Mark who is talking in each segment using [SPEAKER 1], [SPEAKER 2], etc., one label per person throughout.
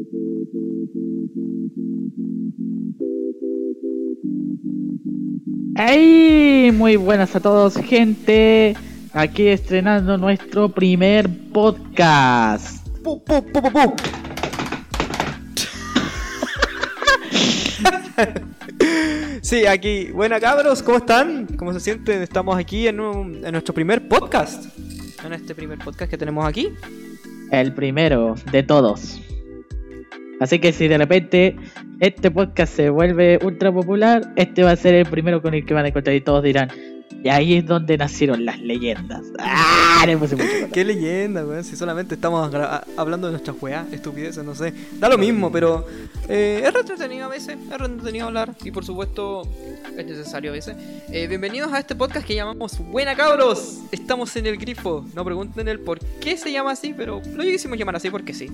[SPEAKER 1] ¡Hey! Muy buenas a todos, gente. Aquí estrenando nuestro primer podcast.
[SPEAKER 2] ¡Pu, pu, pu, pu, pu! Sí, aquí. Buena, cabros, ¿cómo están? ¿Cómo se sienten? Estamos aquí en nuestro primer podcast. En este primer podcast que tenemos aquí.
[SPEAKER 1] El primero de todos. Así que si de repente este podcast se vuelve ultra popular, este va a ser el primero con el que van a encontrar y todos dirán, y ahí es donde nacieron las leyendas. ¡Ah! Le puse mucho color.
[SPEAKER 2] Qué leyenda, weón. Si solamente estamos hablando de nuestras weas, estupideces, no sé. Da lo mismo, pero es re entretenido a veces. Es re entretenido hablar. Y por supuesto, es necesario a veces. Bienvenidos a este podcast que llamamos Buena, cabros. Estamos en el Grifo. No pregunten el por qué se llama así, pero lo hicimos llamar así porque sí.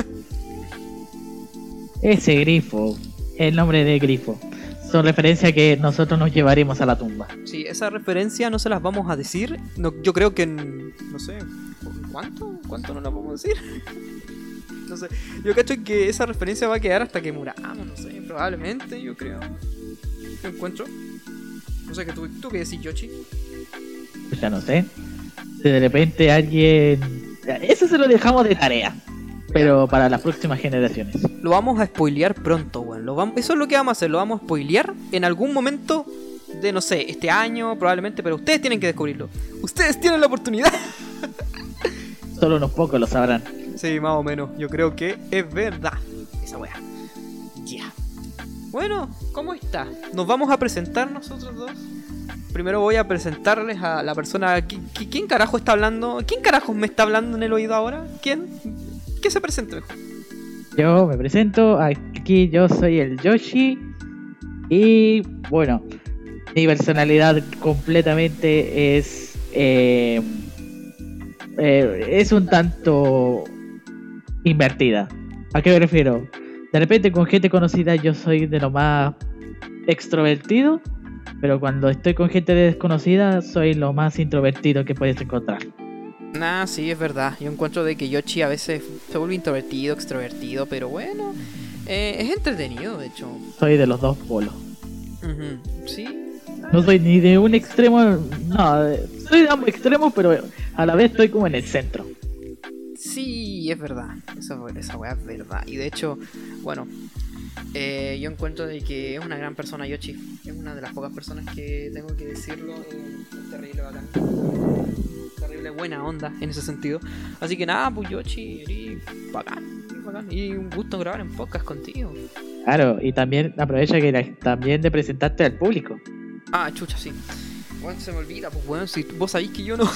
[SPEAKER 1] Ese grifo, el nombre de grifo, son referencias que nosotros nos llevaremos a la tumba.
[SPEAKER 2] Sí, esa referencia no se las vamos a decir. No, yo creo que no sé. ¿Cuánto no la podemos decir? No sé. Yo cacho que esa referencia va a quedar hasta que muramos, no sé, probablemente, yo creo. ¿Qué encuentro? No sé, ¿tú qué decís, Yoshi?
[SPEAKER 1] Pues ya no sé. Si de repente alguien... Eso se lo dejamos de tarea. Pero para las próximas generaciones.
[SPEAKER 2] Lo vamos a spoilear pronto, weón. Eso es lo que vamos a hacer. Lo vamos a spoilear en algún momento de, no sé, este año probablemente. Pero ustedes tienen que descubrirlo. Ustedes tienen la oportunidad.
[SPEAKER 1] Solo unos pocos lo sabrán.
[SPEAKER 2] Sí, más o menos. Yo creo que es verdad esa weá. Ya. Bueno, ¿cómo está? Nos vamos a presentar nosotros dos. Primero voy a presentarles a la persona. ¿Quién carajo está hablando? ¿Quién carajo me está hablando en el oído ahora? ¿Quién? ¿Qué se presenta mejor?
[SPEAKER 1] Yo me presento, aquí yo soy el Yoshi. Y bueno, mi personalidad completamente es un tanto invertida. ¿A qué me refiero? De repente con gente conocida yo soy de lo más extrovertido, pero cuando estoy con gente desconocida soy lo más introvertido que puedes encontrar.
[SPEAKER 2] Nah, sí, es verdad. Yo encuentro de que Yoshi a veces se vuelve introvertido, extrovertido, pero bueno, es entretenido, de hecho.
[SPEAKER 1] Soy de los dos polos.
[SPEAKER 2] Sí.
[SPEAKER 1] No soy ni de un extremo, no, soy de ambos extremos, pero a la vez estoy como en el centro.
[SPEAKER 2] Sí, es verdad. Esa weá es verdad. Y de hecho, bueno, yo encuentro de que es una gran persona Yoshi. Es una de las pocas personas que tengo que decirlo. Es terrible bacán. Terrible buena onda en ese sentido. Así que nada, pues Yoshi, eres bacán. Y un gusto grabar en podcast contigo.
[SPEAKER 1] Claro, y también aprovecha que también de presentarte al público.
[SPEAKER 2] Ah, chucha, sí. Bueno, se me olvida, pues bueno, si vos sabéis que yo no.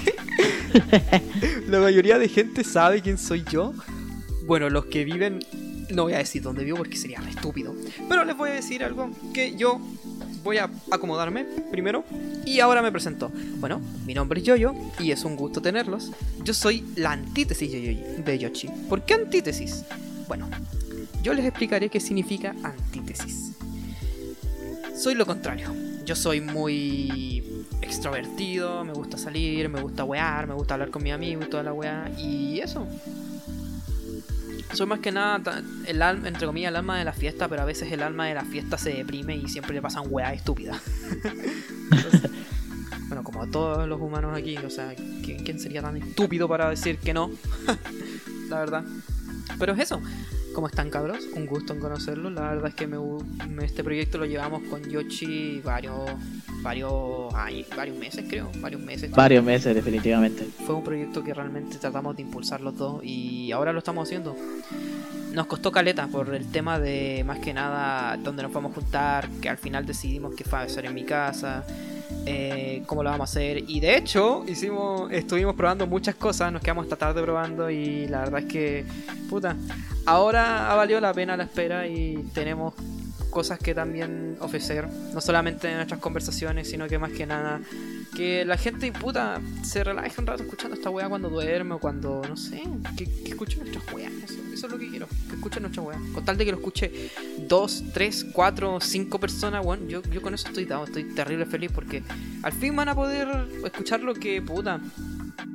[SPEAKER 2] La mayoría de gente sabe quién soy yo. Bueno, los que viven, no voy a decir dónde vivo porque sería re estúpido. Pero les voy a decir algo, que yo voy a acomodarme primero y ahora me presento. Bueno, mi nombre es Yoyo y es un gusto tenerlos. Yo soy la antítesis de Yoshi. ¿Por qué antítesis? Bueno, yo les explicaré qué significa antítesis. Soy lo contrario. Yo soy muy extrovertido, me gusta salir, me gusta wear, me gusta hablar con mis amigos y toda la weá. Y eso. Soy más que nada el alma, entre comillas, el alma de la fiesta, pero a veces el alma de la fiesta se deprime y siempre le pasan weas estúpidas. Entonces, bueno, como a todos los humanos aquí, o sea, ¿quién sería tan estúpido para decir que no? La verdad. Pero es eso. ¿Cómo están, cabros? Un gusto en conocerlos. La verdad es que este proyecto lo llevamos con Yoshi varios meses, creo.
[SPEAKER 1] Varios meses, definitivamente.
[SPEAKER 2] Fue un proyecto que realmente tratamos de impulsar los dos y ahora lo estamos haciendo. Nos costó caleta por el tema de, más que nada, dónde nos vamos a juntar, que al final decidimos que fue a ser en mi casa, cómo lo vamos a hacer. Y de hecho, estuvimos probando muchas cosas, nos quedamos hasta tarde probando y la verdad es que, puta, ahora ha valido la pena la espera y tenemos cosas que también ofrecer, no solamente en nuestras conversaciones, sino que más que nada que la gente, puta, se relaje un rato escuchando esta weá cuando duerme o cuando, no sé, que escuchen nuestras weas. Eso es lo que quiero, que escuchen nuestras weas. Con tal de que lo escuche 2, 3, 4, 5 personas, bueno, yo con eso estoy terrible feliz porque al fin van a poder escuchar lo que, puta,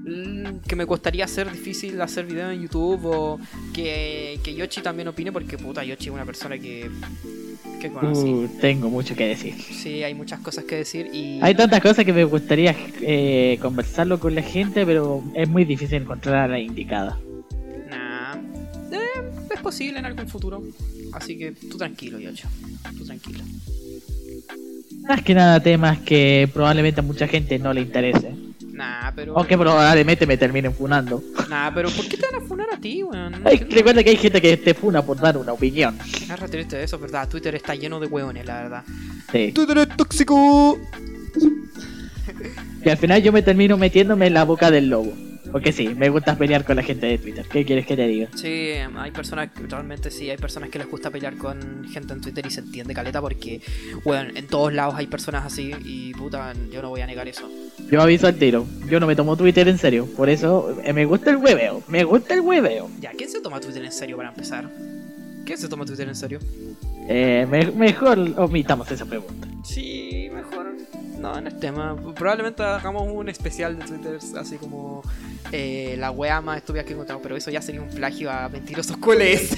[SPEAKER 2] que me costaría hacer difícil hacer videos en YouTube, o que Yoshi también opine, porque puta, Yoshi es una persona que conocí.
[SPEAKER 1] Tengo mucho que decir.
[SPEAKER 2] Sí, hay muchas cosas que decir y...
[SPEAKER 1] Hay tantas cosas que me gustaría conversarlo con la gente, pero es muy difícil encontrar a la indicada.
[SPEAKER 2] Nah, es posible en algún futuro. Así que tú tranquilo, Yocho. Tú tranquilo.
[SPEAKER 1] Más que nada temas que probablemente a mucha gente no le interese.
[SPEAKER 2] Nah, pero...
[SPEAKER 1] O que probablemente me terminen funando.
[SPEAKER 2] Nah, pero ¿por qué te van a funar a ti, weón? No
[SPEAKER 1] Ay,
[SPEAKER 2] entiendo.
[SPEAKER 1] recuerda que hay gente que te funa por dar una opinión.
[SPEAKER 2] Es re triste eso, es verdad. Twitter está lleno de hueones, la verdad.
[SPEAKER 1] Sí.
[SPEAKER 2] ¡Twitter es tóxico!
[SPEAKER 1] Y al final yo me termino metiéndome en la boca del lobo. Porque sí, me gusta pelear con la gente de Twitter. ¿Qué quieres que te diga?
[SPEAKER 2] Sí, hay personas, realmente sí, hay personas que les gusta pelear con gente en Twitter y se entiende caleta porque, bueno, en todos lados hay personas así y puta, yo no voy a negar eso.
[SPEAKER 1] Yo aviso al tiro. Yo no me tomo Twitter en serio. Por eso me gusta el hueveo. Me gusta el hueveo.
[SPEAKER 2] Ya, ¿quién se toma Twitter en serio para empezar? ¿Quién se toma Twitter en serio?
[SPEAKER 1] Mejor omitamos esa pregunta.
[SPEAKER 2] Sí, mejor. No, no es tema. Probablemente hagamos un especial de Twitter, así como la wea más estúpida que encontramos, pero eso ya sería un plagio a Mentirosos QLS.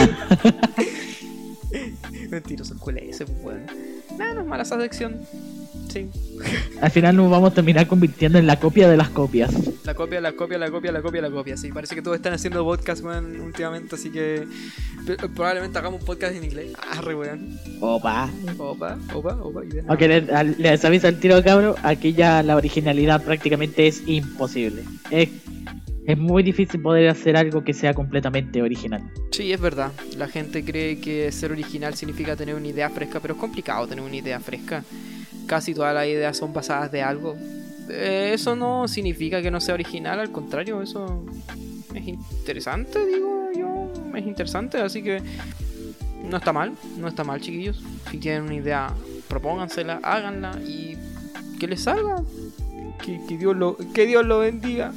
[SPEAKER 2] Mentirosos QLS, pues bueno. Nada, no es mala esa sección. Sí.
[SPEAKER 1] Al final nos vamos a terminar convirtiendo en la copia de las copias.
[SPEAKER 2] La copia. Sí, parece que todos están haciendo podcast, weón, últimamente, así que probablemente hagamos un podcast en inglés. Arre, weón.
[SPEAKER 1] Opa.
[SPEAKER 2] Opa. Y bien.
[SPEAKER 1] Aunque les aviso al tiro, cabro. Aquí ya la originalidad prácticamente es imposible. Es muy difícil poder hacer algo que sea completamente original.
[SPEAKER 2] Sí, es verdad. La gente cree que ser original significa tener una idea fresca, pero es complicado tener una idea fresca. Casi todas las ideas son basadas de algo. Eso no significa que no sea original, al contrario, eso es interesante, digo yo. Es interesante, así que no está mal, chiquillos. Si tienen una idea, propóngansela, háganla y que les salga. Que Dios lo bendiga.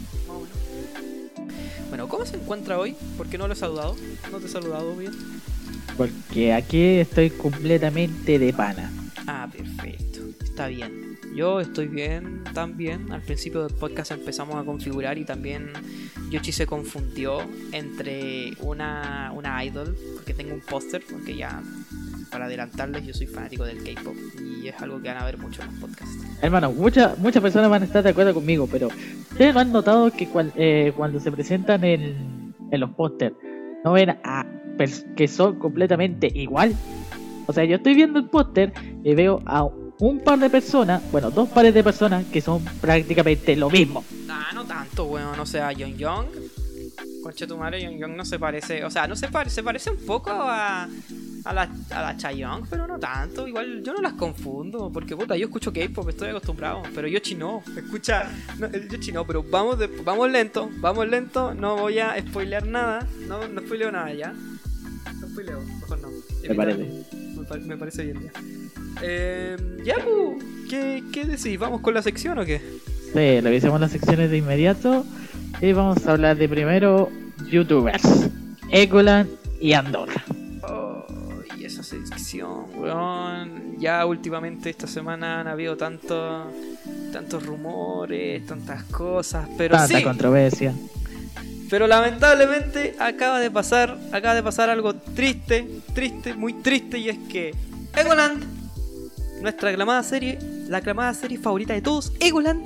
[SPEAKER 2] Bueno, ¿cómo se encuentra hoy? ¿Por qué no lo he saludado? ¿No te he saludado bien?
[SPEAKER 1] Porque aquí estoy completamente de pana.
[SPEAKER 2] Ah, perfecto. Está bien. Yo estoy bien, también. Al principio del podcast empezamos a configurar y también Yoshi se confundió entre una idol, porque tengo un póster, porque ya, para adelantarles, yo soy fanático del K-pop y es algo que van a ver mucho en los podcasts.
[SPEAKER 1] Hermano, muchas personas van a estar de acuerdo conmigo, pero ustedes no han notado que cuando se presentan en los pósters, no ven a que son completamente igual. O sea, yo estoy viendo el póster y veo a un par de personas, bueno, dos pares de personas que son prácticamente lo mismo.
[SPEAKER 2] Ah, no tanto, weón. O sea, Young, conche tu madre, Young no se parece. O sea, no se parece un poco a la Chaeyoung, pero no tanto. Igual yo no las confundo, porque puta, yo escucho K-pop, estoy acostumbrado. Pero Yoshi no, Yoshi no, pero vamos lento, no voy a spoilear nada. No spoileo nada ya. No spoileo, mejor no. Me parece bien ya. Ya, ¿qué decís? ¿Vamos con la sección o qué?
[SPEAKER 1] Sí, revisemos las secciones de inmediato y vamos a hablar de primero YouTubers, Egoland y Andorra.
[SPEAKER 2] Oh, y esa sección, weón. Ya últimamente esta semana han habido tantos rumores, tantas cosas, pero
[SPEAKER 1] Tanta
[SPEAKER 2] sí.
[SPEAKER 1] controversia.
[SPEAKER 2] Pero lamentablemente acaba de pasar algo triste, muy triste, y es que Egoland, nuestra aclamada serie, la aclamada serie favorita de todos, Egoland,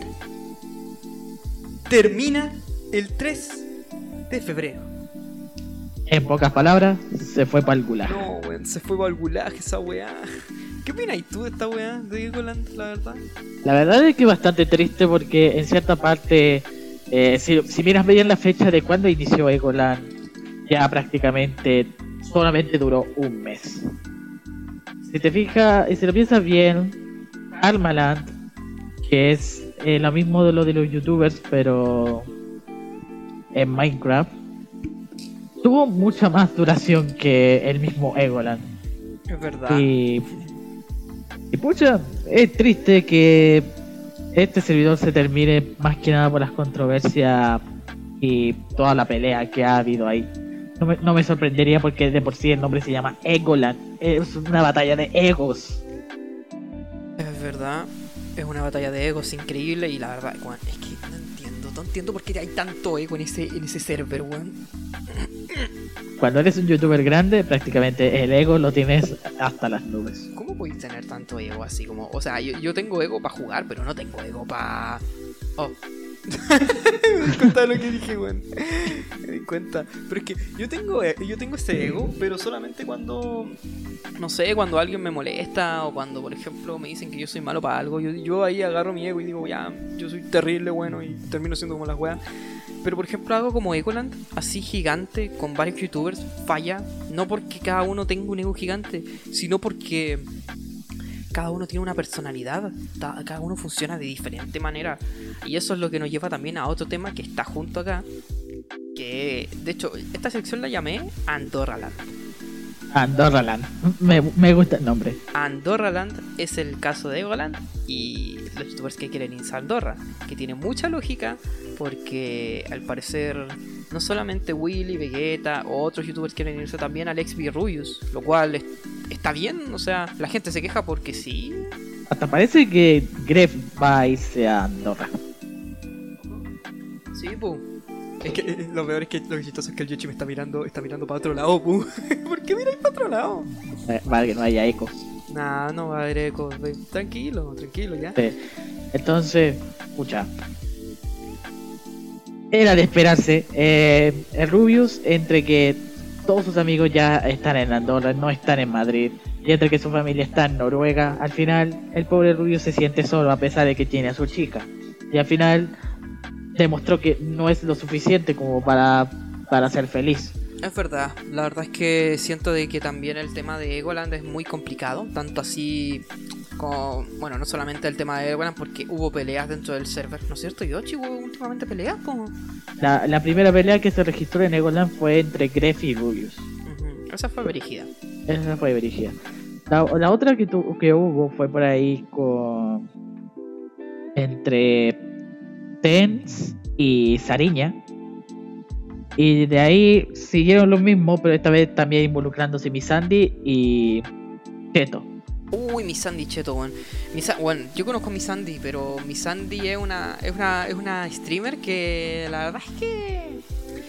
[SPEAKER 2] termina el 3 de febrero.
[SPEAKER 1] En pocas palabras, se fue para el gulag.
[SPEAKER 2] No, weón, se fue para el gulag esa weá. ¿Qué opinas tú de esta weá de Egoland, la verdad?
[SPEAKER 1] La verdad es que es bastante triste porque en cierta parte, si miras bien la fecha de cuando inició Egoland, ya prácticamente solamente duró un mes. Si te fijas y si lo piensas bien, Armaland, que es lo mismo de lo de los youtubers, pero en Minecraft, tuvo mucha más duración que el mismo Egoland.
[SPEAKER 2] Es verdad.
[SPEAKER 1] Y pucha, es triste que este servidor se termine más que nada por las controversias y toda la pelea que ha habido ahí. No me sorprendería porque de por sí el nombre se llama Egoland. Es una batalla de egos.
[SPEAKER 2] Es verdad, es una batalla de egos increíble y la verdad, bueno, es que no entiendo no entiendo por qué hay tanto ego en ese server, weón.
[SPEAKER 1] Cuando eres un youtuber grande, prácticamente el ego lo tienes hasta las nubes.
[SPEAKER 2] ¿Cómo podéis tener tanto ego así como? O sea, yo tengo ego para jugar, pero no tengo ego para... Oh. Me di cuenta de lo que dije, weón. Me di cuenta. Pero es que yo tengo ese ego, pero solamente cuando... No sé, cuando alguien me molesta o cuando, por ejemplo, me dicen que yo soy malo para algo. Yo ahí agarro mi ego y digo, ya, yo soy terrible, bueno, y termino siendo como las weas. Pero por ejemplo algo como Egoland, así gigante, con varios youtubers, falla. No porque cada uno tenga un ego gigante, sino porque cada uno tiene una personalidad. Cada uno funciona de diferente manera. Y eso es lo que nos lleva también a otro tema que está junto acá. Que, de hecho, esta sección la llamé Andorraland.
[SPEAKER 1] Andorraland. Me gusta el nombre.
[SPEAKER 2] Andorraland es el caso de Egoland y los youtubers que quieren irse a Andorra, que tiene mucha lógica porque al parecer no solamente Willy, Vegeta o otros youtubers quieren irse también al XB Rubius, lo cual está bien, o sea, la gente se queja porque sí.
[SPEAKER 1] Hasta parece que Gref va a irse a Andorra.
[SPEAKER 2] Sí, pues. Es que lo peor es que lo chistoso es que el Yoshi me está mirando para otro lado, pu. ¿Por qué miráis para otro lado?
[SPEAKER 1] Vale, que no haya ecos.
[SPEAKER 2] Nah, no va a haber eco. Tranquilo ya.
[SPEAKER 1] Sí. Entonces, escucha. Era de esperarse. El Rubius, entre que todos sus amigos ya están en Andorra, no están en Madrid, y entre que su familia está en Noruega, al final el pobre Rubius se siente solo a pesar de que tiene a su chica. Y al final demostró que no es lo suficiente como para ser feliz.
[SPEAKER 2] Es verdad, la verdad es que siento de que también el tema de Egoland es muy complicado, tanto así como, bueno, no solamente el tema de Egoland porque hubo peleas dentro del server, ¿no es cierto? Yoshi, hubo últimamente peleas, po.
[SPEAKER 1] La primera pelea que se registró en Egoland fue entre Gref y Rubius.
[SPEAKER 2] Esa fue brígida.
[SPEAKER 1] Esa fue brígida. La otra que hubo fue por ahí con entre Tens y Sariña. Y de ahí siguieron lo mismo, pero esta vez también involucrándose Missandei y Cheto.
[SPEAKER 2] Uy, Missandei y Cheto, weón. Bueno, yo conozco a Missandei, pero Missandei es una streamer que la verdad es que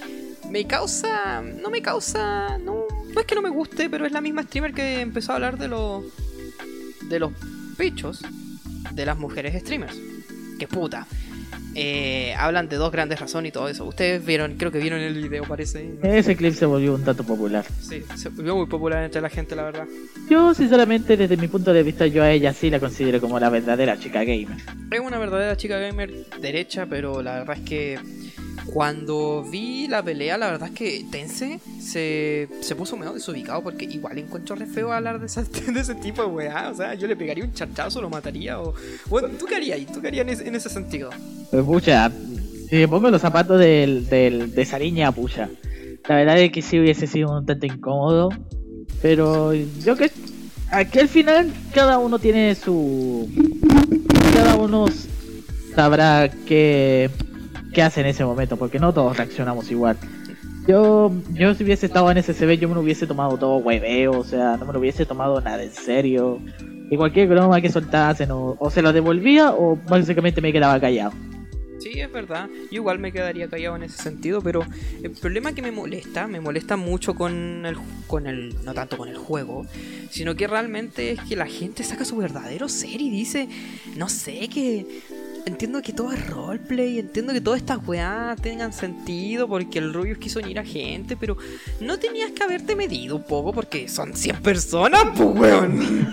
[SPEAKER 2] no es que no me guste, pero es la misma streamer que empezó a hablar de los pechos de las mujeres streamers. Que puta. Hablan de dos grandes razones y todo eso. Ustedes creo que vieron el video, parece.
[SPEAKER 1] Ese clip se volvió un tanto popular.
[SPEAKER 2] Sí, se volvió muy popular entre la gente, la verdad.
[SPEAKER 1] Yo, sinceramente, desde mi punto de vista, yo a ella sí la considero como la verdadera chica gamer.
[SPEAKER 2] Es una verdadera chica gamer derecha, pero la verdad es que cuando vi la pelea, la verdad es que Tense se puso medio desubicado porque igual encuentro re feo hablar de ese tipo de weá. O sea, yo le pegaría un charchazo, lo mataría o... Bueno, ¿tú qué harías? ¿Tú qué harías en ese sentido?
[SPEAKER 1] Pues pucha, si me pongo los zapatos de Sariña, pucha. La verdad es que sí hubiese sido un tanto incómodo. Pero yo que aquí al final cada uno tiene su... Cada uno sabrá qué hace en ese momento, porque no todos reaccionamos igual. Yo si hubiese estado en SCB, yo me lo hubiese tomado todo hueveo, o sea, no me lo hubiese tomado nada en serio. Y cualquier broma que soltasen, o se lo devolvía, o básicamente me quedaba callado.
[SPEAKER 2] Sí, es verdad, yo igual me quedaría callado en ese sentido, pero el problema que me molesta mucho con el no tanto con el juego, sino que realmente es que la gente saca su verdadero ser y dice, no sé, que entiendo que todo es roleplay, entiendo que todas estas weas tengan sentido porque el Rubius quiso unir a gente, pero no tenías que haberte medido un poco porque son 100 personas, pues weón.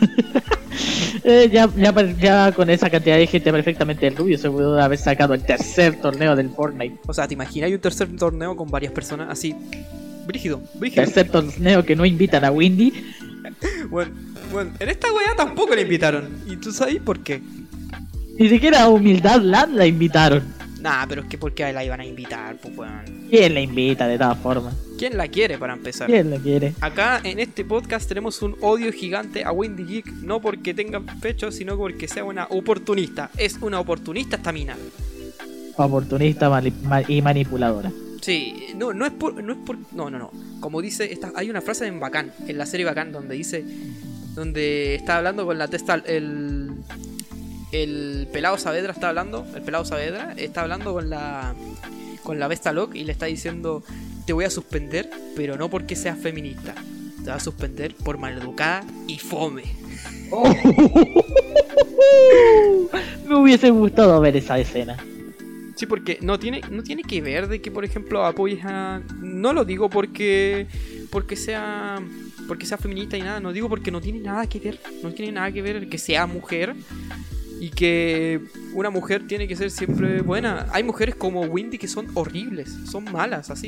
[SPEAKER 1] Ya con esa cantidad de gente perfectamente el Rubius se pudo haber sacado el tercer torneo del Fortnite.
[SPEAKER 2] O sea, ¿te imaginas un tercer torneo con varias personas así? Brígido.
[SPEAKER 1] Tercer torneo que no invitan a Windy.
[SPEAKER 2] Bueno, en esta wea tampoco la invitaron. ¿Y tú sabes por qué?
[SPEAKER 1] Ni siquiera a Humildad Land la invitaron.
[SPEAKER 2] Nah, pero es que ¿por qué la iban a invitar, pues weón?
[SPEAKER 1] ¿Quién la invita de todas formas?
[SPEAKER 2] ¿Quién la quiere para empezar?
[SPEAKER 1] ¿Quién la quiere?
[SPEAKER 2] Acá en este podcast tenemos un odio gigante a Wendy Geek, no porque tenga pecho, sino porque sea una oportunista. Es una oportunista esta mina.
[SPEAKER 1] Oportunista y manipuladora.
[SPEAKER 2] Sí, no es por. No. Como dice, hay una frase en Bacán, en la serie Bacán, donde está hablando con la testa, el pelado Saavedra está hablando. El pelado Saavedra está hablando con la Vesta Loc y le está diciendo: te voy a suspender, pero no porque seas feminista. Te voy a suspender por maleducada y fome.
[SPEAKER 1] Me hubiese gustado ver esa escena.
[SPEAKER 2] Sí, porque no tiene que ver de que, por ejemplo, apoyes a... No lo digo porque sea feminista y nada. No digo porque no tiene nada que ver. No tiene nada que ver el que sea mujer y que una mujer tiene que ser siempre buena. Hay mujeres como Windy que son horribles, son malas, así.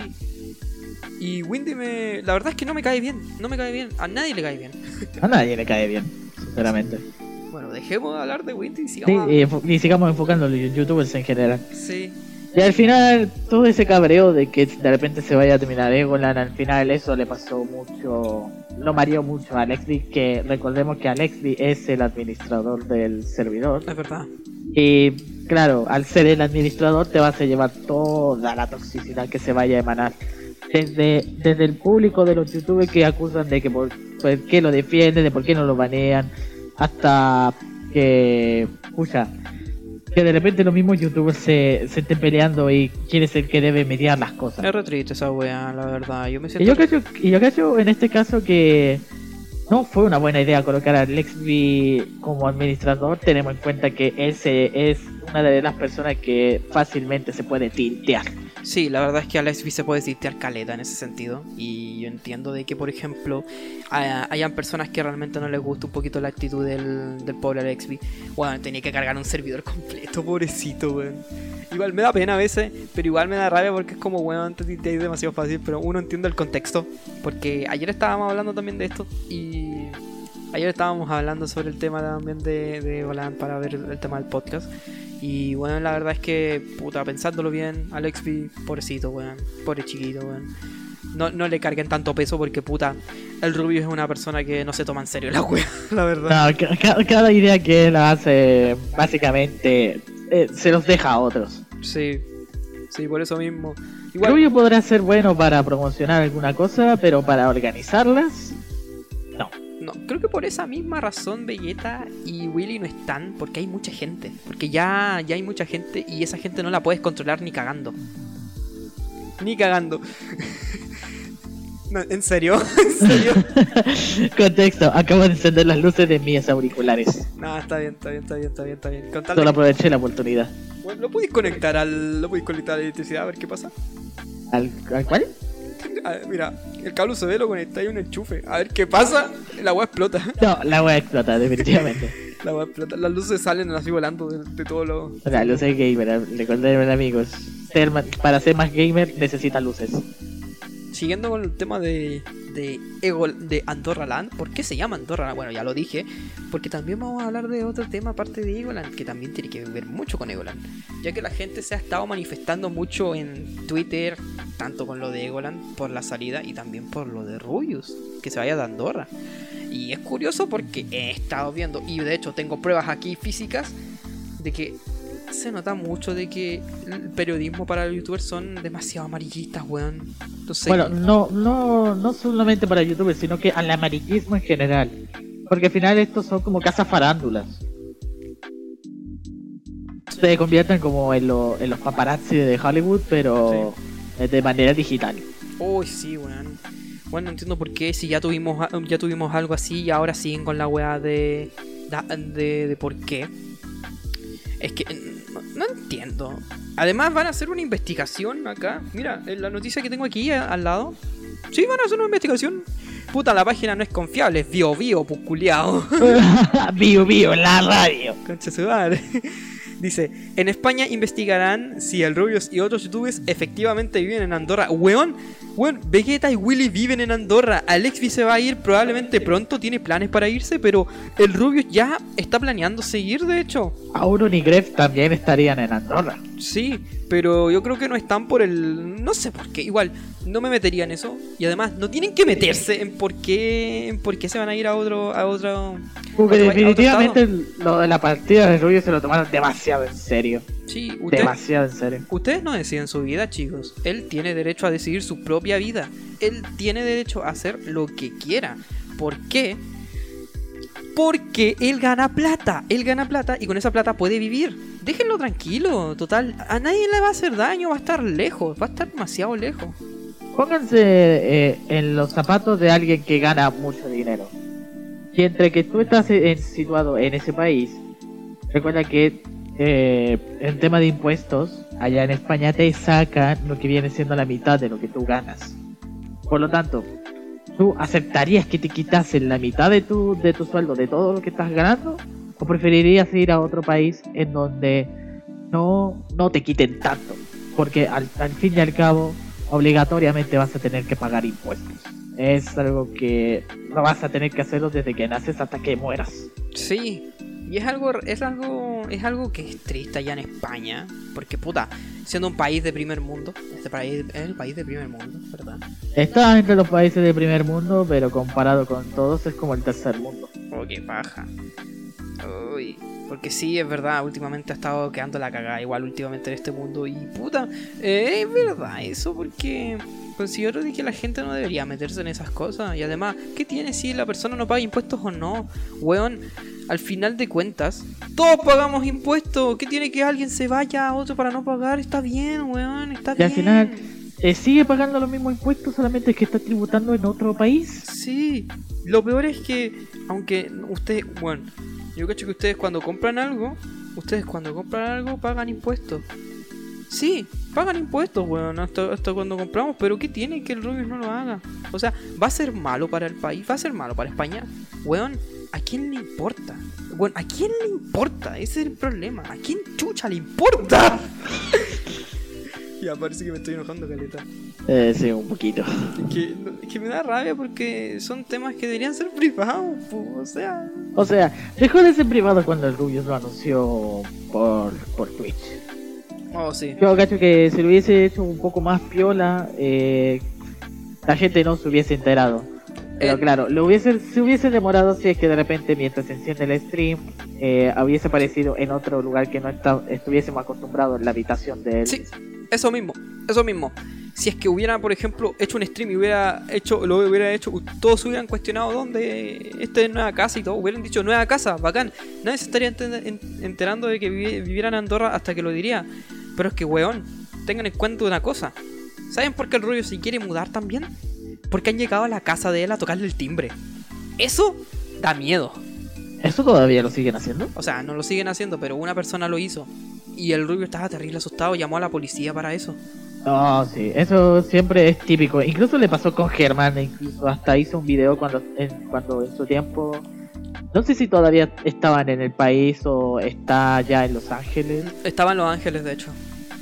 [SPEAKER 2] Y Windy la verdad es que no me cae bien. No me cae bien. A nadie le cae bien.
[SPEAKER 1] A nadie le cae bien, sinceramente.
[SPEAKER 2] Bueno, dejemos de hablar de Windy y
[SPEAKER 1] sigamos enfocando en los youtubers en general.
[SPEAKER 2] Sí.
[SPEAKER 1] Y al final, todo ese cabreo de que de repente se vaya a terminar Egoland, al final eso le pasó mucho, lo mareó mucho a Alexby, que recordemos que Alexby es el administrador del servidor.
[SPEAKER 2] Es verdad.
[SPEAKER 1] Y claro, al ser el administrador te vas a llevar toda la toxicidad que se vaya a emanar. Desde el público de los youtubers que acusan de que por qué lo defienden, de por qué no lo banean, hasta que, que de repente los mismos youtubers se estén peleando y quién es el que debe mediar las cosas.
[SPEAKER 2] Es re triste esa wea, la verdad. Yo me siento...
[SPEAKER 1] Y yo cacho en este caso que no fue una buena idea colocar a Alexby como administrador. Tenemos en cuenta que ese es una de las personas que fácilmente se puede tiltear.
[SPEAKER 2] Sí, la verdad es que Alexby se puede tiltear caleta en ese sentido. Y yo entiendo de que, por ejemplo, hayan personas que realmente no les gusta un poquito la actitud del pobre Alexby. Bueno, tenía que cargar un servidor completo, pobrecito, weón. Igual me da pena a veces, pero igual me da rabia porque es como, weón, te tilteáis demasiado fácil. Pero uno entiende el contexto. Porque ayer estábamos hablando también de esto. Y ayer estábamos hablando sobre el tema también de Volan para ver el tema del podcast. Y bueno, la verdad es que, puta, pensándolo bien, Alexby, pobrecito, weón, pobre chiquito, weón. No le carguen tanto peso porque, puta, el Rubio es una persona que no se toma en serio la weá, la verdad.
[SPEAKER 1] No, cada idea que él hace, básicamente, se los deja a otros.
[SPEAKER 2] Sí, por eso mismo. Igual...
[SPEAKER 1] Rubio podrá ser bueno para promocionar alguna cosa, pero para organizarlas, no.
[SPEAKER 2] No, creo que por esa misma razón Vegeta y Willy no están, porque hay mucha gente. Porque ya hay mucha gente y esa gente no la puedes controlar ni cagando. Ni cagando. No, ¿en serio? ¿En serio?
[SPEAKER 1] Contexto, acabo de encender las luces de mis auriculares.
[SPEAKER 2] No, está bien.
[SPEAKER 1] Solo aproveché la oportunidad.
[SPEAKER 2] Bueno, ¿lo podéis conectar a la electricidad a ver qué pasa?
[SPEAKER 1] ¿Al cuál?
[SPEAKER 2] Mira, el cable USB lo conectáis a un enchufe. A ver qué pasa. La weá explota.
[SPEAKER 1] No, la weá explota, definitivamente.
[SPEAKER 2] La weá explota. Las luces salen así volando de todos los...
[SPEAKER 1] Las luces gamer, recuerden, amigos. Para ser más gamer necesita luces.
[SPEAKER 2] Siguiendo con el tema de Andorra Land. ¿Por qué se llama Andorra Land? Bueno, ya lo dije. Porque también vamos a hablar de otro tema aparte de Egoland, que también tiene que ver mucho con Egoland. Ya que la gente se ha estado manifestando mucho en Twitter, tanto con lo de Egoland por la salida y también por lo de Rubius, que se vaya de Andorra. Y es curioso porque he estado viendo, y de hecho tengo pruebas aquí físicas, de que se nota mucho de que el periodismo para los youtubers son demasiado amarillistas, weón. Entonces,
[SPEAKER 1] bueno, no solamente para youtubers, sino que al amarillismo en general. Porque al final estos son como casas farándulas. Se convierten como en los paparazzi de Hollywood, pero sí, de manera digital.
[SPEAKER 2] Uy, sí, weón. Bueno, no entiendo por qué, si ya tuvimos algo así y ahora siguen con la weá de por qué. Es que no entiendo. Además van a hacer una investigación acá. Mira, en la noticia que tengo aquí al lado. Sí, van a hacer una investigación. Puta, la página no es confiable, es Bio, pues culiao.
[SPEAKER 1] Bio, la radio.
[SPEAKER 2] Concha su madre. Dice, en España investigarán si el Rubius y otros youtubers efectivamente viven en Andorra. Weón, Vegeta y Willy viven en Andorra. Alexby se va a ir probablemente pronto, tiene planes para irse, pero el Rubius ya está planeando seguir, de hecho.
[SPEAKER 1] Auron y Gref también estarían en Andorra.
[SPEAKER 2] Sí, pero yo creo que no están por el... No sé por qué, igual, no me metería en eso. Y además, no tienen que meterse en por qué se van a ir a otro...
[SPEAKER 1] Porque definitivamente lo de la partida de Rubio se lo tomaron demasiado en serio.
[SPEAKER 2] Sí,
[SPEAKER 1] demasiado en serio.
[SPEAKER 2] Ustedes no deciden su vida, chicos. Él tiene derecho a decidir su propia vida. Él tiene derecho a hacer lo que quiera. ¿Por qué Porque él gana plata y con esa plata puede vivir. Déjenlo tranquilo, total, a nadie le va a hacer daño, va a estar lejos, va a estar demasiado lejos.
[SPEAKER 1] Pónganse en los zapatos de alguien que gana mucho dinero. Y entre que tú estás situado en ese país, recuerda que en tema de impuestos, allá en España te sacan lo que viene siendo la mitad de lo que tú ganas. Por lo tanto, ¿tú aceptarías que te quitasen la mitad de tu sueldo, de todo lo que estás ganando? ¿O preferirías ir a otro país en donde no te quiten tanto? Porque al fin y al cabo, obligatoriamente vas a tener que pagar impuestos. Es algo que no vas a tener que hacerlo desde que naces hasta que mueras.
[SPEAKER 2] Sí, y es algo que es triste allá en España, porque puta, siendo un país de primer mundo, este país es el país de primer mundo, ¿verdad?
[SPEAKER 1] Está entre los países de primer mundo, pero comparado con todos es como el tercer mundo.
[SPEAKER 2] Oh, qué paja. Uy, porque sí, es verdad, últimamente ha estado quedando la cagada, igual últimamente en este mundo, y puta, es verdad eso, porque considero de que la gente no debería meterse en esas cosas, y además, ¿qué tiene si la persona no paga impuestos o no? Weón, al final de cuentas, todos pagamos impuestos. ¿Qué tiene que alguien se vaya a otro para no pagar? Está bien, weón, está bien.
[SPEAKER 1] Y al final sigue pagando los mismos impuestos, solamente es que está tributando en otro país.
[SPEAKER 2] Sí, lo peor es que, aunque ustedes, bueno, yo cacho que ustedes cuando compran algo pagan impuestos. Sí, pagan impuestos, weón, hasta cuando compramos, pero ¿qué tiene que el Rubius no lo haga? O sea, ¿va a ser malo para el país? ¿Va a ser malo para España? Weón, ¿a quién le importa? Bueno, ¿a quién le importa? Ese es el problema. ¿A quién chucha le importa? Ya, parece que me estoy enojando, caleta.
[SPEAKER 1] Sí, un poquito.
[SPEAKER 2] Es que me da rabia porque son temas que deberían ser privados, pues,
[SPEAKER 1] o sea, dejó de ser privado cuando el Rubius lo anunció por Twitch.
[SPEAKER 2] Oh, sí.
[SPEAKER 1] Yo cacho que si lo hubiese hecho un poco más piola, la gente no se hubiese enterado. Pero claro, se hubiese demorado si es que de repente mientras se enciende el stream hubiese aparecido en otro lugar que no estuviésemos acostumbrados en la habitación de él.
[SPEAKER 2] Sí, eso mismo. Si es que hubiera, por ejemplo, hecho un stream y lo hubiera hecho, todos hubieran cuestionado dónde es nueva casa y todo, hubieran dicho nueva casa, bacán. Nadie se estaría enterando de que viviera en Andorra hasta que lo diría. Pero es que, weón, tengan en cuenta una cosa. ¿Saben por qué el Rubio se quiere mudar también? Porque han llegado a la casa de él a tocarle el timbre. Eso da miedo.
[SPEAKER 1] ¿Eso todavía lo siguen haciendo?
[SPEAKER 2] O sea, no lo siguen haciendo, pero una persona lo hizo. Y el Rubio estaba terrible asustado, llamó a la policía para eso.
[SPEAKER 1] Oh, sí, eso siempre es típico. Incluso le pasó con Germán, incluso hasta hizo un video cuando en su tiempo... No sé si todavía estaban en el país o está ya en Los Ángeles.
[SPEAKER 2] Estaba en Los Ángeles, de hecho.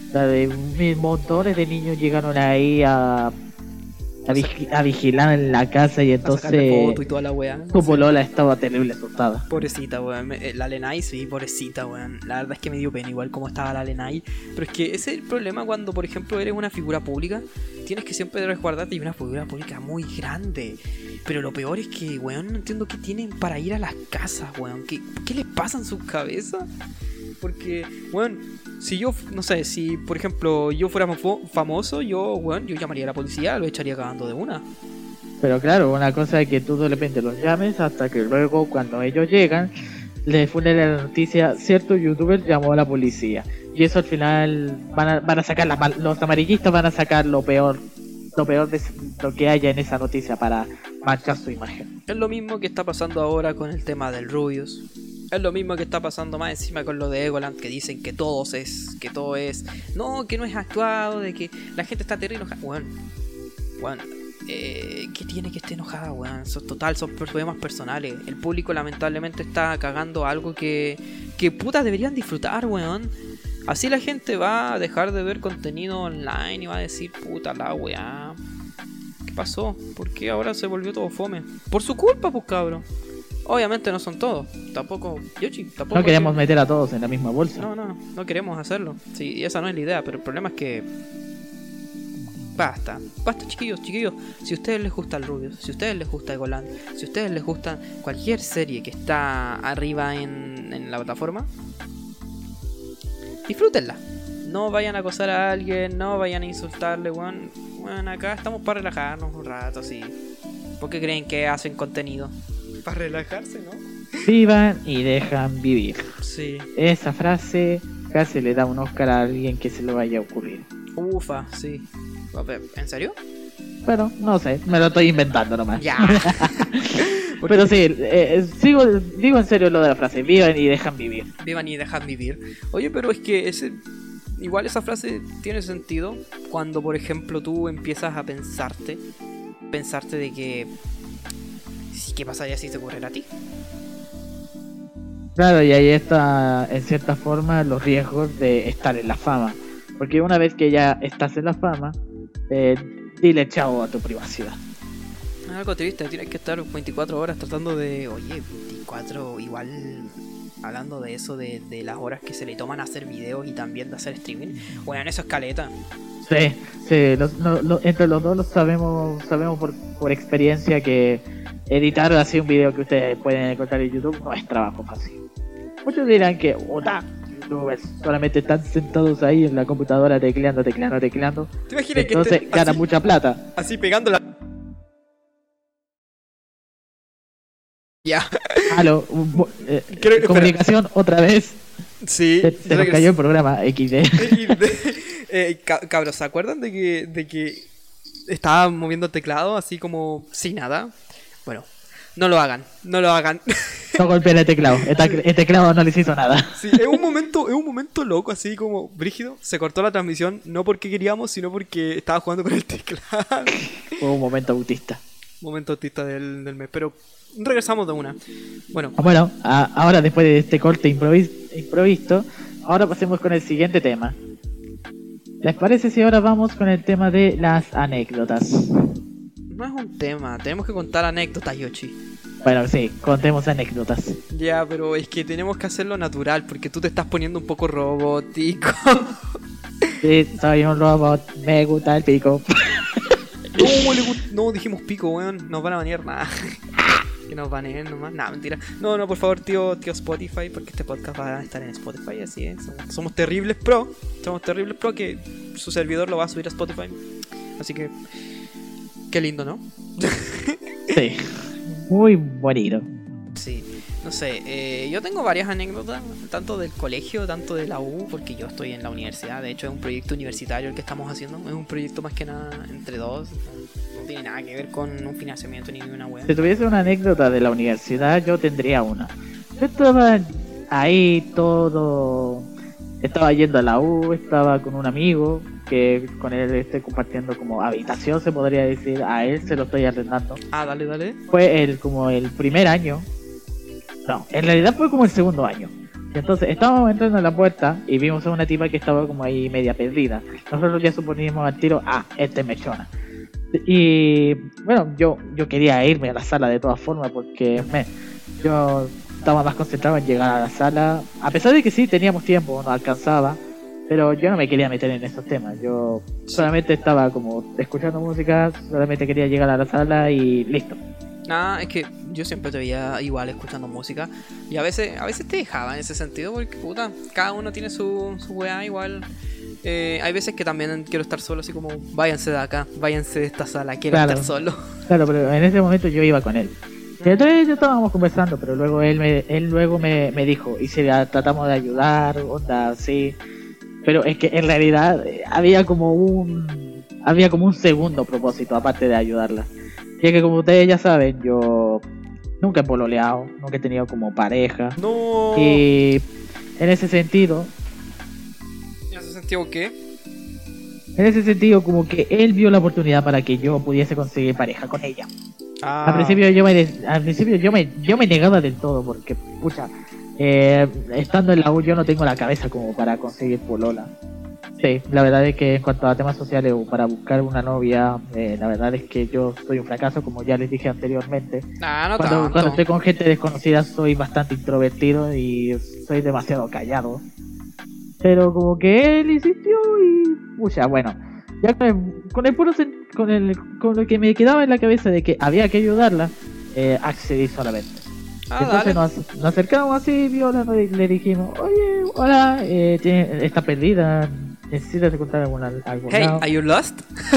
[SPEAKER 1] Montones de niños llegaron ahí a vigilar en la casa y entonces
[SPEAKER 2] foto y toda la wea.
[SPEAKER 1] Su polola estaba terrible asustada.
[SPEAKER 2] Pobrecita, weón. La Lenay, sí, pobrecita, weón. La verdad es que me dio pena igual como estaba la Lenay. Pero es que ese es el problema cuando, por ejemplo, eres una figura pública. Tienes que siempre resguardarte y una figura pública muy grande. Pero lo peor es que, weón, no entiendo qué tienen para ir a las casas, weón. ¿Qué les pasa en sus cabezas? Porque, weón, si yo, no sé, si por ejemplo yo fuera famoso, yo llamaría a la policía, lo echaría cagando de una.
[SPEAKER 1] Pero claro, una cosa es que tú de repente los llames hasta que luego cuando ellos llegan les difunden la noticia, cierto youtuber llamó a la policía. Y eso al final van a sacar, los amarillistas van a sacar lo peor de lo que haya en esa noticia para manchar su imagen.
[SPEAKER 2] Es lo mismo que está pasando ahora con el tema del Rubius. Es lo mismo que está pasando más encima con lo de Egoland, que dicen que todo es, no, que no es actuado, de que la gente está terrible enojada. Bueno, ¿qué tiene que estar enojada, weón? Son problemas personales. El público lamentablemente está cagando algo que puta deberían disfrutar, weón. Así la gente va a dejar de ver contenido online y va a decir, puta la weá, ¿qué pasó? ¿Por qué ahora se volvió todo fome? Por su culpa, pues cabrón. Obviamente no son todos. Tampoco
[SPEAKER 1] no queremos meter a todos en la misma bolsa.
[SPEAKER 2] No queremos hacerlo. Sí, esa no es la idea, pero el problema es que basta, chiquillos. Si a ustedes les gusta el Rubius, si a ustedes les gusta Egoland, si a ustedes les gusta cualquier serie que está arriba en la plataforma, disfrútenla. No vayan a acosar a alguien, no vayan a insultarle, weón. Bueno, acá estamos para relajarnos un rato, así. ¿Por qué creen que hacen contenido? Para relajarse, ¿no?
[SPEAKER 1] Vivan y dejan vivir.
[SPEAKER 2] Sí.
[SPEAKER 1] Esa frase casi le da un Oscar a alguien que se lo vaya a ocurrir.
[SPEAKER 2] Ufa, sí. A ver, ¿en serio?
[SPEAKER 1] Bueno, no sé, me lo estoy inventando nomás.
[SPEAKER 2] Ya.
[SPEAKER 1] Pero sí, digo en serio lo de la frase, vivan y dejan vivir.
[SPEAKER 2] Vivan y dejan vivir. Oye, pero es que igual esa frase tiene sentido cuando, por ejemplo, tú empiezas a pensarte de que ¿qué pasaría si te ocurriera a ti?
[SPEAKER 1] Claro, y ahí está, en cierta forma, los riesgos de estar en la fama. Porque una vez que ya estás en la fama, dile chao a tu privacidad.
[SPEAKER 2] Algo triste, tienes que estar 24 horas tratando de... Oye, 24 igual... Hablando de eso, de las horas que se le toman a hacer videos y también de hacer streaming. Bueno, en eso es caleta.
[SPEAKER 1] Sí, entre los dos lo sabemos por experiencia que editar así un video que ustedes pueden encontrar en YouTube no es trabajo fácil. Muchos dirán que youtubers solamente están sentados ahí en la computadora tecleando.
[SPEAKER 2] ¿Te imaginas que
[SPEAKER 1] entonces ganan
[SPEAKER 2] así,
[SPEAKER 1] mucha plata.
[SPEAKER 2] así pegando la... Ya.
[SPEAKER 1] Aló,
[SPEAKER 2] Creo-
[SPEAKER 1] comunicación otra vez.
[SPEAKER 2] Sí.
[SPEAKER 1] Se nos cayó el programa XD.
[SPEAKER 2] Cabros, ¿se acuerdan de que estaba moviendo el teclado así como sin nada? Bueno, no lo hagan.
[SPEAKER 1] No golpeen el teclado. El teclado no les hizo nada.
[SPEAKER 2] Sí, es un momento loco, así como brígido. Se cortó la transmisión, no porque queríamos, sino porque estaba jugando con el teclado.
[SPEAKER 1] Fue un momento autista.
[SPEAKER 2] Momento autista del mes, pero regresamos de una. Bueno,
[SPEAKER 1] Ahora después de este corte improvisto, ahora pasemos con el siguiente tema. ¿Les parece si ahora vamos con el tema de las anécdotas?
[SPEAKER 2] no es un tema, tenemos que contar anécdotas, Yoshi.
[SPEAKER 1] Bueno, sí, contemos anécdotas.
[SPEAKER 2] Ya, pero es que tenemos que hacerlo natural, porque tú te estás poniendo un poco robótico.
[SPEAKER 1] Sí, soy un robot, me gusta el pico.
[SPEAKER 2] No, dijimos pico, weón, nos van a banear nada. Que nos baneen nomás, nada, mentira. No, por favor, tío Spotify, porque este podcast va a estar en Spotify, así es. Somos terribles pro, que su servidor lo va a subir a Spotify. Así que, qué lindo, ¿no?
[SPEAKER 1] Sí, muy bonito.
[SPEAKER 2] Sí, no sé, yo tengo varias anécdotas, tanto del colegio, tanto de la U, porque yo estoy en la universidad. De hecho, es un proyecto universitario el que estamos haciendo. Es un proyecto más que nada entre dos. No tiene nada que ver con un financiamiento ni una wea.
[SPEAKER 1] Si tuviese una anécdota de la universidad, yo tendría una. Yo estaba ahí todo... Estaba yendo a la U, estaba con un amigo que con él estoy compartiendo como habitación, se podría decir. A él se lo estoy arrendando.
[SPEAKER 2] Ah, dale.
[SPEAKER 1] Fue como el primer año. No, en realidad fue como el segundo año. Y entonces estábamos entrando en la puerta y vimos a una tipa que estaba como ahí media perdida. Nosotros ya suponíamos al tiro, este es mechona. Y bueno, yo quería irme a la sala de todas formas porque yo estaba más concentrado en llegar a la sala. A pesar de que sí teníamos tiempo, nos alcanzaba, pero yo no me quería meter en esos temas. Yo solamente estaba como escuchando música, solamente quería llegar a la sala y listo.
[SPEAKER 2] Nada, es que yo siempre te veía igual escuchando música. Y a veces te dejaba en ese sentido, porque puta, cada uno tiene su weá igual. Hay veces que también quiero estar solo, así como váyanse de acá, váyanse de esta sala, quiero estar solo.
[SPEAKER 1] Claro, pero en ese momento yo iba con él. Y entonces ya estábamos conversando, pero luego él me dijo, y si tratamos de ayudar, onda así. Pero es que en realidad había como un segundo propósito aparte de ayudarla. Y es que como ustedes ya saben, yo nunca he pololeado, nunca he tenido como pareja.
[SPEAKER 2] No.
[SPEAKER 1] Y en ese sentido...
[SPEAKER 2] ¿En ese sentido qué?
[SPEAKER 1] En ese sentido, como que él vio la oportunidad para que yo pudiese conseguir pareja con ella.
[SPEAKER 2] Ah.
[SPEAKER 1] Al principio yo me negaba del todo porque, pucha, estando en la U yo no tengo la cabeza como para conseguir polola. Sí, la verdad es que en cuanto a temas sociales o para buscar una novia, la verdad es que yo soy un fracaso, como ya les dije anteriormente.
[SPEAKER 2] No
[SPEAKER 1] Cuando estoy con gente desconocida soy bastante introvertido y soy demasiado callado. Pero como que él insistió y... pucha, bueno, ya con lo que me quedaba en la cabeza de que había que ayudarla, accedí solamente. Entonces nos acercamos así, viola, le dijimos, oye, hola, está perdida, necesitas encontrar algún
[SPEAKER 2] hey,
[SPEAKER 1] lado.
[SPEAKER 2] ¿are you lost?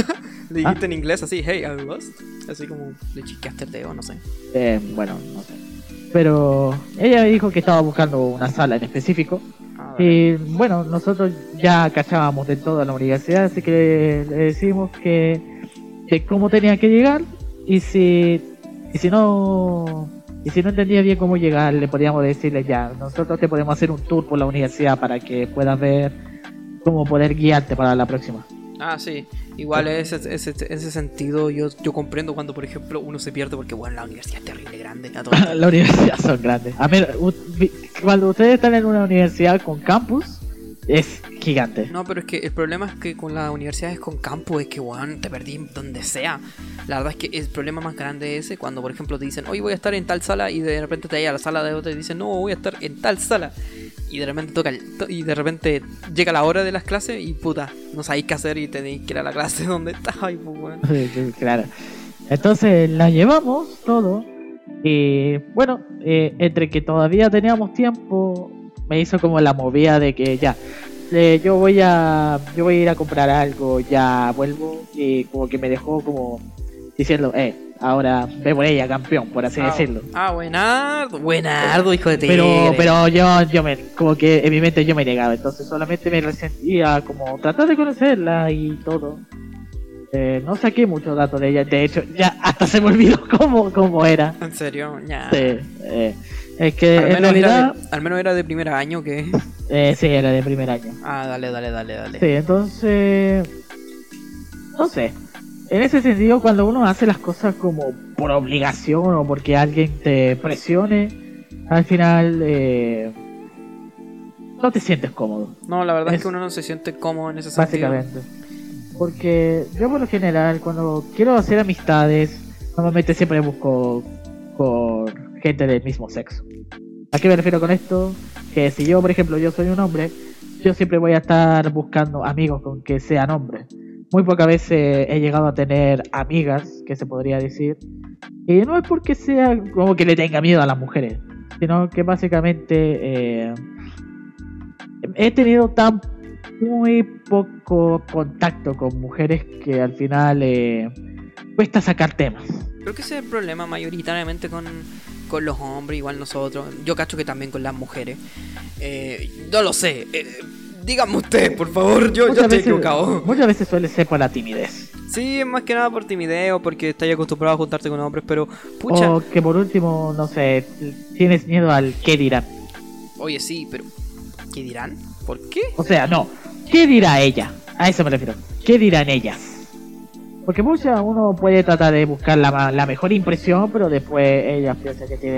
[SPEAKER 2] Le dijiste en inglés así, hey, I lost. Así como le chisqueaste el dedo, no sé.
[SPEAKER 1] Bueno, no sé. Pero ella me dijo que estaba buscando una sala en específico. Y bueno, nosotros ya cachábamos de todo en la universidad, así que le decimos que de cómo tenía que llegar y si no entendía bien cómo llegar, le podíamos decirle ya, nosotros te podemos hacer un tour por la universidad para que puedas ver cómo poder guiarte para la próxima.
[SPEAKER 2] Ah, sí, igual en ese sentido yo comprendo cuando, por ejemplo, uno se pierde porque, bueno, la universidad es terrible grande.
[SPEAKER 1] La universidad son grandes. A ver, cuando ustedes están en una universidad con campus, es gigante.
[SPEAKER 2] No, pero es que el problema es que con las universidades con campus es que, bueno, te perdí donde sea. La verdad es que el problema más grande es ese cuando, por ejemplo, te dicen, hoy voy a estar en tal sala y de repente te vas a la sala de otra y dicen, no, voy a estar en tal sala. Y de repente llega la hora de las clases y puta, no sabéis qué hacer y tenéis que ir a la clase donde estáis, pues bueno.
[SPEAKER 1] Claro. Entonces la llevamos todo. Y bueno, entre que todavía teníamos tiempo, me hizo como la movida de que ya, yo voy a ir a comprar algo, ya vuelvo. Y como que me dejó como diciendo, ahora ve por ella, campeón, por así decirlo.
[SPEAKER 2] Buenardo, hijo de tigre.
[SPEAKER 1] Pero yo como que en mi mente yo me negaba, entonces solamente me resentía como tratar de conocerla y todo. No saqué muchos datos de ella, de hecho ya hasta se me olvidó cómo era.
[SPEAKER 2] ¿En serio? Ya.
[SPEAKER 1] Sí, es que en realidad...
[SPEAKER 2] al menos era de primer año, ¿qué?
[SPEAKER 1] Sí, era de primer año.
[SPEAKER 2] Ah, dale.
[SPEAKER 1] Sí, entonces... No sé. En ese sentido, cuando uno hace las cosas como por obligación o porque alguien te presione, al final no te sientes cómodo.
[SPEAKER 2] No, la verdad es que uno no se siente cómodo en ese sentido.
[SPEAKER 1] Básicamente. Porque yo por lo general, cuando quiero hacer amistades, normalmente siempre busco por gente del mismo sexo. ¿A qué me refiero con esto? Que si yo, por ejemplo, yo soy un hombre, yo siempre voy a estar buscando amigos con que sean hombres. Muy pocas veces he llegado a tener amigas, que se podría decir, y no es porque sea como que le tenga miedo a las mujeres, sino que básicamente he tenido muy poco contacto con mujeres que al final cuesta sacar temas.
[SPEAKER 2] Creo que ese es el problema mayoritariamente con los hombres, igual nosotros. Yo cacho que también con las mujeres. No lo sé. Díganme ustedes, por favor, yo estoy equivocado.
[SPEAKER 1] Muchas veces suele ser por la timidez.
[SPEAKER 2] Sí, es más que nada por timidez o porque estás acostumbrado a juntarte con hombres, pero pucha.
[SPEAKER 1] O que por último, no sé, tienes miedo al qué dirán.
[SPEAKER 2] Oye, sí, pero ¿qué dirán? ¿Por qué?
[SPEAKER 1] O sea, no, ¿qué dirá ella? A eso me refiero. ¿Qué dirán ellas? Porque uno puede tratar de buscar la mejor impresión, pero después ellas piensan que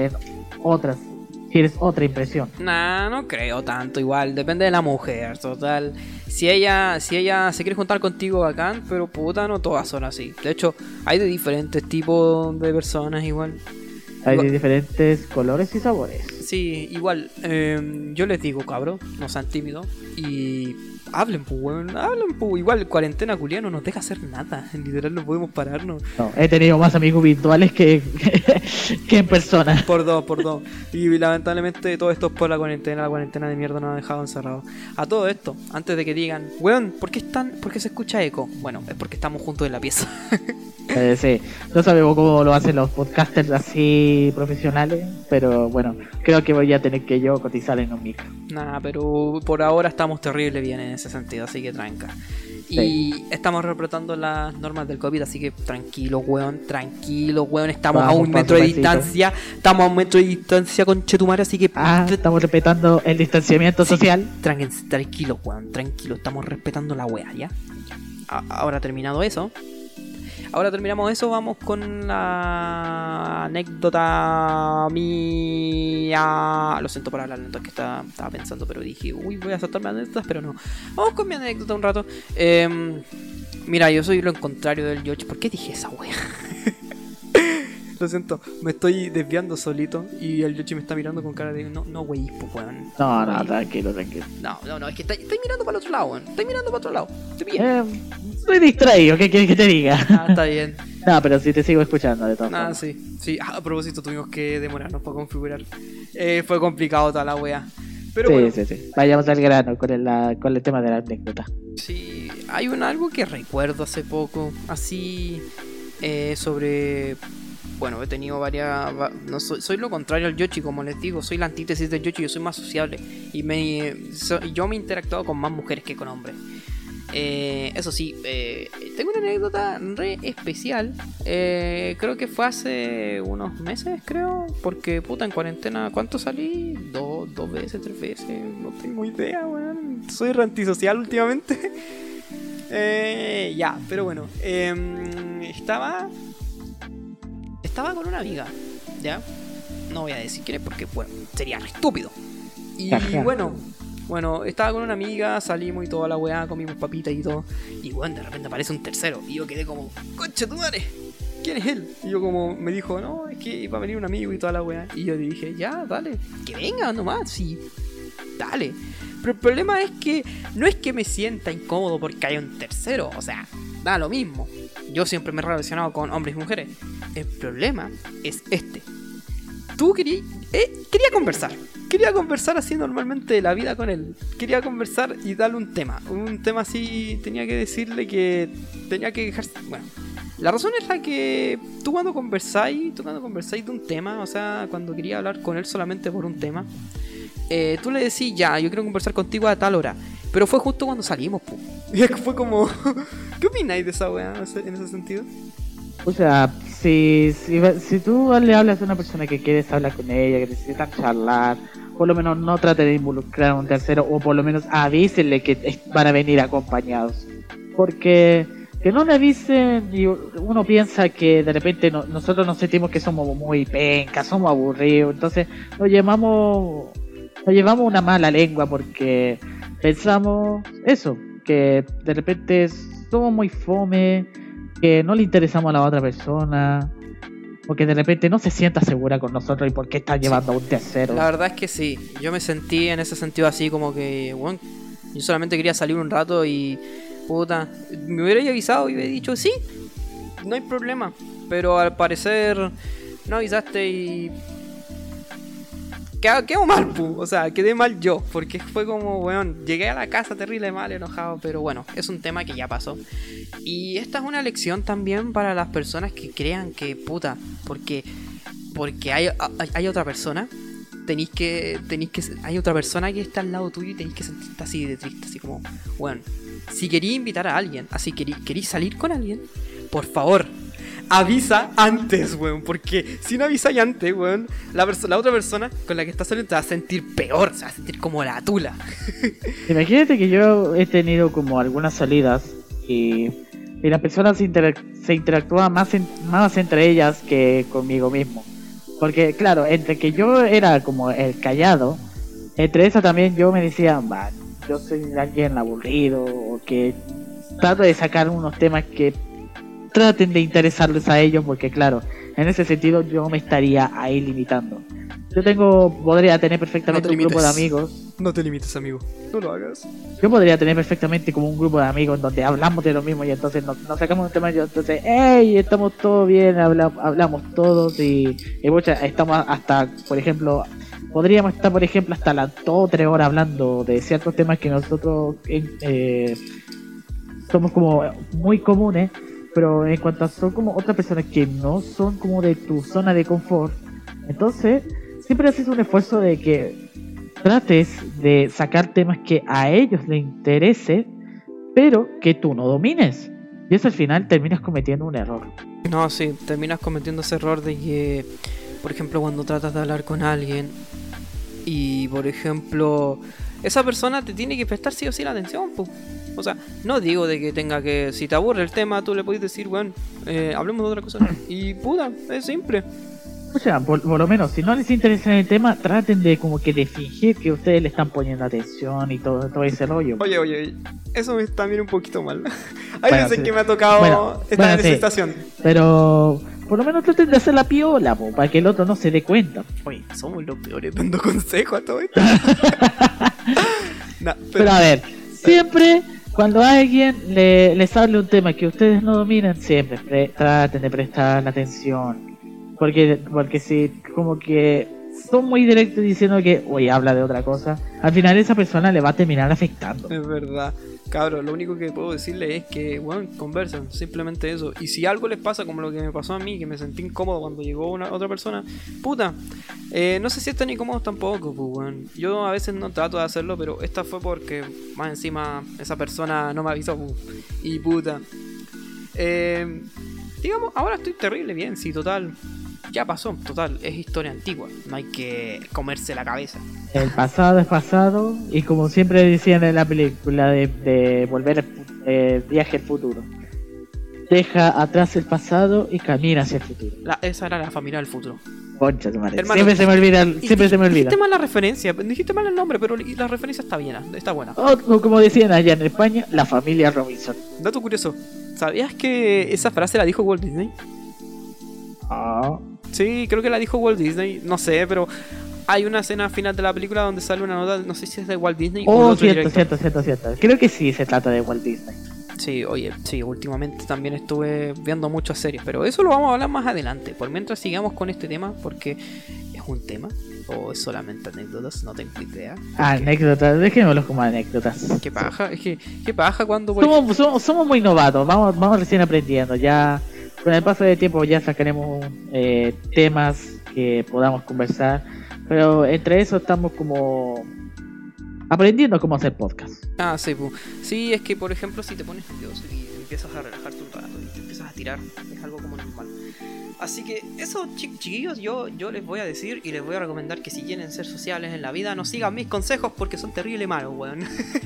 [SPEAKER 1] tienes otra impresión.
[SPEAKER 2] Nah, no creo tanto, igual, depende de la mujer, total. Si ella se quiere juntar contigo, bacán, pero puta, no todas son así. De hecho, hay de diferentes tipos de personas igual.
[SPEAKER 1] Hay de diferentes colores y sabores.
[SPEAKER 2] Sí, igual, yo les digo, cabros, no sean tímidos y hablen, pues, weón, igual, cuarentena culia no nos deja hacer nada, literal no podemos pararnos.
[SPEAKER 1] No, he tenido más amigos virtuales que en persona.
[SPEAKER 2] Por dos. Y lamentablemente todo esto es por la cuarentena de mierda nos ha dejado encerrados. A todo esto, antes de que digan, weón, ¿por qué se escucha eco? Bueno, es porque estamos juntos en la pieza.
[SPEAKER 1] Sí, no sabemos cómo lo hacen los podcasters así profesionales, pero bueno, creo que voy a tener que yo cotizar en un micro.
[SPEAKER 2] Nah, pero por ahora estamos terrible bien en ese sentido, así que tranca. Sí. Y estamos respetando las normas del COVID, así que tranquilo, weón, estamos a un metro de distancia, con Chetumare, así que...
[SPEAKER 1] estamos respetando el distanciamiento social.
[SPEAKER 2] Tranquilo, weón, estamos respetando la wea, ¿ya? Ahora terminamos eso, vamos con la anécdota mía. Lo siento por hablar lento, es que estaba pensando, pero dije, voy a saltarme anécdotas, pero no. Vamos con mi anécdota un rato. Mira, yo soy lo contrario del George. ¿Por qué dije esa wea? Lo siento, me estoy desviando solito y el Yoshi me está mirando con cara de no, wey, pues weón.
[SPEAKER 1] No, tranquilo.
[SPEAKER 2] No, es que estoy mirando para el otro lado, weón. Estoy mirando para otro lado. Estoy bien.
[SPEAKER 1] Estoy distraído, ¿qué quieres que te diga?
[SPEAKER 2] Está bien.
[SPEAKER 1] No, pero sí te sigo escuchando de todas formas.
[SPEAKER 2] Sí. A propósito, tuvimos que demorarnos para configurar. Fue complicado toda la wea. Pero
[SPEAKER 1] sí,
[SPEAKER 2] bueno.
[SPEAKER 1] Sí. Vayamos al grano con el tema de la anécdota.
[SPEAKER 2] Sí, hay algo que recuerdo hace poco, así, sobre... Bueno, he tenido varias... No, soy lo contrario al Yoshi, como les digo, soy la antítesis del Yoshi, yo soy más sociable. Y yo me he interactuado con más mujeres que con hombres. Eso sí, tengo una anécdota re especial. Creo que fue hace unos meses, creo. Porque, puta, en cuarentena, ¿cuánto salí? Dos veces, 3 veces. No tengo idea, weón. Soy re antisocial últimamente. Ya, pero bueno. Estaba con una amiga, ¿ya? No voy a decir quién es porque, bueno, sería re estúpido. Y bueno, estaba con una amiga, salimos y toda la weá, comimos papitas y todo. Y bueno, de repente aparece un tercero. Y yo quedé como, concha tu madre, ¿quién es él? Y yo como, me dijo, no, es que iba a venir un amigo y toda la weá. Y yo dije, ya, dale, que venga nomás, sí, dale. Pero el problema es que no es que me sienta incómodo porque haya un tercero, o sea, da lo mismo. Yo siempre me he relacionado con hombres y mujeres. El problema es este. Tú quería conversar. Quería conversar así normalmente de la vida con él. Quería conversar y darle un tema. Un tema así, tenía que decirle que tenía que dejarse... Bueno, la razón es la que tú cuando conversáis de un tema, o sea, cuando quería hablar con él solamente por un tema, tú le decís, ya, yo quiero conversar contigo a tal hora. Pero fue justo cuando salimos, po. Y fue como... ¿Qué opináis de esa weá en ese sentido?
[SPEAKER 1] O sea, si tú le hablas a una persona que quieres hablar con ella, que necesitan charlar, por lo menos no trate de involucrar a un tercero, o por lo menos avísenle que van a venir acompañados. Porque que no le avisen y uno piensa que de repente nosotros nos sentimos que somos muy pencas, somos aburridos, entonces nos llevamos una mala lengua porque pensamos eso, que de repente somos muy fome, que no le interesamos a la otra persona, o que de repente no se sienta segura con nosotros y por qué está llevando a un tercero.
[SPEAKER 2] La verdad es que sí, yo me sentí en ese sentido así como que, bueno, yo solamente quería salir un rato y, puta, me hubiera avisado y hubiera dicho, sí, no hay problema, pero al parecer no avisaste y... Quedó mal, o sea, quedé mal yo, porque fue como, weón, llegué a la casa terrible mal, enojado, pero bueno, es un tema que ya pasó. Y esta es una lección también para las personas que crean que, puta, porque hay otra persona, hay otra persona que está al lado tuyo y tenéis que sentirte así de triste, así como, weón, si queréis invitar a alguien, así queréis salir con alguien, por favor, avisa antes, weón, porque si no avisáis antes, weón, la otra persona con la que estás saliendo te va a sentir peor, se va a sentir como la tula.
[SPEAKER 1] Imagínate que yo he tenido como algunas salidas y las personas se interactúan más entre ellas que conmigo mismo. Porque claro, entre que yo era como el callado, entre eso también yo me decía, yo soy alguien aburrido, o que trato de sacar unos temas que traten de interesarles a ellos, porque claro, en ese sentido yo me estaría ahí limitando. Podría tener perfectamente un grupo de amigos.
[SPEAKER 2] No te limites, amigo, no lo hagas.
[SPEAKER 1] Yo podría tener perfectamente como un grupo de amigos donde hablamos de lo mismo y entonces nos sacamos un tema y entonces, hey, estamos todos bien, hablamos todos y estamos hasta, por ejemplo, podríamos estar, por ejemplo, hasta las 2 o 3 horas hablando de ciertos temas que nosotros somos como muy comunes. Pero en cuanto son como otras personas que no son como de tu zona de confort, entonces siempre haces un esfuerzo de que trates de sacar temas que a ellos les interese, pero que tú no domines. Y eso al final terminas cometiendo un error.
[SPEAKER 2] No, sí, terminas cometiendo ese error de que, por ejemplo, cuando tratas de hablar con alguien y, por ejemplo, esa persona te tiene que prestar sí o sí la atención, pues. O sea, no digo de que tenga que... Si te aburre el tema, tú le puedes decir, bueno, hablemos de otra cosa. Y puta, es simple.
[SPEAKER 1] O sea, por lo menos, si no les interesa el tema, traten de como que de fingir que ustedes le están poniendo atención y todo ese rollo.
[SPEAKER 2] Oye, eso me está también un poquito mal. Hay veces que me ha tocado estar en esa situación.
[SPEAKER 1] Pero por lo menos traten de hacer la piola, para que el otro no se dé cuenta.
[SPEAKER 2] Oye, somos los peores dando consejos a todo esto.
[SPEAKER 1] Pero a ver, siempre... Cuando a alguien les hable un tema que ustedes no dominan, siempre traten de prestar atención. Porque si como que son muy directos diciendo que, oye, habla de otra cosa, al final esa persona le va a terminar afectando.
[SPEAKER 2] Es verdad. Cabros, lo único que puedo decirles es que, bueno, conversan, simplemente eso. Y si algo les pasa como lo que me pasó a mí, que me sentí incómodo cuando llegó otra persona, puta, no se sientan incómodos tampoco, pues, bueno. Yo a veces no trato de hacerlo, pero esta fue porque, más encima, esa persona no me avisó, pues, y puta. Digamos, ahora estoy terrible bien, sí, total. Ya pasó, total, es historia antigua, no hay que comerse la cabeza.
[SPEAKER 1] El pasado es pasado y como siempre decían en la película de volver viaje al futuro. Deja atrás el pasado y camina hacia el futuro.
[SPEAKER 2] Esa era la familia del futuro.
[SPEAKER 1] Concha tu madre.
[SPEAKER 2] Hermano,
[SPEAKER 1] Siempre se me olvida.
[SPEAKER 2] Dijiste mal la referencia, dijiste mal el nombre, pero la referencia está bien, está buena.
[SPEAKER 1] O como decían allá en España, la familia Robinson.
[SPEAKER 2] Dato curioso, ¿sabías que esa frase la dijo Walt Disney?
[SPEAKER 1] Ah.
[SPEAKER 2] Sí, creo que la dijo Walt Disney, no sé, pero hay una escena final de la película donde sale una nota, no sé si es de Walt Disney o de otro
[SPEAKER 1] cierto. Creo que sí se trata de Walt Disney.
[SPEAKER 2] Sí, oye, sí, últimamente también estuve viendo muchas series, pero eso lo vamos a hablar más adelante. Por mientras sigamos con este tema, porque es un tema o es solamente anécdotas, no tengo idea.
[SPEAKER 1] Anécdotas, dejémoslo como anécdotas.
[SPEAKER 2] ¿Qué paja? Es que, ¿qué paja cuando...
[SPEAKER 1] Somos muy novatos, vamos recién aprendiendo, ya... Con el paso del tiempo ya sacaremos temas que podamos conversar, pero entre eso estamos como aprendiendo cómo hacer podcast.
[SPEAKER 2] Ah, sí, sí, es que por ejemplo si te pones nervioso y te empiezas a relajarte un rato y te empiezas a tirar, es algo como normal. Así que eso, chiquillos, yo les voy a decir y les voy a recomendar que si quieren ser sociables en la vida, no sigan mis consejos porque son terrible malos, weón.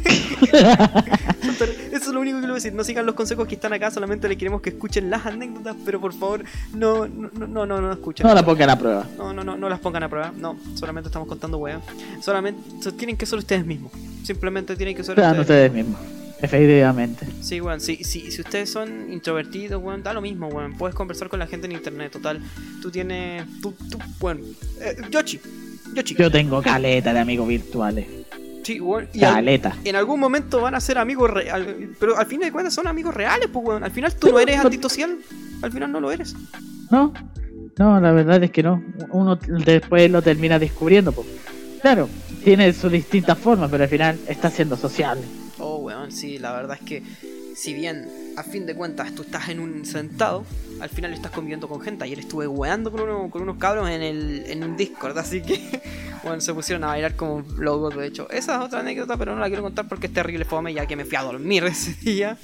[SPEAKER 2] Eso es lo único que les voy a decir. No sigan los consejos que están acá, solamente les queremos que escuchen las anécdotas, pero por favor, no escuchen.
[SPEAKER 1] No las pongan a prueba.
[SPEAKER 2] No las pongan a prueba. No, solamente estamos contando, weón. Solamente tienen que ser ustedes mismos. Simplemente tienen que ser
[SPEAKER 1] ustedes mismos. Efectivamente.
[SPEAKER 2] Sí, weón, si ustedes son introvertidos, weón, da lo mismo, weón. Puedes conversar con la gente en internet, total. Tú tienes... Bueno, Yoshi.
[SPEAKER 1] Yo tengo caleta de amigos virtuales.
[SPEAKER 2] Sí, weón.
[SPEAKER 1] Caleta.
[SPEAKER 2] En algún momento van a ser amigos reales. Pero al fin de cuentas son amigos reales, pues, weón. Al final tú no eres antisocial. Al final no lo eres.
[SPEAKER 1] No, la verdad es que no. Uno después lo termina descubriendo, pues. Claro, tiene sus distintas formas, pero al final está siendo sociable.
[SPEAKER 2] Oh, weón, sí, la verdad es que si bien a fin de cuentas tú estás en un sentado, al final estás conviviendo con gente. Ayer estuve weando con unos cabros en un Discord, así que bueno, se pusieron a bailar como locos, de hecho. Esa es otra anécdota, pero no la quiero contar porque es terrible fome, ya que me fui a dormir ese día.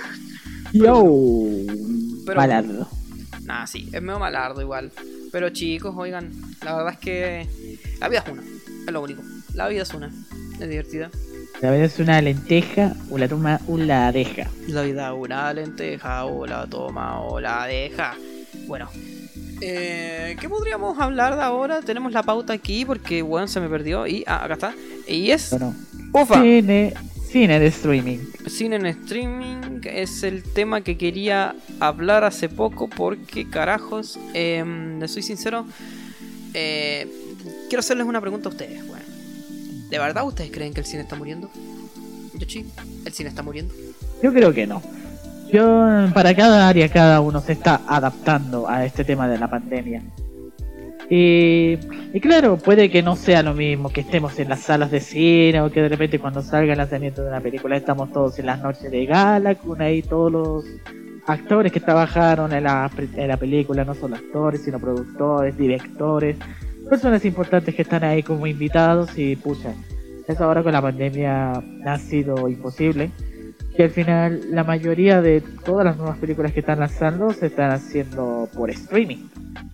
[SPEAKER 1] Pero malardo.
[SPEAKER 2] Nah, sí, es medio malardo igual. Pero chicos, oigan, la verdad es que la vida es una, es lo único. La vida es una, es divertida.
[SPEAKER 1] La vida es una lenteja o la toma o la deja.
[SPEAKER 2] La vida es una lenteja o la toma o la deja. Bueno, ¿qué podríamos hablar de ahora? Tenemos la pauta aquí porque, bueno, se me perdió. Y acá está. Y es...
[SPEAKER 1] Bueno,
[SPEAKER 2] ¡ufa!
[SPEAKER 1] Cine de streaming.
[SPEAKER 2] Cine en streaming es el tema que quería hablar hace poco porque, carajos, les soy sincero, quiero hacerles una pregunta a ustedes, bueno. ¿De verdad ustedes creen que el cine está muriendo? Yoshi, ¿el cine está muriendo?
[SPEAKER 1] Yo creo que no. Para cada área, cada uno se está adaptando a este tema de la pandemia. Y claro, puede que no sea lo mismo que estemos en las salas de cine o que de repente cuando salga el lanzamiento de una película estamos todos en las noches de gala con ahí todos los actores que trabajaron en la película, no solo actores, sino productores, directores, personas importantes que están ahí como invitados y pucha, eso ahora con la pandemia ha sido imposible. Que al final la mayoría de todas las nuevas películas que están lanzando se están haciendo por streaming.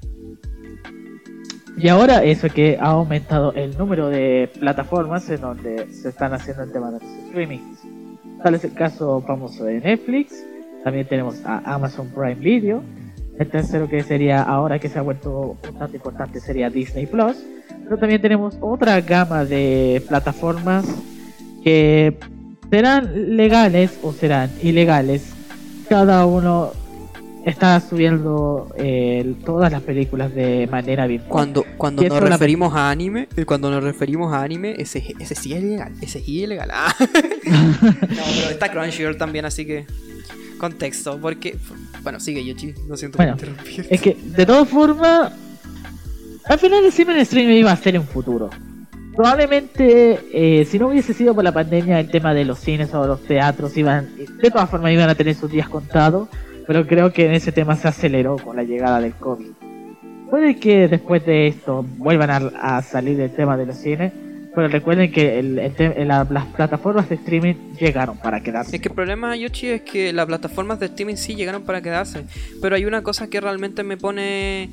[SPEAKER 1] Y ahora eso que ha aumentado el número de plataformas en donde se están haciendo el tema de los streamings. Tal es el caso famoso de Netflix. También tenemos a Amazon Prime Video. El tercero que sería ahora que se ha vuelto un tanto importante sería Disney Plus. Pero también tenemos otra gama de plataformas que serán legales o serán ilegales. Cada uno está subiendo todas las películas de manera virtual.
[SPEAKER 2] Cuando nos referimos a anime, ese sí es ilegal. Ese sí es ilegal. Ah. No, pero está Crunchyroll también, así que contexto, porque bueno, sigue Yoshi, no siento por interrumpir.
[SPEAKER 1] Es que de todas formas, al final el cine en streaming iba a ser un futuro. Probablemente, si no hubiese sido por la pandemia, el tema de los cines o los teatros de todas formas iban a tener sus días contados, pero creo que en ese tema se aceleró con la llegada del COVID. Puede que después de esto vuelvan a salir del tema de los cines, pero recuerden que las plataformas de streaming llegaron para quedarse.
[SPEAKER 2] Es que el problema, Yoshi, es que las plataformas de streaming sí llegaron para quedarse, pero hay una cosa que realmente me pone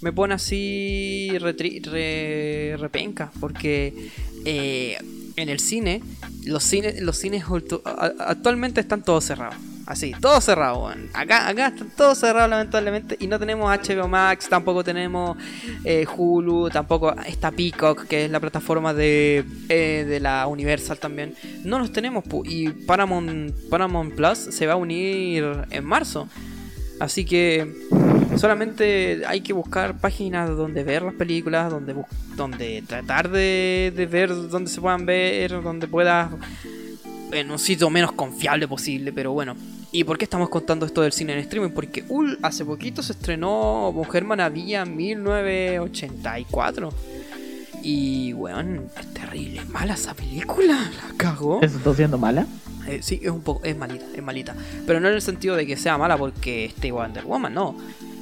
[SPEAKER 2] así repenca, porque en el cine, los cines actualmente están todos cerrados. Así, todo cerrado, weón. Acá está todo cerrado, lamentablemente. Y no tenemos HBO Max, tampoco tenemos Hulu, tampoco está Peacock, que es la plataforma de la Universal también. No los tenemos, y Paramount Plus se va a unir en marzo. Así que solamente hay que buscar páginas donde ver las películas, donde tratar de ver donde se puedan ver, donde puedas, en un sitio menos confiable posible, pero bueno. ¿Y por qué estamos contando esto del cine en streaming? Porque hace poquito se estrenó Mujer Maravilla 1984. Y weón, es terrible, mala esa película, la cagó.
[SPEAKER 1] ¿Eso está siendo mala?
[SPEAKER 2] Sí, es malita. Pero no en el sentido de que sea mala porque esté Wonder Woman, no.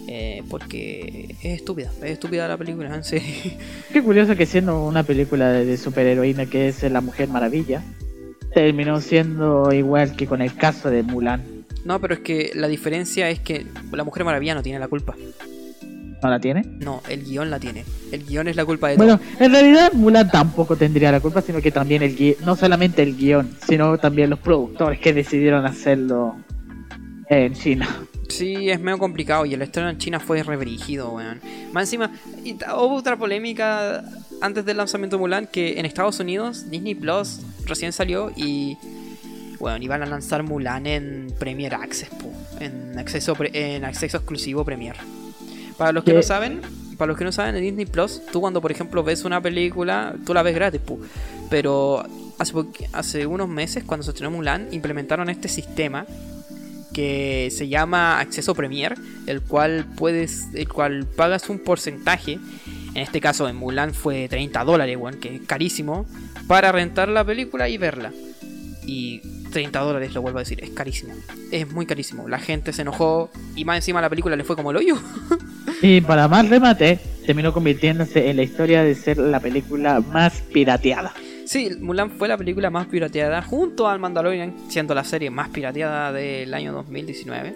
[SPEAKER 2] Porque es estúpida la película, en serio.
[SPEAKER 1] Qué curioso que siendo una película de superheroína que es La Mujer Maravilla, terminó siendo igual que con el caso de Mulan.
[SPEAKER 2] No, pero es que la diferencia es que La Mujer Maravilla no tiene la culpa.
[SPEAKER 1] ¿No la tiene?
[SPEAKER 2] No, el guión la tiene. El guión es la culpa de
[SPEAKER 1] todo. Bueno, en realidad Mulan tampoco tendría la culpa, sino que también no solamente el guión, sino también los productores que decidieron hacerlo en China.
[SPEAKER 2] Sí, es medio complicado y el estreno en China fue re brígido, weón. Más encima, hubo otra polémica antes del lanzamiento de Mulan, que en Estados Unidos Disney Plus recién salió y bueno, iban a lanzar Mulan en Premier Access, en acceso exclusivo Premier. Para los que no saben, en Disney Plus, tú cuando por ejemplo ves una película, tú la ves gratis, pero hace unos meses, cuando se estrenó Mulan, implementaron este sistema que se llama Acceso Premier, el cual pagas un porcentaje. En este caso en Mulan fue $30, bueno, que es carísimo, para rentar la película y verla. Y $30, lo vuelvo a decir, es carísimo. Es muy carísimo. La gente se enojó y más encima la película le fue como el hoyo.
[SPEAKER 1] Y para más remate, terminó convirtiéndose en la historia de ser la película más pirateada.
[SPEAKER 2] Sí, Mulan fue la película más pirateada junto al Mandalorian, siendo la serie más pirateada del año 2019.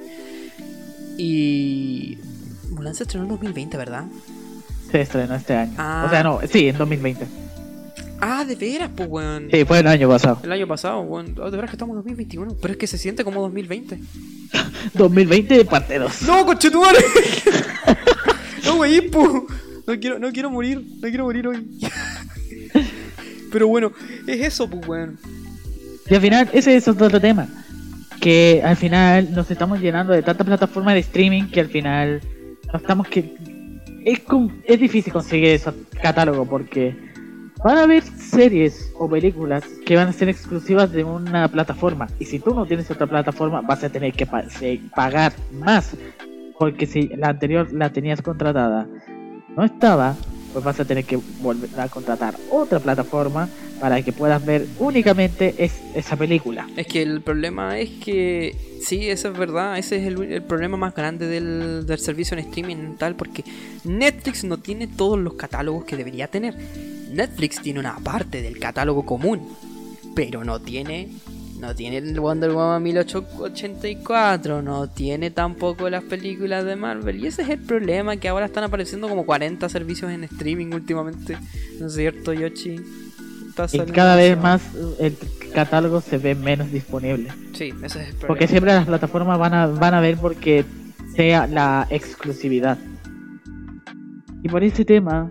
[SPEAKER 2] Y Mulan se estrenó en 2020, ¿verdad?
[SPEAKER 1] Se estrenó este año. O sea, no, sí, en 2020.
[SPEAKER 2] Ah, de veras, pues, weón.
[SPEAKER 1] Sí, fue el año pasado.
[SPEAKER 2] El año pasado, weón. De veras que estamos en 2021. Pero es que se siente como 2020.
[SPEAKER 1] 2020 de parte 2.
[SPEAKER 2] ¡No, conchetumare! No, wey, pu. No quiero morir. No quiero morir hoy. Pero bueno, es eso, pues, weón.
[SPEAKER 1] Y al final, ese es otro tema. Que al final nos estamos llenando de tantas plataformas de streaming que al final no estamos es difícil conseguir esos catálogos porque van a haber series o películas que van a ser exclusivas de una plataforma y si tú no tienes otra plataforma vas a tener que pagar más porque si la anterior la tenías contratada no estaba, pues vas a tener que volver a contratar otra plataforma para que puedas ver únicamente esa película.
[SPEAKER 2] Es que el problema es que sí, eso es verdad, ese es el problema más grande del servicio en streaming tal, porque Netflix no tiene todos los catálogos que debería tener. Netflix tiene una parte del catálogo común, pero no tiene el Wonder Woman 1884, no tiene tampoco las películas de Marvel. Y ese es el problema, que ahora están apareciendo como 40 servicios en streaming últimamente. ¿No es cierto, Yoshi?
[SPEAKER 1] Y cada vez más el catálogo se ve menos disponible.
[SPEAKER 2] Sí, ese es el problema.
[SPEAKER 1] Porque siempre las plataformas van a ver porque sea la exclusividad. Y por ese tema,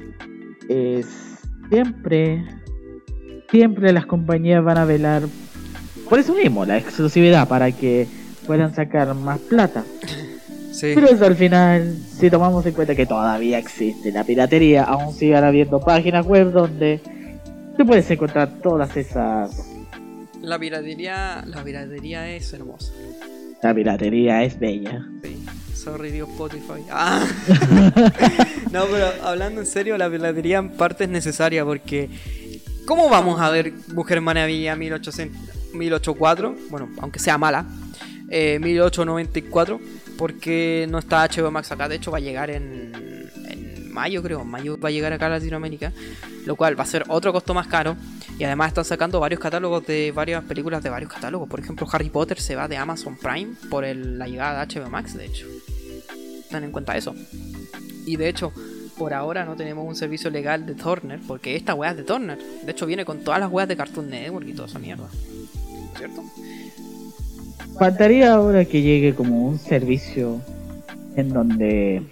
[SPEAKER 1] siempre las compañías van a velar por eso mismo, la exclusividad, para que puedan sacar más plata. Sí. Pero eso al final, si tomamos en cuenta que todavía existe la piratería, aún sigan habiendo páginas web donde tú puedes encontrar todas esas.
[SPEAKER 2] La piratería es hermosa.
[SPEAKER 1] La piratería es bella.
[SPEAKER 2] Sí. Sorry, Dios, Spotify. Ah. No, pero hablando en serio, la piratería en parte es necesaria porque ¿Cómo vamos a ver Mujer Maravilla 1804? Bueno, aunque sea mala. 1894. Porque no está HBO Max acá. De hecho va a llegar en mayo, creo. En mayo va a llegar acá a Latinoamérica. Lo cual va a ser otro costo más caro. Y además están sacando varios catálogos de varias películas de varios catálogos. Por ejemplo, Harry Potter se va de Amazon Prime por la llegada de HBO Max, de hecho. Ten en cuenta eso. Y de hecho, por ahora no tenemos un servicio legal de Turner, porque esta weá es de Turner. De hecho viene con todas las weas de Cartoon Network y toda esa mierda. ¿Cierto?
[SPEAKER 1] Faltaría ahora que llegue como un servicio en donde,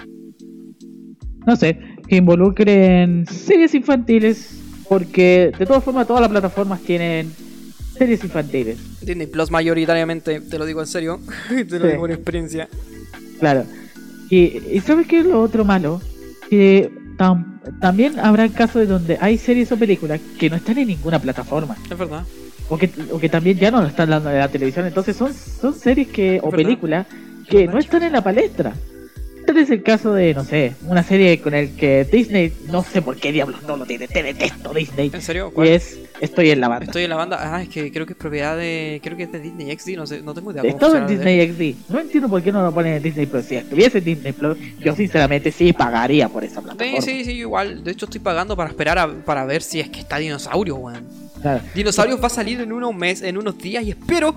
[SPEAKER 1] no sé, que involucren series infantiles, porque de todas formas todas las plataformas tienen series infantiles.
[SPEAKER 2] Disney Plus mayoritariamente, te lo digo en serio, te lo digo por experiencia.
[SPEAKER 1] Claro. Y ¿sabes qué es lo otro malo? Que también habrá casos de donde hay series o películas que no están en ninguna plataforma.
[SPEAKER 2] Es verdad.
[SPEAKER 1] O que también ya no lo están dando en la televisión. Entonces son series o películas que no están en la palestra. Este es el caso de, no sé, una serie con el que Disney, no sé por qué diablos no lo tiene, te detesto Disney.
[SPEAKER 2] ¿En serio? ¿Cuál?
[SPEAKER 1] Y es Estoy en la Banda.
[SPEAKER 2] Estoy en la Banda. Ah, es que creo que es propiedad de... Creo que es de Disney XD, no sé, no tengo idea.
[SPEAKER 1] Todo en Disney XD. No entiendo por qué no lo ponen en Disney Plus. Si estuviese en Disney Plus, yo sinceramente sí pagaría por esa plataforma.
[SPEAKER 2] Sí, igual. De hecho estoy pagando para esperar para ver si es que está Dinosaurio, weón.
[SPEAKER 1] Claro.
[SPEAKER 2] Dinosaurios va a salir en unos días y espero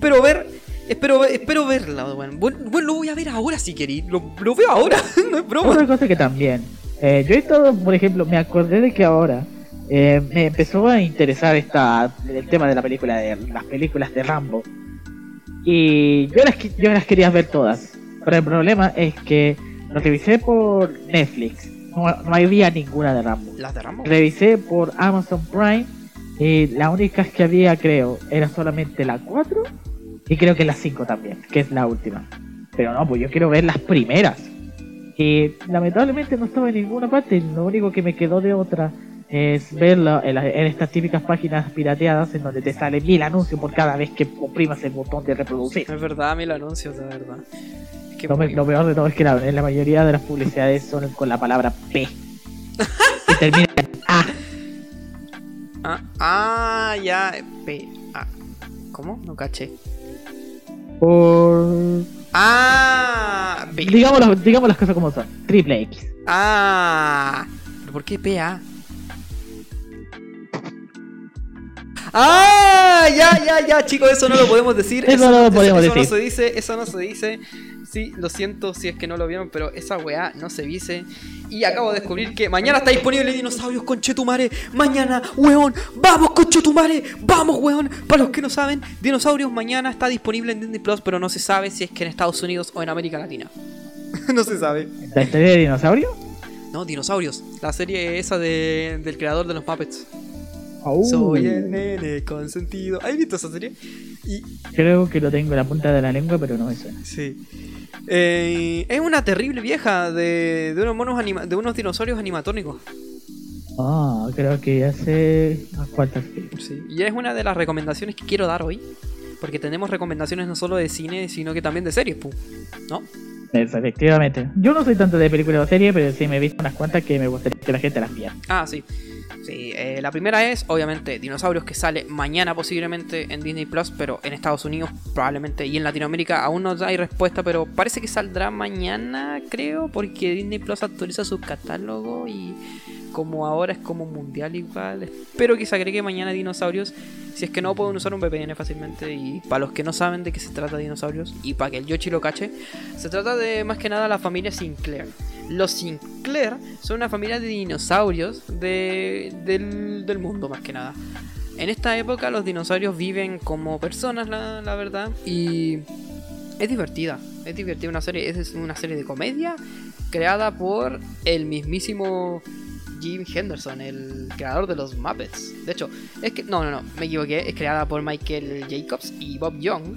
[SPEAKER 2] verla, weón. Bueno, lo voy a ver ahora si queréis. Lo veo ahora, no es broma.
[SPEAKER 1] Otra cosa que también, yo he estado, por ejemplo, me acordé de que ahora me empezó a interesar el tema de las películas de Rambo. Y yo las quería ver todas. Pero el problema es que lo revisé por Netflix. No había ninguna de Rambo.
[SPEAKER 2] ¿Las de Rambo?
[SPEAKER 1] Revisé por Amazon Prime. Y las únicas que había, creo, era solamente la 4 y creo que la 5 también, que es la última. Pero no, pues yo quiero ver las primeras. Y lamentablemente no estaba en ninguna parte. Lo único que me quedó de otra es verla en estas típicas páginas pirateadas en donde te sale 1000 anuncios por cada vez que oprimas el botón de reproducir.
[SPEAKER 2] Es verdad, 1000 anuncios, de verdad. Es que
[SPEAKER 1] lo peor de todo es que en la mayoría de las publicidades son con la palabra P. Y termina en A.
[SPEAKER 2] Ya. ¿Cómo? No caché.
[SPEAKER 1] Por...
[SPEAKER 2] B.
[SPEAKER 1] Digamos las cosas como son. Triple X.
[SPEAKER 2] ¿Pero por qué PA? Ya, chicos, eso no lo podemos decir.
[SPEAKER 1] Eso no lo podemos decir.
[SPEAKER 2] Eso no se dice. Sí, lo siento si es que no lo vieron, pero esa weá no se dice. Y acabo de descubrir que mañana está disponible Dinosaurios, conchetumare. Mañana, weón, vamos, conchetumare. Vamos, weón. Para los que no saben, Dinosaurios mañana está disponible en Disney Plus, pero no se sabe si es que en Estados Unidos o en América Latina. No se sabe.
[SPEAKER 1] ¿La historia de Dinosaurio?
[SPEAKER 2] No, Dinosaurios. La serie esa del creador de los Muppets.
[SPEAKER 1] Soy
[SPEAKER 2] el nene consentido. ¿Has visto esa serie?
[SPEAKER 1] Creo que lo tengo en la punta de la lengua, pero no me suena.
[SPEAKER 2] Sí. Es una terrible vieja de unos dinosaurios animatrónicos.
[SPEAKER 1] Creo que ya sé a cuántas.
[SPEAKER 2] Sí. Y es una de las recomendaciones que quiero dar hoy. Porque tenemos recomendaciones no solo de cine, sino que también de series, ¿no?
[SPEAKER 1] Efectivamente. Yo no soy tanto de películas o series, pero sí me he visto unas cuantas que me gustaría que la gente las viera.
[SPEAKER 2] Sí. Sí, la primera es, obviamente, Dinosaurios, que sale mañana posiblemente en Disney Plus, pero en Estados Unidos probablemente, y en Latinoamérica aún no hay respuesta, pero parece que saldrá mañana, creo, porque Disney Plus actualiza su catálogo y como ahora es como mundial igual. Espero que se agregue mañana Dinosaurios, si es que no pueden usar un VPN fácilmente. Y para los que no saben de qué se trata Dinosaurios, y para que el Yoshi lo cache, se trata de más que nada la familia Sinclair. Los Sinclair son una familia de dinosaurios del mundo, más que nada. En esta época los dinosaurios viven como personas, la verdad. Y es divertida una serie. Es una serie de comedia creada por el mismísimo Jim Henderson, el creador de los Muppets. De hecho, es que... No, me equivoqué. Es creada por Michael Jacobs y Bob Young.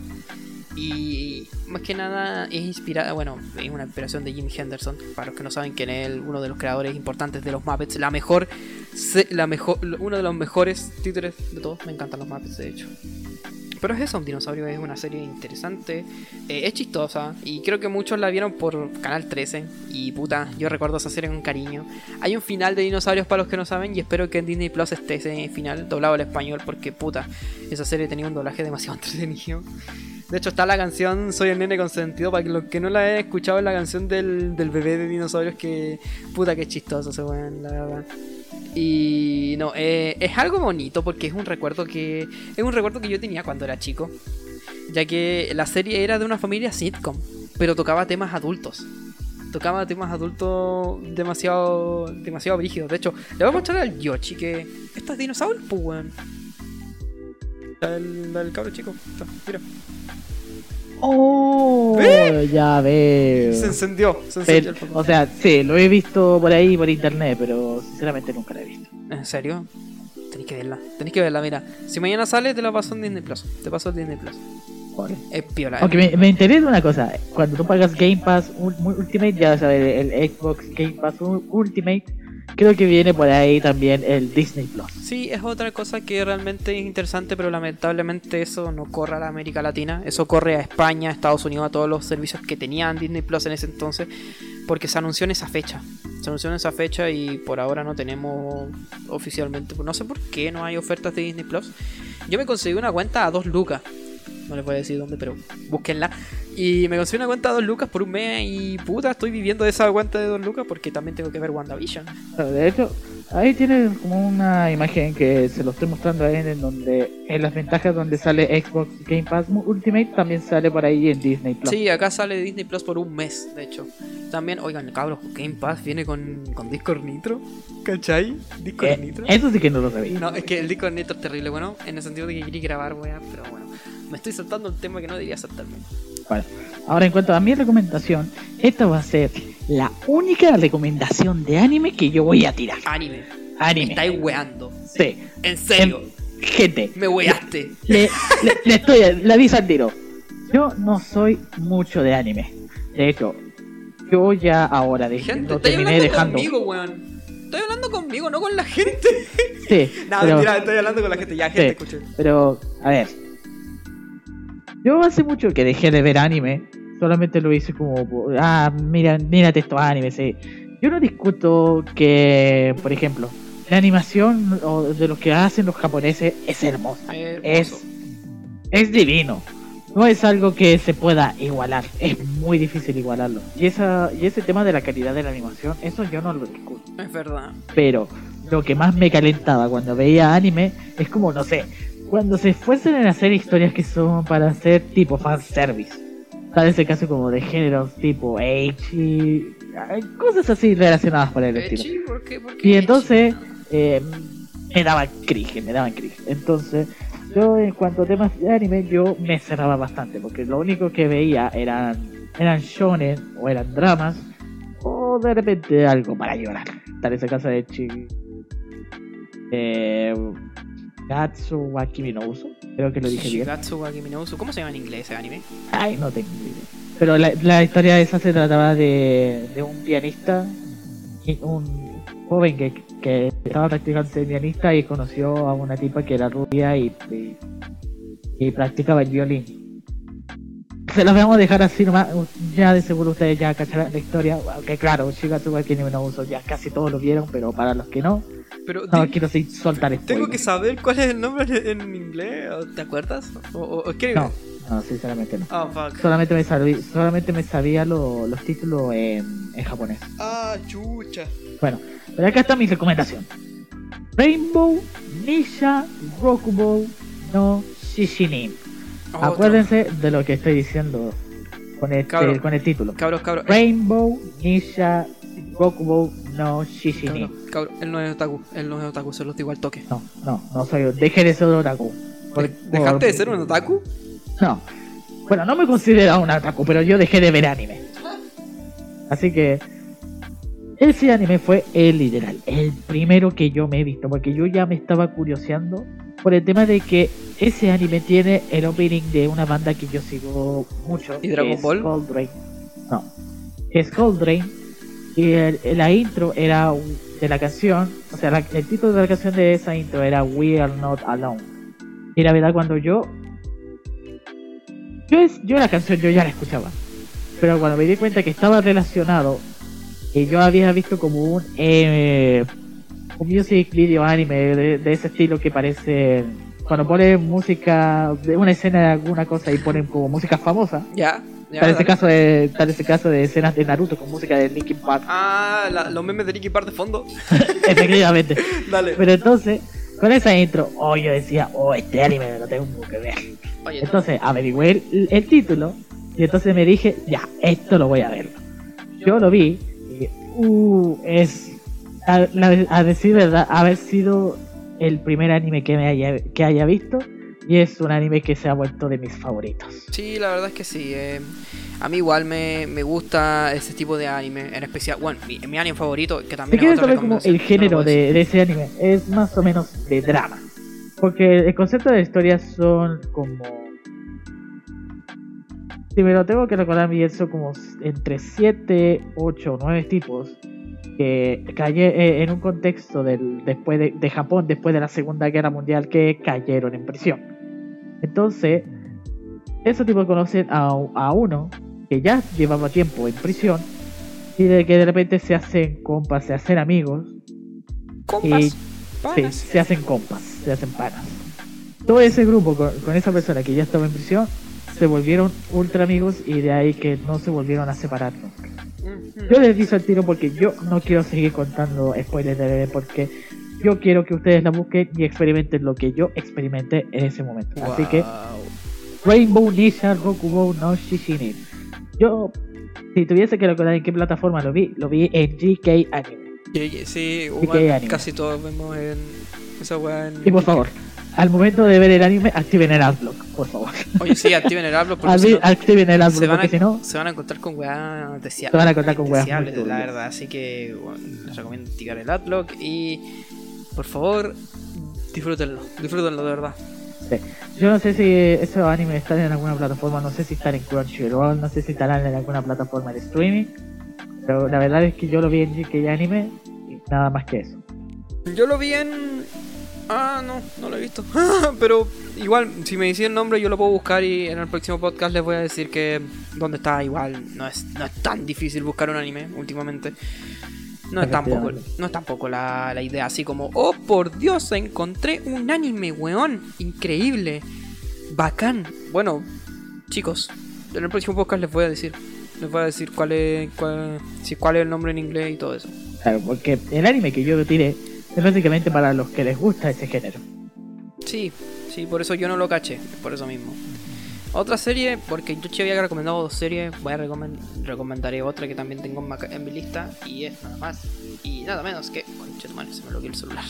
[SPEAKER 2] Y más que nada es inspirada, es una inspiración de Jim Henderson. Para los que no saben, quién es uno de los creadores importantes de los Muppets, uno de los mejores títeres de todos. Me encantan los Muppets, de hecho. Pero es eso, Un dinosaurio es una serie interesante, es chistosa y creo que muchos la vieron por Canal 13 y puta, yo recuerdo esa serie con cariño. Hay un final de dinosaurios para los que no saben y espero que en Disney Plus esté ese final doblado al español porque puta, esa serie tenía un doblaje demasiado entretenido. De hecho está la canción Soy el nene consentido, para que los que no la he escuchado, es la canción del bebé de dinosaurios que puta que chistoso ese weón, la verdad. Y no, es algo bonito porque es un recuerdo que yo tenía cuando era chico, ya que la serie era de una familia sitcom, pero tocaba temas adultos. Tocaba temas adultos demasiado brígidos. De hecho, le voy a mostrar al Yoshi que estos dinosaurios, pues weón. El cabro chico, mira.
[SPEAKER 1] Oh,
[SPEAKER 2] ¿Ve?
[SPEAKER 1] ya veo.
[SPEAKER 2] Se encendió
[SPEAKER 1] Pero,
[SPEAKER 2] el foco.
[SPEAKER 1] o sea, sí, lo he visto por ahí por internet, pero sinceramente nunca lo he visto.
[SPEAKER 2] ¿En serio? Tenéis que verla, mira. Si mañana sale, te la paso en Disney Plus. Te paso en Disney Plus.
[SPEAKER 1] Vale.
[SPEAKER 2] Es piola.
[SPEAKER 1] Aunque me enteré de una cosa, cuando tú pagas Game Pass Ultimate, ya sabes, el Xbox Game Pass Ultimate, creo que viene por ahí también el Disney Plus.
[SPEAKER 2] Sí, es otra cosa que realmente es interesante, pero lamentablemente eso no corre a la América Latina. Eso corre a España, a Estados Unidos, a todos los servicios que tenían Disney Plus en ese entonces, porque se anunció en esa fecha. Se anunció en esa fecha y por ahora no tenemos oficialmente. No sé por qué no hay ofertas de Disney Plus. Yo me conseguí una cuenta a 2 lucas. No les voy a decir dónde, pero búsquenla. Y me conseguí una cuenta de 2 lucas por un mes y puta, estoy viviendo de esa cuenta de 2 lucas porque también tengo que ver WandaVision.
[SPEAKER 1] De hecho, ahí tienes como una imagen que se lo estoy mostrando ahí en donde en las ventajas donde sale Xbox Game Pass Ultimate también sale por ahí en Disney Plus.
[SPEAKER 2] Sí, acá sale Disney Plus por un mes, de hecho. También, oigan, cabros, Game Pass viene con Discord Nitro, ¿cachai? Discord Nitro.
[SPEAKER 1] Eso sí que no lo sabía.
[SPEAKER 2] No, es que el Discord Nitro es terrible, bueno, en el sentido de que quería grabar, weá, pero bueno, me estoy saltando el tema que no debería saltarme.
[SPEAKER 1] Bueno, ahora en cuanto a mi recomendación, esta va a ser la única recomendación de anime que yo voy a tirar.
[SPEAKER 2] Anime.
[SPEAKER 1] Anime.
[SPEAKER 2] Me estáis weando.
[SPEAKER 1] Sí.
[SPEAKER 2] En serio.
[SPEAKER 1] Gente.
[SPEAKER 2] Me weaste.
[SPEAKER 1] Le aviso al tiro. Yo no soy mucho de anime. De hecho, yo ya ahora
[SPEAKER 2] Gente,
[SPEAKER 1] lo
[SPEAKER 2] estoy
[SPEAKER 1] terminé
[SPEAKER 2] hablando
[SPEAKER 1] dejando.
[SPEAKER 2] conmigo, weón. Estoy hablando conmigo, no con la gente.
[SPEAKER 1] Sí.
[SPEAKER 2] No,
[SPEAKER 1] pero,
[SPEAKER 2] mentira, estoy hablando con la gente. Ya, gente,
[SPEAKER 1] sí,
[SPEAKER 2] escuchen.
[SPEAKER 1] pero, a ver. Yo hace mucho que dejé de ver anime. Solamente lo hice como, mírate estos animes. Sí. Yo no discuto que, por ejemplo, la animación o de lo que hacen los japoneses es hermosa. Es divino. No es algo que se pueda igualar. Es muy difícil igualarlo. Y ese tema de la calidad de la animación, eso yo no lo discuto.
[SPEAKER 2] Es verdad.
[SPEAKER 1] Pero lo que más me calentaba cuando veía anime es como, no sé, cuando se fuesen a hacer historias que son para hacer tipo fanservice. Tal ese caso como de géneros tipo ecchi, cosas así relacionadas por el estilo.
[SPEAKER 2] ¿Ecchi? ¿Por qué
[SPEAKER 1] Y entonces me daban cringe. Entonces yo en cuanto a temas de anime yo me cerraba bastante porque lo único que veía eran shonen o eran dramas o de repente algo para llorar. Tal ese caso de ecchi. Gatsu wa Kimi no Uso, creo que lo dije bien.
[SPEAKER 2] Shigatsu wa Kimi no Uso. ¿Cómo se llama en inglés ese anime?
[SPEAKER 1] Ay, no tengo idea. Pero la historia esa se trataba de un pianista, un joven que estaba practicando ser pianista y conoció a una tipa que era rubia y practicaba el violín. Se los vamos a dejar así nomás, ya de seguro ustedes ya cacharán la historia, aunque claro, Shigatsu wa Kimi no Uso ya casi todos lo vieron, pero para los que no,
[SPEAKER 2] Pero
[SPEAKER 1] no quiero soltar spoilers.
[SPEAKER 2] tengo que saber cuál es el nombre en inglés. ¿Te acuerdas? ¿O escribe?
[SPEAKER 1] No, sinceramente no.
[SPEAKER 2] Oh, fuck.
[SPEAKER 1] Solamente me sabía los títulos en japonés.
[SPEAKER 2] Ah, chucha.
[SPEAKER 1] Bueno, pero acá está mi recomendación. Rainbow Nisha Rokubo no Shishinin. Acuérdense de lo que estoy diciendo con el título.
[SPEAKER 2] Cabros.
[SPEAKER 1] Rainbow Nisha Rokubo no Shishinin.
[SPEAKER 2] Cabros, él no es otaku, se los digo al toque.
[SPEAKER 1] No soy yo. Deje de ser un otaku.
[SPEAKER 2] ¿Dejaste de ser un otaku?
[SPEAKER 1] No. Bueno, no me considero un otaku, pero yo dejé de ver anime. Así que ese anime fue el primero que yo me he visto, porque yo ya me estaba curioseando por el tema de que ese anime tiene el opening de una banda que yo sigo mucho.
[SPEAKER 2] ¿Y Dragon Ball?
[SPEAKER 1] Skull Drain. No. Skull Drain. Y la intro era de la canción, o sea, el título de la canción de esa intro era We Are Not Alone. Y la verdad, cuando yo Yo la canción yo ya la escuchaba, pero cuando me di cuenta que estaba relacionado, y yo había visto como un music video anime de ese estilo que parece cuando ponen música de una escena de alguna cosa y ponen como música famosa.
[SPEAKER 2] Ya,
[SPEAKER 1] Tal ese caso de escenas de Naruto con música de Linkin Park.
[SPEAKER 2] Los memes de Linkin Park de fondo.
[SPEAKER 1] Efectivamente.
[SPEAKER 2] Dale.
[SPEAKER 1] Pero entonces, con esa intro, yo decía, este anime lo tengo que ver.
[SPEAKER 2] Oye,
[SPEAKER 1] Entonces averigüé el título y entonces me dije, ya, esto lo voy a ver. Yo lo vi y es, a decir verdad, haber sido el primer anime que haya visto, y es un anime que se ha vuelto de mis favoritos.
[SPEAKER 2] Sí, la verdad es que sí. A mí igual me gusta ese tipo de anime, en especial, bueno, mi anime favorito, que también
[SPEAKER 1] ¿Te
[SPEAKER 2] es
[SPEAKER 1] quieres
[SPEAKER 2] otra
[SPEAKER 1] saber como el género de ese anime? Es más o menos de drama. Porque el concepto de la historia son como... Si me lo tengo que recordar bien, son como entre 7, 8 o 9 tipos que cayeron en un contexto después de Japón, después de la Segunda Guerra Mundial, que cayeron en prisión. Entonces, esos tipos conocen a uno que ya llevaba tiempo en prisión y de que de repente se hacen compas, se hacen amigos.
[SPEAKER 2] ¿Compas?
[SPEAKER 1] Sí, se hacen compas, se hacen panas. Todo ese grupo con esa persona que ya estaba en prisión se volvieron ultra amigos y de ahí que no se volvieron a separar nunca. Yo les digo el tiro porque yo no quiero seguir contando spoilers de bebé, porque yo quiero que ustedes la busquen y experimenten lo que yo experimenté en ese momento.
[SPEAKER 2] Wow.
[SPEAKER 1] Así que Rainbow Nisha Rokugo no Shishinin. Yo, si tuviese que recordar en qué plataforma lo vi en GK Anime.
[SPEAKER 2] Sí,
[SPEAKER 1] Anime.
[SPEAKER 2] Casi todos vemos en esa weá.
[SPEAKER 1] Y por favor, al momento de ver el anime, activen el adblock, por favor.
[SPEAKER 2] Oye, sí, activen el adblock porque
[SPEAKER 1] activen el adblock, porque si no
[SPEAKER 2] se van a encontrar con weá
[SPEAKER 1] se van a encontrar con weas
[SPEAKER 2] deseables, la verdad. Así que bueno, les recomiendo activar el adblock y por favor, disfrútenlo de verdad.
[SPEAKER 1] Sí. Yo no sé si esos animes están en alguna plataforma, no sé si están en Crunchyroll, no sé si estarán en alguna plataforma de streaming, pero la verdad es que yo lo vi en GK Anime y nada más que eso.
[SPEAKER 2] Yo lo vi en... no lo he visto. Pero igual, si me decís el nombre yo lo puedo buscar y en el próximo podcast les voy a decir que dónde está. Igual no es tan difícil buscar un anime últimamente. No es tampoco la idea así como, oh por Dios, encontré un anime, weón, increíble, bacán. Bueno, chicos, en el próximo podcast les voy a decir cuál es el nombre en inglés y todo eso.
[SPEAKER 1] Claro, porque el anime que yo tiré es básicamente para los que les gusta ese género.
[SPEAKER 2] Sí, por eso yo no lo caché, por eso mismo. Otra serie, porque yo te había recomendado 2 series, recomendaré otra que también tengo en mi lista, y es nada más y nada menos que... Conchetumare, se me bloqueó el celular.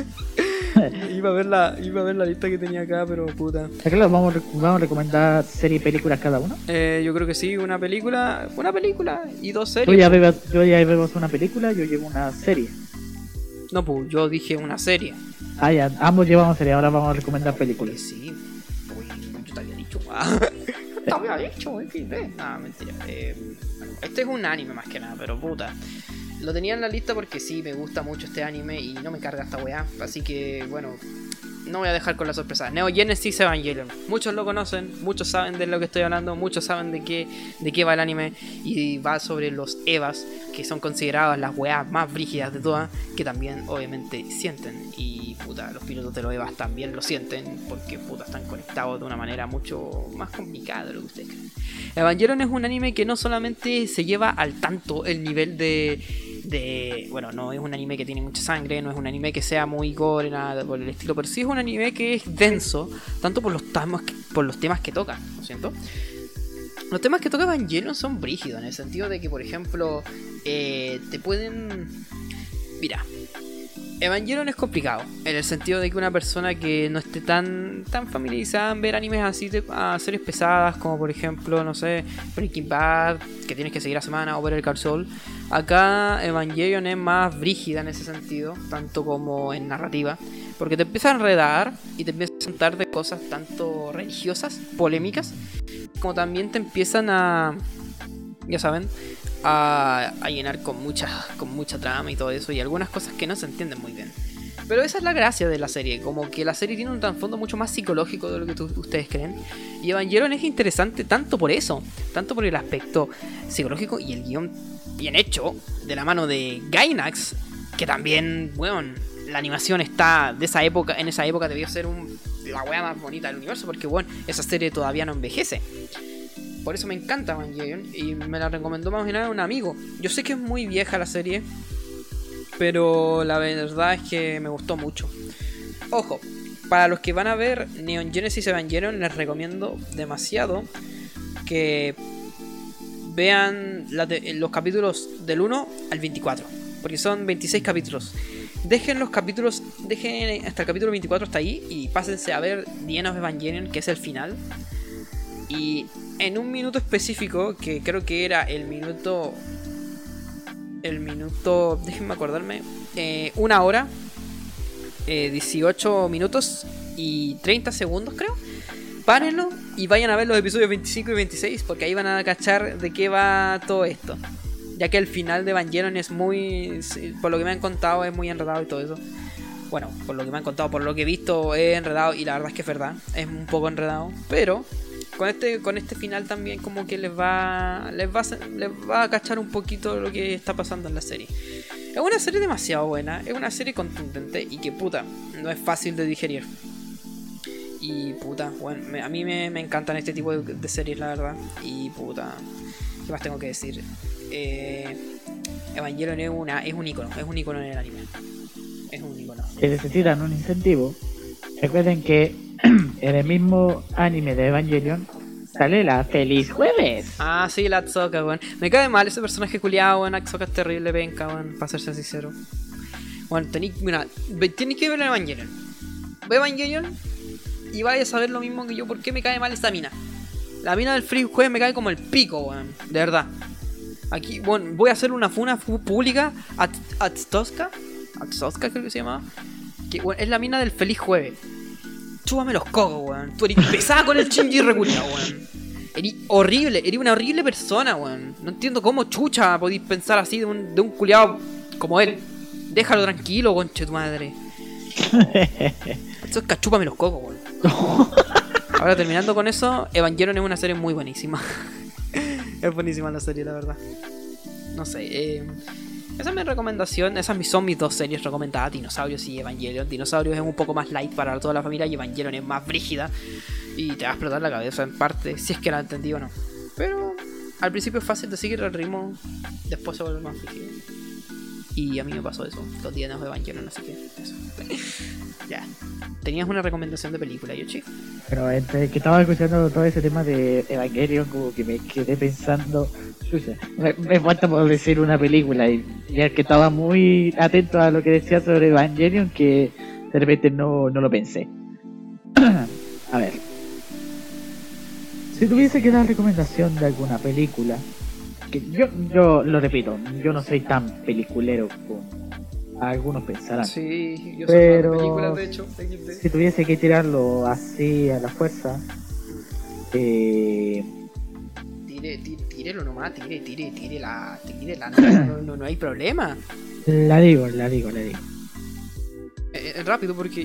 [SPEAKER 2] iba a ver la lista que tenía acá, pero puta.
[SPEAKER 1] Claro, vamos a recomendar series y películas cada uno.
[SPEAKER 2] Yo creo que sí, una película y 2 series.
[SPEAKER 1] Yo ya vemos una película, yo llevo una serie.
[SPEAKER 2] No, pues yo dije una serie.
[SPEAKER 1] Ya, ambos llevamos serie, ahora vamos a recomendar películas.
[SPEAKER 2] Sí, yo te había dicho. Te había dicho, no, mentira. Este es un anime más que nada, pero puta. Lo tenía en la lista porque sí, me gusta mucho este anime y no me carga esta weá. Así que, bueno, no voy a dejar con la sorpresa. Neo Genesis Evangelion. Muchos lo conocen, muchos saben de lo que estoy hablando, muchos saben de qué va el anime. Y va sobre los Evas, que son consideradas las weas más brígidas de todas, que también obviamente sienten. Y puta, los pilotos de los Evas también lo sienten, porque puta, están conectados de una manera mucho más complicada de lo que ustedes creen. Evangelion es un anime que no solamente se lleva al tanto el nivel bueno, no es un anime que tiene mucha sangre, no es un anime que sea muy gore, nada por el estilo, pero sí es un anime que es denso, tanto por los temas que toca, ¿no es cierto? Los temas que toca Evangelion son brígidos, en el sentido de que, por ejemplo, te pueden... Mira, Evangelion es complicado, en el sentido de que una persona que no esté tan familiarizada en ver animes así, a series pesadas, como por ejemplo, no sé, Breaking Bad, que tienes que seguir a semana, o ver el Call Saul, acá Evangelion es más brígida en ese sentido, tanto como en narrativa, porque te empieza a enredar y te empieza a contar de cosas tanto religiosas, polémicas, como también te empiezan a, ya saben, a llenar con mucha trama y todo eso, y algunas cosas que no se entienden muy bien. Pero esa es la gracia de la serie, como que la serie tiene un trasfondo mucho más psicológico de lo que ustedes creen. Y Evangelion es interesante tanto por eso, tanto por el aspecto psicológico y el guión bien hecho, de la mano de Gainax, que también, bueno, la animación está de esa época, en esa época debió ser la wea más bonita del universo, porque bueno, esa serie todavía no envejece. Por eso me encanta Evangelion y me la recomendó más que nada un amigo. Yo sé que es muy vieja la serie, pero la verdad es que me gustó mucho. Ojo, para los que van a ver Neon Genesis Evangelion, les recomiendo demasiado que vean los capítulos del 1 al 24, porque son 26 capítulos. Dejen los capítulos, dejen hasta el capítulo 24 hasta ahí y pásense a ver The End of Evangelion, que es el final. Y en un minuto específico, que creo que era el minuto, déjenme acordarme, 1 hora, 18 minutos y 30 segundos creo. Párenlo y vayan a ver los episodios 25 y 26, porque ahí van a cachar de qué va todo esto. Ya que el final de Evangelion es muy, por lo que me han contado, es muy enredado y todo eso. Bueno, por lo que me han contado, por lo que he visto, es enredado y la verdad es que es verdad, es un poco enredado. Pero con este final también como que les va a cachar un poquito lo que está pasando en la serie. Es una serie demasiado buena, es una serie contundente y que puta, no es fácil de digerir. Y puta, bueno, a mí me encantan este tipo de series, la verdad. Y puta, ¿qué más tengo que decir? Evangelion es un icono en el anime. Es un icono.
[SPEAKER 1] Si necesitan un incentivo, recuerden que en el mismo anime de Evangelion sale la Feliz Jueves.
[SPEAKER 2] Ah, sí, la Atsuka, weón. Me cae mal ese personaje culiado, weón. Atsuka es terrible, venga, weón, para serse sincero. Bueno, tenéis que ver Evangelion. Ve Evangelion y vais a saber lo mismo que yo. ¿Por qué me cae mal esta mina? La mina del Free Jueves me cae como el pico, weón. De verdad. Aquí, bueno, voy a hacer una funa pública a Atsuka creo que se llamaba. Que, bueno, es la mina del Feliz Jueves. Chúpame los cocos, weón. Tú eres pesada con el Shinji reculia, weón. Eres horrible, eres una horrible persona, weón. No entiendo cómo chucha podéis pensar así de un culiado como él. Déjalo tranquilo, conche tu madre. Eso es chúpame los cocos, weón. Ahora terminando con eso, Evangelion es una serie muy buenísima. Es buenísima la serie, la verdad. No sé, esa es mi recomendación. Esas son mis dos series recomendadas: Dinosaurios y Evangelion. Dinosaurios es un poco más light para toda la familia y Evangelion es más brígida y te va a explotar la cabeza en parte, si es que la entendí o no. Pero al principio es fácil de seguir el ritmo, después se vuelve más rígido. Y a mí me pasó eso los días de Evangelion, así que eso. Ya. ¿Tenías una recomendación de película, Yoshi?
[SPEAKER 1] Pero entre que estaba escuchando todo ese tema de Evangelion, como que me quedé pensando, me falta por decir una película, y ya que estaba muy atento a lo que decía sobre Evangelion, que de repente no lo pensé. A ver, si tuviese que dar recomendación de alguna película, que yo lo repito, yo no soy tan peliculero como algunos pensarán.
[SPEAKER 2] Sí, yo
[SPEAKER 1] soy
[SPEAKER 2] fan de películas, de hecho.
[SPEAKER 1] Si tuviese que tirarlo así a la fuerza,
[SPEAKER 2] Tírelo nomás, tírela, no hay problema.
[SPEAKER 1] La digo.
[SPEAKER 2] Rápido, porque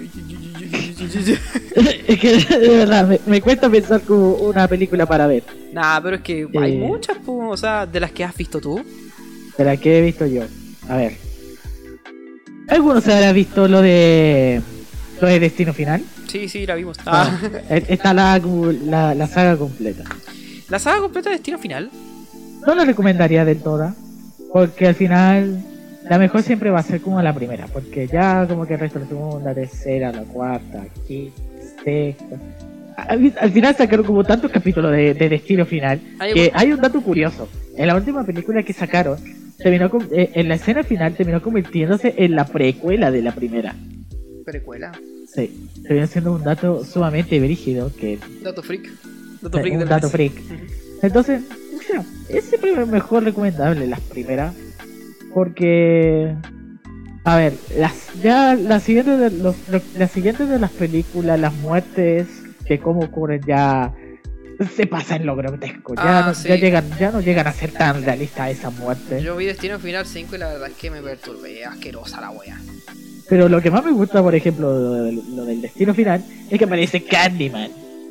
[SPEAKER 1] es que de verdad me cuesta pensar como una película para ver.
[SPEAKER 2] Nah, pero es que hay muchas, o sea, de las que has visto tú.
[SPEAKER 1] De las que he visto yo. A ver. ¿Algunos se habrá visto lo de Destino Final?
[SPEAKER 2] Sí, la vimos.
[SPEAKER 1] Está la saga completa.
[SPEAKER 2] ¿La saga completa de Destino Final?
[SPEAKER 1] No la recomendaría del todo, porque al final la mejor siempre va a ser como la primera, porque ya como que el resto, la segunda, tercera, la cuarta, quinta, sexta. Al final sacaron como tantos capítulos de Destino Final que hay un dato curioso. En la última película que sacaron, en la escena final terminó convirtiéndose en la precuela de la primera.
[SPEAKER 2] ¿Precuela?
[SPEAKER 1] Sí, terminó siendo un dato sumamente brígido.
[SPEAKER 2] Dato freak.
[SPEAKER 1] Un dato freak. Entonces, es siempre mejor recomendable las primeras, porque a ver, las siguientes de las películas, las muertes, que cómo ocurren ya se pasa en lo grotesco.
[SPEAKER 2] Sí.
[SPEAKER 1] Ya no llegan a ser tan realistas esas muertes.
[SPEAKER 2] Yo vi Destino Final 5 y la verdad es que me perturbé, asquerosa la wea.
[SPEAKER 1] Pero lo que más me gusta, por ejemplo, lo del destino final, es que aparece Candyman.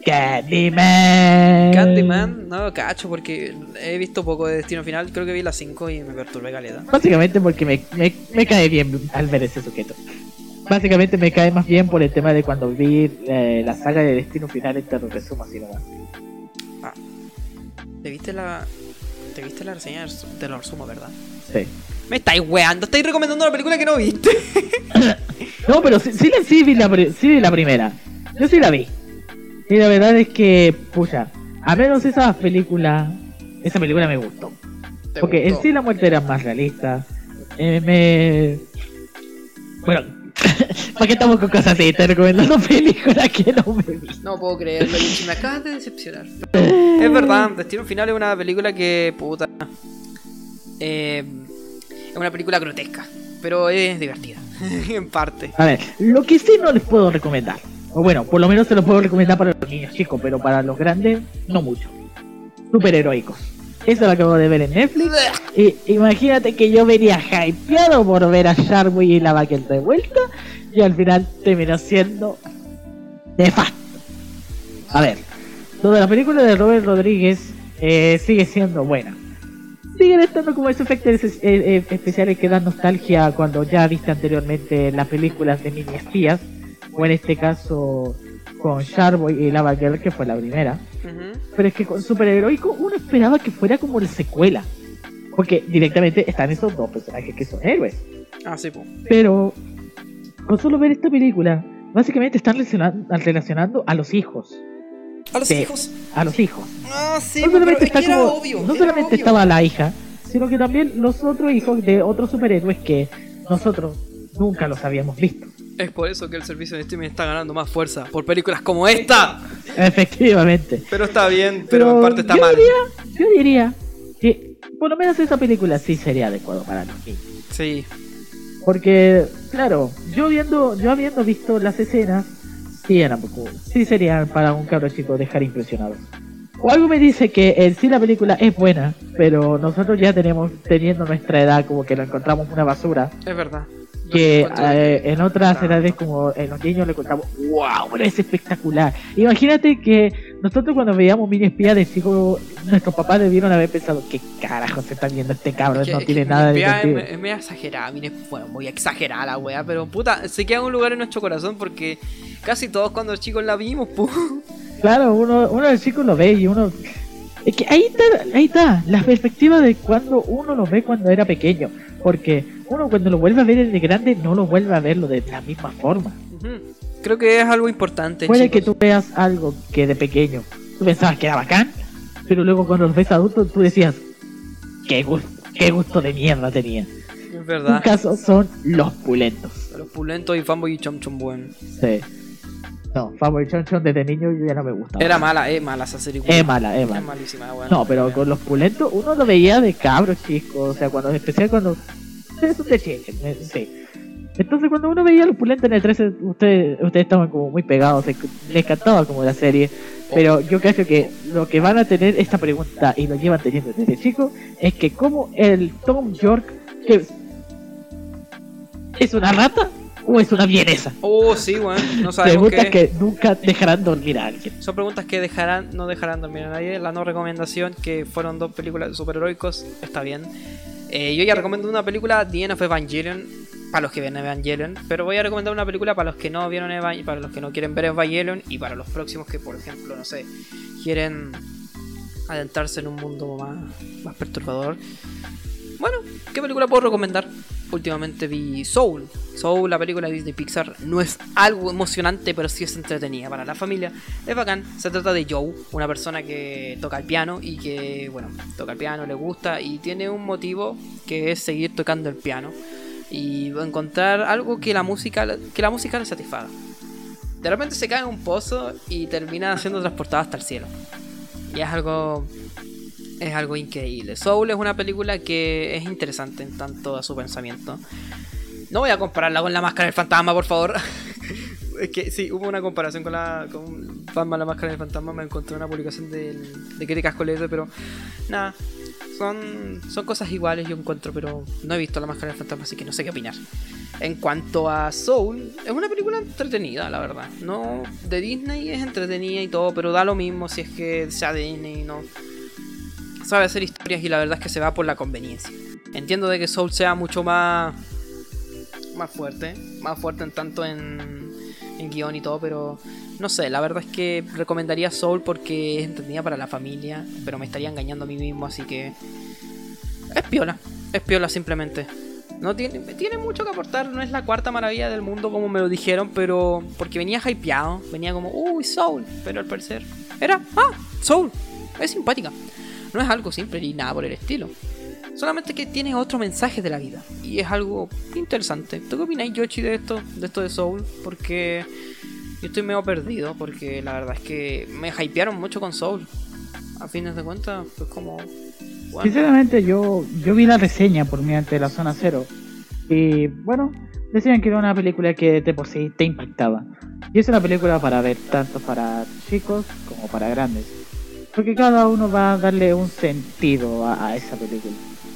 [SPEAKER 2] Candyman, no cacho, porque he visto poco de Destino Final, creo que vi la 5 y me perturbé caleta.
[SPEAKER 1] Básicamente porque me cae bien al ver ese sujeto. Básicamente me cae más bien por el tema de cuando vi la saga de Destino Final, te lo resumo así nomás.
[SPEAKER 2] Ah, ¿te viste la reseña? Te lo resumo, ¿verdad?
[SPEAKER 1] Sí.
[SPEAKER 2] Me estáis weando, estáis recomendando una película que no viste.
[SPEAKER 1] No, pero sí vi la primera. Yo sí la vi. Y la verdad es que, pucha, a menos esa película me gustó. Porque en sí la muerte era más realista. Bueno, ¿para qué estamos con cosas así? Estoy recomendando películas que no me vi.
[SPEAKER 2] No puedo creerlo, Yuchi, me acabas de decepcionar. Es verdad, Destino Final es una película que, puta... es una película grotesca, pero es divertida, en parte.
[SPEAKER 1] A ver, lo que sí no les puedo recomendar, o bueno, por lo menos se lo puedo recomendar para los niños chicos, pero para los grandes, no mucho. Superheroicos. Eso lo acabo de ver en Netflix. Y imagínate que yo venía hypeado por ver a Sharkboy y la Bucket de vuelta, y al final terminó siendo nefasto. A ver, toda la película de Robert Rodríguez sigue siendo buena. Siguen estando como esos efectos especiales que dan nostalgia cuando ya viste anteriormente las películas de mini espías, o en este caso con Sharkboy y Lava Girl, que fue la primera. Pero es que con Superheroico uno esperaba que fuera como la secuela, porque directamente están esos dos personajes que son héroes.
[SPEAKER 2] Ah, sí, pues.
[SPEAKER 1] Pero con solo ver esta película, básicamente están relacionando a los hijos.
[SPEAKER 2] ¿A los hijos?
[SPEAKER 1] A los hijos.
[SPEAKER 2] Ah, sí,
[SPEAKER 1] No solamente,
[SPEAKER 2] pero es que era obvio.
[SPEAKER 1] No solamente estaba la hija, sino que también los otros hijos de otros superhéroes que nosotros nunca los habíamos visto.
[SPEAKER 2] Es por eso que el servicio de streaming está ganando más fuerza, por películas como esta.
[SPEAKER 1] Efectivamente.
[SPEAKER 2] Pero está bien, pero en parte está mal.
[SPEAKER 1] Yo diría que por lo menos esa película sí sería adecuado para los niños.
[SPEAKER 2] Sí.
[SPEAKER 1] Porque, claro, yo habiendo visto las escenas, sí serían para un cabro chico dejar impresionado. O algo me dice que en sí la película es buena, pero nosotros ya teniendo nuestra edad, como que la encontramos una basura.
[SPEAKER 2] Es verdad.
[SPEAKER 1] Que en otras edades, como en los niños, le contamos, wow, pero es espectacular. Imagínate que nosotros cuando veíamos Mini Espía de chico, nuestros papás debieron haber pensado, ¿qué carajo se está viendo este cabrón? No tiene nada de sentido.
[SPEAKER 2] Es medio exagerada, bueno, muy exagerada la wea, pero puta, se queda un lugar en nuestro corazón porque casi todos cuando chicos la vimos,
[SPEAKER 1] Claro, uno de chicos lo ve y uno... Es que ahí está, la perspectiva de cuando uno lo ve cuando era pequeño. Porque uno cuando lo vuelve a ver de grande no lo vuelve a verlo de la misma forma.
[SPEAKER 2] Creo que es algo importante.
[SPEAKER 1] Puede
[SPEAKER 2] chicos.
[SPEAKER 1] que tú veas algo que de pequeño tú pensabas que era bacán, pero luego cuando lo ves adulto tú decías, qué gusto de mierda tenía.
[SPEAKER 2] Es verdad.
[SPEAKER 1] Un caso son los pulentos.
[SPEAKER 2] Los pulentos y Fanboy y Chom Chom bueno.
[SPEAKER 1] Sí. No, Fanboy Chom Chom desde niño yo ya no me gustaba.
[SPEAKER 2] Era mala, es mala esa serie.
[SPEAKER 1] Es mala.
[SPEAKER 2] Es malísima, bueno.
[SPEAKER 1] No, pero con los pulentos uno lo veía de cabros chicos, o sea, en especial cuando... Es un dechiche, sí. Entonces cuando uno veía los pulentos en el 13, ustedes estaban como muy pegados, les encantaba como la serie. Pero yo creo que lo que van a tener esta pregunta, y lo llevan teniendo desde chico, es que como el Tom York, que ¿es una rata o es una vienesa?
[SPEAKER 2] Oh, sí, bueno, no sabemos
[SPEAKER 1] preguntas que nunca dejarán dormir a alguien.
[SPEAKER 2] Son preguntas que no dejarán dormir a nadie. La no recomendación, que fueron 2 películas de superheroicos, está bien. Yo ya recomiendo una película, The End of Evangelion, para los que ven Evangelion, pero voy a recomendar una película para los que no vieron Evangelion, para los que no quieren ver Evangelion, y para los próximos que, por ejemplo, no sé, quieren adentrarse en un mundo más perturbador. Bueno, ¿qué película puedo recomendar? Últimamente vi Soul, la película de Disney Pixar. No es algo emocionante, pero sí es entretenida para la familia. Es bacán. Se trata de Joe, una persona que toca el piano y que, bueno, toca el piano, le gusta y tiene un motivo que es seguir tocando el piano y encontrar algo que la música le satisfaga. De repente se cae en un pozo y termina siendo transportado hasta el cielo. Y es algo increíble. Soul es una película que es interesante en tanto a su pensamiento. No voy a compararla con La Máscara del Fantasma, por favor. Es que sí, hubo una comparación con Batman la máscara del fantasma. Me encontré una publicación de críticas coletas, pero nada, son cosas iguales yo encuentro, pero no he visto la máscara del fantasma, así que no sé qué opinar. En cuanto a Soul, es una película entretenida, la verdad. No, de Disney es entretenida y todo, pero da lo mismo si es que sea de Disney, no. Sabe hacer historias y la verdad es que se va por la conveniencia. Entiendo de que Soul sea mucho más fuerte en tanto en guión y todo, pero no sé, la verdad es que recomendaría Soul porque es entretenida para la familia, pero me estaría engañando a mí mismo, así que es piola simplemente. No tiene mucho que aportar, no es la cuarta maravilla del mundo como me lo dijeron, pero porque venía hypeado, venía como, uy, Soul, pero al parecer era, Soul, es simpática. No es algo simple ni nada por el estilo. Solamente que tiene otro mensaje de la vida. Y es algo interesante. ¿Tú qué opináis, Yoshi, de esto de Soul? Porque yo estoy medio perdido. Porque la verdad es que me hypearon mucho con Soul. A fines de cuentas, pues como... Bueno.
[SPEAKER 1] Sinceramente, yo vi la reseña por mediante la Zona Cero. Y bueno, decían que era una película que de por sí te impactaba. Y es una película para ver tanto para chicos como para grandes. Porque cada uno va a darle un sentido a esa película.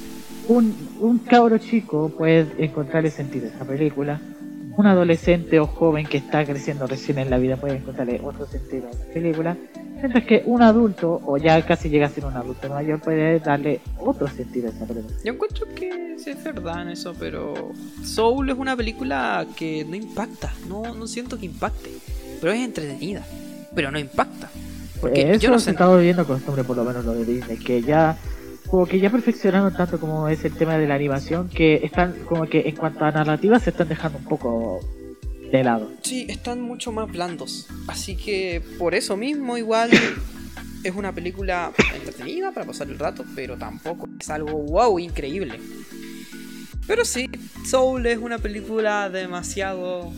[SPEAKER 1] Un cabro chico puede encontrarle sentido a esa película. Un adolescente o joven que está creciendo recién en la vida puede encontrarle otro sentido a esa película. Mientras que un adulto, o ya casi llega a ser un adulto mayor, puede darle otro sentido a esa película.
[SPEAKER 2] Yo encuentro que sí es verdad en eso, pero Soul es una película que no impacta. No siento que impacte. Pero es entretenida. Pero no impacta. Porque
[SPEAKER 1] eso
[SPEAKER 2] yo no
[SPEAKER 1] se
[SPEAKER 2] sé.
[SPEAKER 1] está volviendo costumbre, por lo menos lo de Disney, que ya como que ya perfeccionaron tanto como es el tema de la animación, que están como que en cuanto a narrativa se están dejando un poco de lado.
[SPEAKER 2] Sí, están mucho más blandos. Así que por eso mismo igual es una película entretenida para pasar el rato, pero tampoco es algo wow, increíble. Pero sí, Soul es una película demasiado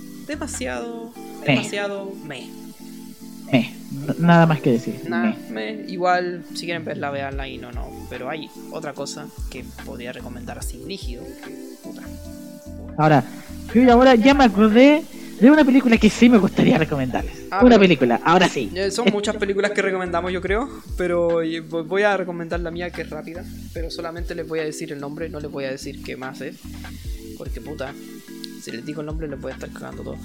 [SPEAKER 2] meh.
[SPEAKER 1] Nada más que decir.
[SPEAKER 2] Igual, si quieren verla, veanla y no. Pero hay otra cosa que podría recomendar así rígido. Puta.
[SPEAKER 1] Ahora, yo ahora ya me acordé de una película que sí me gustaría recomendarles. Película, ahora sí.
[SPEAKER 2] Son muchas películas que recomendamos, yo creo. Pero voy a recomendar la mía, que es rápida. Pero solamente les voy a decir el nombre, no les voy a decir qué más es. Porque puta, si les digo el nombre les voy a estar cagando todo.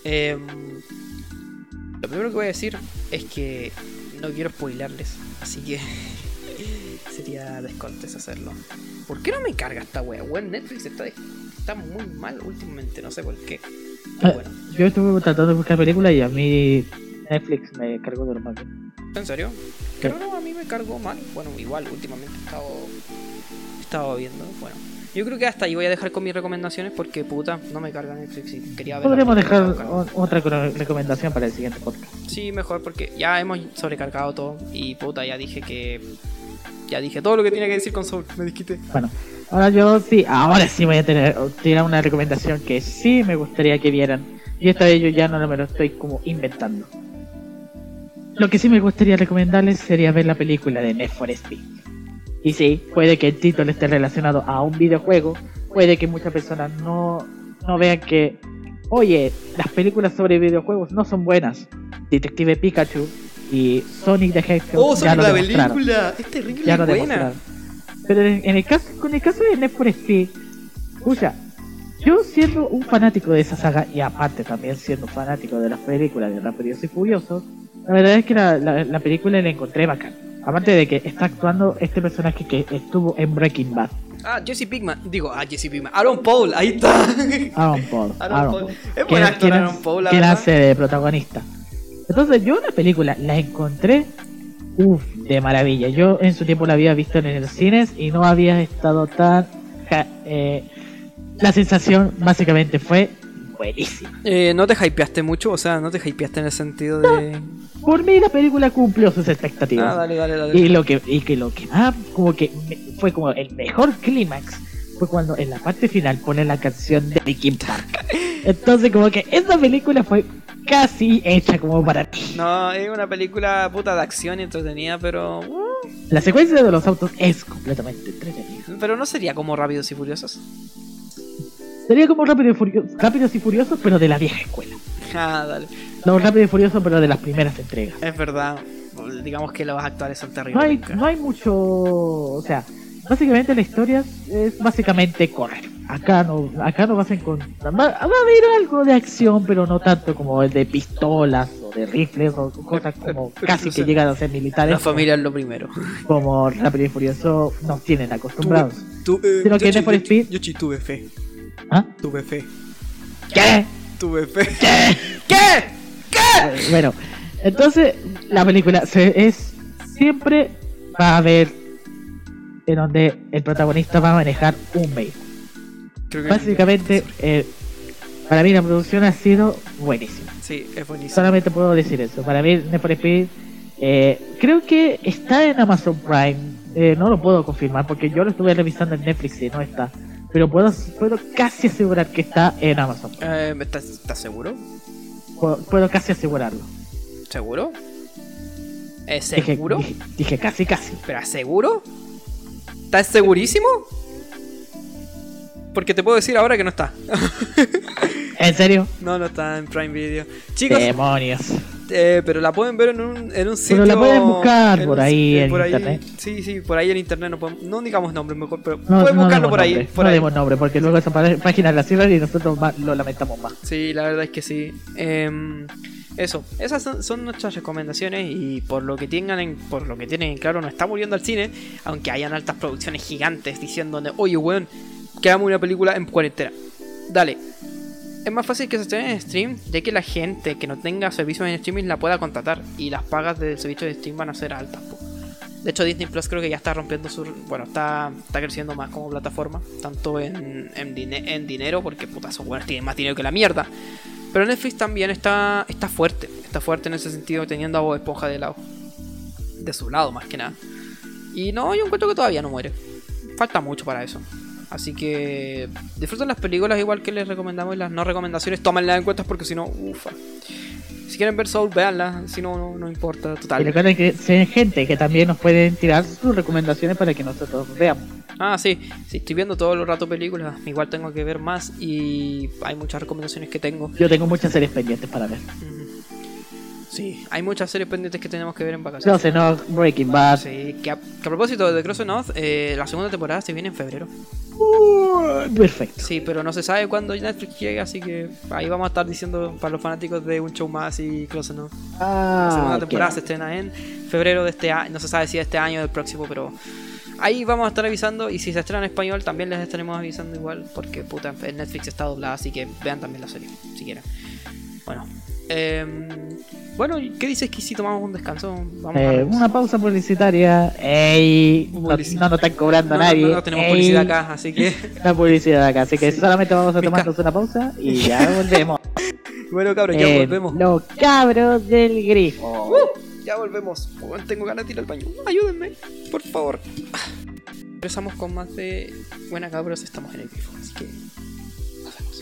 [SPEAKER 2] Lo primero que voy a decir es que no quiero spoilearles, así que sería descortés hacerlo. ¿Por qué no me carga esta wea? Netflix está muy mal últimamente, no sé por qué. Bueno.
[SPEAKER 1] Yo estuve tratando de buscar películas y a mí Netflix me cargó normalmente.
[SPEAKER 2] ¿En serio? Pero no, a mí me cargó mal. Bueno, igual últimamente he estado viendo. Bueno, yo creo que hasta ahí voy a dejar con mis recomendaciones porque puta, no me carga Netflix y quería ver.
[SPEAKER 1] Podríamos dejar otra recomendación para el siguiente podcast.
[SPEAKER 2] Sí, mejor porque ya hemos sobrecargado todo y puta, ya dije todo lo que tenía que decir con Soul, me desquité.
[SPEAKER 1] Bueno, ahora sí voy a tirar una recomendación que sí me gustaría que vieran. Y esta vez yo ya no me lo estoy como inventando. Lo que sí me gustaría recomendarles sería ver la película de Need for Speed. Y sí, puede que el título esté relacionado a un videojuego, puede que muchas personas no vean que, oye, las películas sobre videojuegos no son buenas. Detective Pikachu y Sonic the Hedgehog ya lo demostraron.
[SPEAKER 2] Película es terrible,
[SPEAKER 1] ya lo
[SPEAKER 2] buena.
[SPEAKER 1] Demostraron. Pero con el caso de Need for Speed, escucha, yo siendo un fanático de esa saga y aparte también siendo fanático de las películas de Rápidos y Furiosos, la verdad es que la película la encontré bacán. Aparte de que está actuando este personaje que estuvo en Breaking Bad.
[SPEAKER 2] Jesse Pinkman. Aaron Paul, ahí está.
[SPEAKER 1] Aaron Paul.
[SPEAKER 2] Es buen actor Aaron Paul, la
[SPEAKER 1] que
[SPEAKER 2] verdad.
[SPEAKER 1] la hace de protagonista. Entonces yo la película la encontré de maravilla. Yo en su tiempo la había visto en los cines y no había estado tan... la sensación básicamente fue buenísima.
[SPEAKER 2] ¿No te hypeaste mucho? O sea, ¿no te hypeaste en el sentido de...?
[SPEAKER 1] Por mí la película cumplió sus expectativas.
[SPEAKER 2] Dale.
[SPEAKER 1] Y lo que más como que fue como el mejor clímax fue cuando en la parte final ponen la canción de Linkin Park. Entonces como que esa película fue casi hecha como para ti.
[SPEAKER 2] No, es una película puta de acción y entretenida, pero...
[SPEAKER 1] La secuencia de los autos es completamente entretenida.
[SPEAKER 2] Pero no sería como Rápidos y Furiosos.
[SPEAKER 1] Sería como Rápidos y Furiosos, pero de la vieja escuela.
[SPEAKER 2] Ah, dale.
[SPEAKER 1] Los Rápidos y Furiosos, pero de las primeras entregas.
[SPEAKER 2] Es verdad. Digamos que los actuales son
[SPEAKER 1] No
[SPEAKER 2] terribles.
[SPEAKER 1] hay mucho, o sea, básicamente la historia es básicamente correr. Acá no vas a encontrar, va a haber algo de acción, pero no tanto como el de pistolas o de rifles o cosas como casi que llegan a ser militares.
[SPEAKER 2] La familia es lo primero.
[SPEAKER 1] Como Rápido y Furioso nos tienen acostumbrados. Sino que Need for Speed.
[SPEAKER 2] Yo tuve fe.
[SPEAKER 1] ¿Ah?
[SPEAKER 2] Tuve fe.
[SPEAKER 1] ¿Qué?
[SPEAKER 2] Tuve fe.
[SPEAKER 1] ¿Qué? Bueno, entonces la película siempre va a haber en donde el protagonista va a manejar un vehículo. Básicamente, para mí la producción ha sido buenísima.
[SPEAKER 2] Sí, es buenísimo.
[SPEAKER 1] Solamente puedo decir eso. Para mí, Need for Speed, creo que está en Amazon Prime. No lo puedo confirmar porque yo lo estuve revisando en Netflix y no está. Pero puedo casi asegurar que está en Amazon Prime.
[SPEAKER 2] ¿Estás seguro?
[SPEAKER 1] Puedo casi asegurarlo.
[SPEAKER 2] ¿Seguro? ¿Es seguro?
[SPEAKER 1] Dije casi.
[SPEAKER 2] ¿Pero seguro? ¿Estás segurísimo? Porque te puedo decir ahora que no está.
[SPEAKER 1] ¿En serio?
[SPEAKER 2] No está en Prime Video. Chicos,
[SPEAKER 1] demonios.
[SPEAKER 2] Pero la pueden ver en un sitio.
[SPEAKER 1] Pero la pueden buscar por ahí en internet.
[SPEAKER 2] Sí, por ahí en internet no digamos nombre mejor, pero
[SPEAKER 1] no,
[SPEAKER 2] pueden buscarlo por ahí.
[SPEAKER 1] No demos nombre, porque luego esa página la cierran y nosotros lo lamentamos más.
[SPEAKER 2] Sí, la verdad es que sí. Eso, esas son nuestras recomendaciones y por lo que tienen claro, no está muriendo al cine, aunque hayan altas producciones gigantes diciéndole, oye weón, que hagamos una película en cuarentena. Dale. Es más fácil que se estrene en stream, ya que la gente que no tenga servicio en streaming la pueda contratar y las pagas del servicio de stream van a ser altas. De hecho, Disney Plus creo que ya está rompiendo está creciendo más como plataforma, tanto en dinero, porque puta, esos buenos tienen más dinero que la mierda. Pero Netflix también está fuerte en ese sentido, teniendo a Bob Esponja de su lado más que nada. Y no, yo encuentro que todavía no muere. Falta mucho para eso. Así que disfruten las películas igual que les recomendamos y las no recomendaciones, tómenlas en cuenta porque si no, ufa. Si quieren ver Soul, veanla, si no, no importa, total.
[SPEAKER 1] Y recuerden que hay gente que también nos pueden tirar sus recomendaciones para que nosotros veamos.
[SPEAKER 2] Ah, sí, estoy viendo todo el rato películas, igual tengo que ver más y hay muchas recomendaciones que tengo.
[SPEAKER 1] Yo tengo muchas series pendientes para ver.
[SPEAKER 2] Sí, hay muchas series pendientes que tenemos que ver en vacaciones.
[SPEAKER 1] Cross Enough, Breaking Bad.
[SPEAKER 2] Sí, que a propósito de Cross Enough, la segunda temporada se viene en febrero.
[SPEAKER 1] Perfecto.
[SPEAKER 2] Sí, pero no se sabe cuándo Netflix llegue, así que ahí vamos a estar diciendo para los fanáticos de Un Show Más y Close Enough. La segunda temporada se estrena en febrero de este año, no se sabe si de este año o del próximo, pero ahí vamos a estar avisando. Y si se estrena en español también les estaremos avisando igual, porque puta, el Netflix está doblada, así que vean también la serie, si quieren. Bueno, ¿qué dices que si tomamos un descanso? Vamos
[SPEAKER 1] una pausa publicitaria. No nos están cobrando a nadie.
[SPEAKER 2] No tenemos publicidad acá, así que.
[SPEAKER 1] No publicidad acá, así que solamente vamos a tomarnos una pausa y ya volvemos.
[SPEAKER 2] Bueno, cabros, ya volvemos.
[SPEAKER 1] Los cabros del grifo.
[SPEAKER 2] Ya volvemos. Tengo ganas de ir al baño. Ayúdenme, por favor. Empezamos con más de. Buena, cabros, estamos en el grifo, así que. Nos vemos.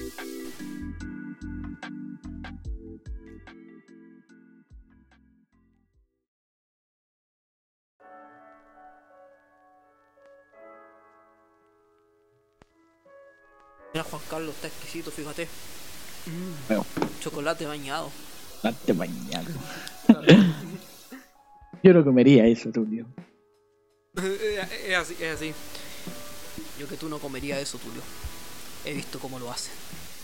[SPEAKER 2] Mira, Juan Carlos, está exquisito, fíjate. Chocolate bañado.
[SPEAKER 1] Chocolate bañado. Yo no comería eso, Tulio.
[SPEAKER 2] Es así. Yo que tú no comería eso, Tulio. He visto cómo lo hacen.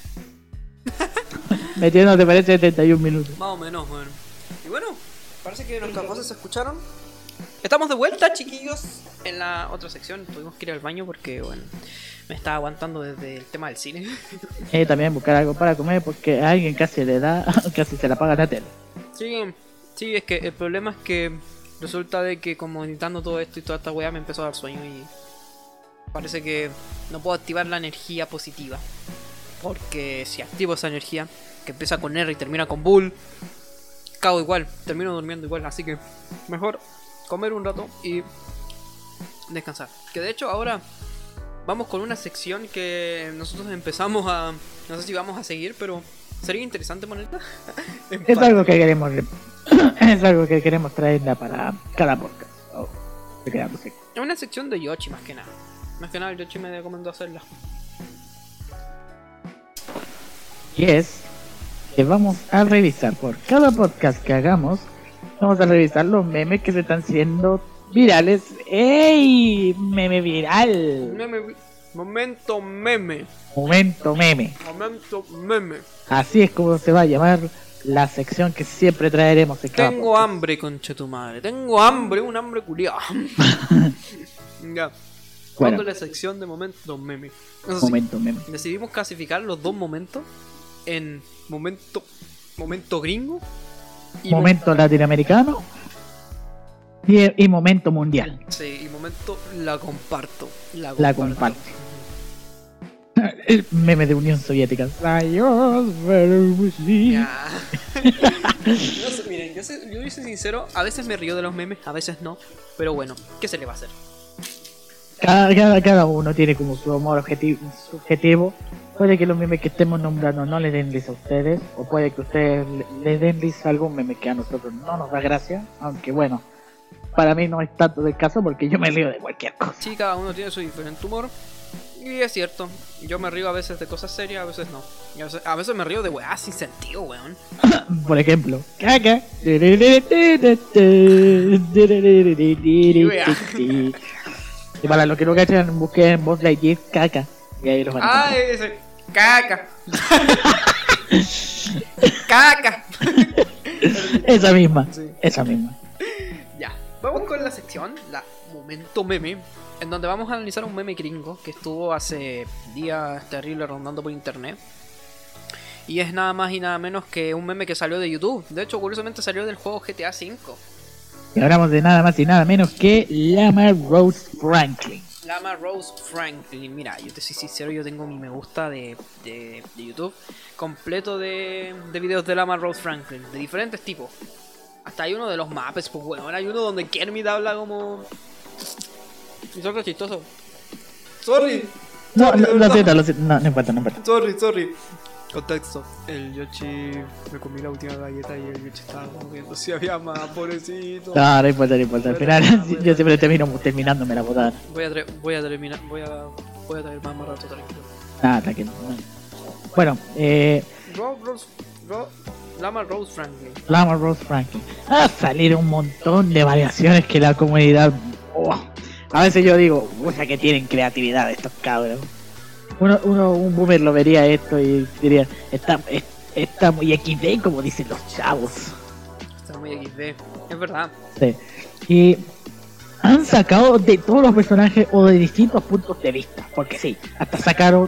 [SPEAKER 1] Metiendo, te parece 71 minutos.
[SPEAKER 2] Más o menos, bueno. Y bueno, parece que nuestras voces se escucharon. Estamos de vuelta, chiquillos, en la otra sección. Tuvimos que ir al baño porque, bueno, me estaba aguantando desde el tema del cine.
[SPEAKER 1] También buscar algo para comer porque a alguien casi le da, casi se la paga la tele.
[SPEAKER 2] Sí, es que el problema es que resulta de que como editando todo esto y toda esta weá me empezó a dar sueño y parece que no puedo activar la energía positiva. Porque si activo esa energía, que empieza con R y termina con Bull, cago igual, termino durmiendo igual, así que mejor comer un rato y descansar. Que de hecho ahora vamos con una sección que nosotros empezamos a... No sé si vamos a seguir, pero sería interesante ponerla.
[SPEAKER 1] Es algo que queremos... es algo que queremos traerla para cada podcast.
[SPEAKER 2] Es una sección de Yoshi más que nada. Más que nada el Yoshi me recomendó hacerla.
[SPEAKER 1] Y es que vamos a revisar por cada podcast que hagamos. Vamos a revisar los memes que se están siendo virales. ¡Ey! Meme viral.
[SPEAKER 2] Momento meme.
[SPEAKER 1] Momento meme.
[SPEAKER 2] Momento meme.
[SPEAKER 1] Así es como se va a llamar la sección que siempre traeremos en cada
[SPEAKER 2] Tengo
[SPEAKER 1] podcast.
[SPEAKER 2] hambre, concha tu madre. Tengo hambre, un hambre culiado. Ya.
[SPEAKER 1] Bueno.
[SPEAKER 2] Vamos a la sección de momentos meme. Eso sí,
[SPEAKER 1] Momento meme.
[SPEAKER 2] decidimos clasificar los dos momentos en momento gringo y
[SPEAKER 1] Momento latinoamericano y momento mundial.
[SPEAKER 2] sí, y momento la comparto.
[SPEAKER 1] La comparto. El meme de Unión Soviética. Rayos verdes.
[SPEAKER 2] Ya. No sé, miren, yo soy sincero, a veces me río de los memes, a veces no, pero bueno, ¿qué se le va a hacer?
[SPEAKER 1] Cada uno tiene como su humor subjetivo. Puede que los memes que estemos nombrando no le den risa a ustedes, o puede que ustedes le den risa a algún meme que a nosotros no nos da gracia, aunque bueno, para mí no es tanto del caso porque yo me río de cualquier cosa.
[SPEAKER 2] Sí, cada uno tiene su diferente humor. Y es cierto, yo me río a veces de cosas serias, a veces no. Y a veces me río de weá sin sentido, weón.
[SPEAKER 1] Por ejemplo, caca. Y para los que no cachan, busquen Buzz Lightyear caca. Y ahí los van a
[SPEAKER 2] Ah,
[SPEAKER 1] encontrar.
[SPEAKER 2] ese. Caca. Caca.
[SPEAKER 1] Esa misma,
[SPEAKER 2] Sí.
[SPEAKER 1] esa misma.
[SPEAKER 2] Ya, vamos con la sección, la momento meme, en donde vamos a analizar un meme gringo que estuvo hace días terrible rondando por internet. Y es nada más y nada menos que un meme que salió de YouTube. De hecho, curiosamente salió del juego GTA V.
[SPEAKER 1] Y hablamos de nada más y nada menos que Lamar Rose Franklin.
[SPEAKER 2] Lama Rose Franklin. Mira, yo te soy sincero, yo tengo mi me gusta de YouTube completo de videos de Lama Rose Franklin, de diferentes tipos. Hasta hay uno de los Muppets, pues bueno, hay uno donde Kermit habla como... Y son chistoso. Sorry.
[SPEAKER 1] No,
[SPEAKER 2] Sorry,
[SPEAKER 1] lo
[SPEAKER 2] ¿verdad?
[SPEAKER 1] siento, lo siento. No importa, no importa.
[SPEAKER 2] Sorry. Contexto. El Yoshi me comí la última galleta y el Yoshi estaba moviendo. Si había más, pobrecito.
[SPEAKER 1] No importa, no importa. Al final, yo siempre terminándome la botada.
[SPEAKER 2] Voy a terminar. Voy a traer más rato, tranquilo.
[SPEAKER 1] Nada, tranquilo. Bueno,
[SPEAKER 2] Lama Rose Franklin.
[SPEAKER 1] Lamar Rose Franklin. Ha salido un montón de variaciones que la comunidad... oh, a veces yo digo, uy, que tienen creatividad estos cabros. Un boomer lo vería esto y diría, está muy XD como dicen los chavos.
[SPEAKER 2] Está muy XD. Es verdad.
[SPEAKER 1] Sí. Y han sacado de todos los personajes o de distintos puntos de vista. Porque sí, hasta sacaron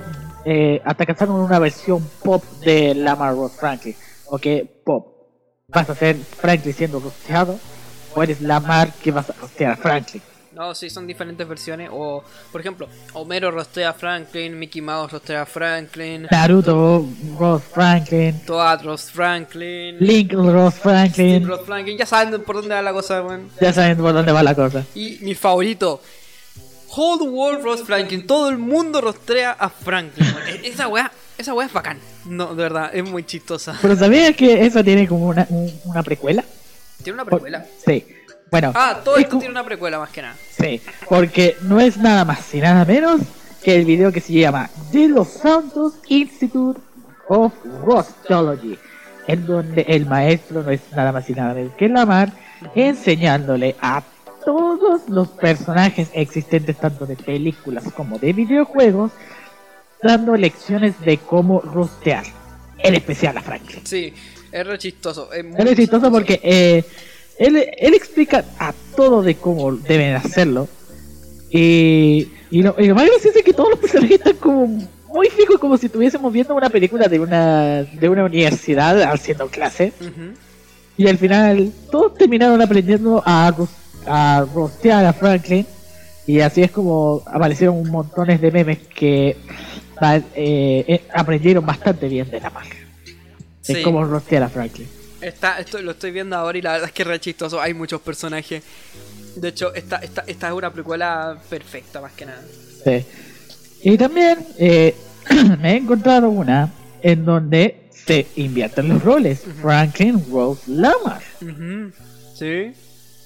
[SPEAKER 1] una versión pop de Lamar Rose Franklin. Ok, pop. ¿Vas a ser Franklin siendo rosteado? ¿O eres Lamar que vas a rostear a Franklin?
[SPEAKER 2] No, sí, son diferentes versiones. O, por ejemplo, Homero rostea a Franklin, Mickey Mouse rostea a Franklin,
[SPEAKER 1] Naruto Rose Franklin,
[SPEAKER 2] Toad Rose Franklin,
[SPEAKER 1] Link Rose
[SPEAKER 2] Steve
[SPEAKER 1] Franklin.
[SPEAKER 2] Rose Franklin. Ya saben por dónde va la cosa, weón.
[SPEAKER 1] Ya saben por dónde va la cosa.
[SPEAKER 2] Y mi favorito, Whole World Rose Franklin. Todo el mundo rostrea a Franklin, weón. Esa weá es bacán. No, de verdad, es muy chistosa.
[SPEAKER 1] Pero ¿sabías que eso tiene como una precuela?
[SPEAKER 2] Tiene una precuela.
[SPEAKER 1] Sí. Bueno.
[SPEAKER 2] Todo
[SPEAKER 1] es
[SPEAKER 2] esto
[SPEAKER 1] como-
[SPEAKER 2] tiene una precuela más que nada.
[SPEAKER 1] Sí, porque no es nada más y nada menos que el video que se llama The Los Santos Institute of Rostology, en donde el maestro no es nada más y nada menos que Lamar, enseñándole a todos los personajes existentes tanto de películas como de videojuegos, dando lecciones de cómo rostear, en especial a Franklin.
[SPEAKER 2] Sí, es re chistoso.
[SPEAKER 1] Es chistoso porque él explica a todo de cómo deben hacerlo. Y lo más gracioso es que todos los personajes están como muy fijos, como si estuviésemos viendo una película de una universidad haciendo clase.
[SPEAKER 2] Ujú.
[SPEAKER 1] Y al final todos terminaron aprendiendo a rostear a Franklin. Y así es como aparecieron un montones de memes que aprendieron bastante bien de la marca. De
[SPEAKER 2] Sí.
[SPEAKER 1] cómo rostear a Franklin.
[SPEAKER 2] Esto lo estoy viendo ahora y la verdad es que es re chistoso. Hay muchos personajes. De hecho, esta es una precuela perfecta, más que nada.
[SPEAKER 1] Sí. Y también me he encontrado una en donde se invierten los roles. Franklin Rose Lamar.
[SPEAKER 2] Ujú. Sí.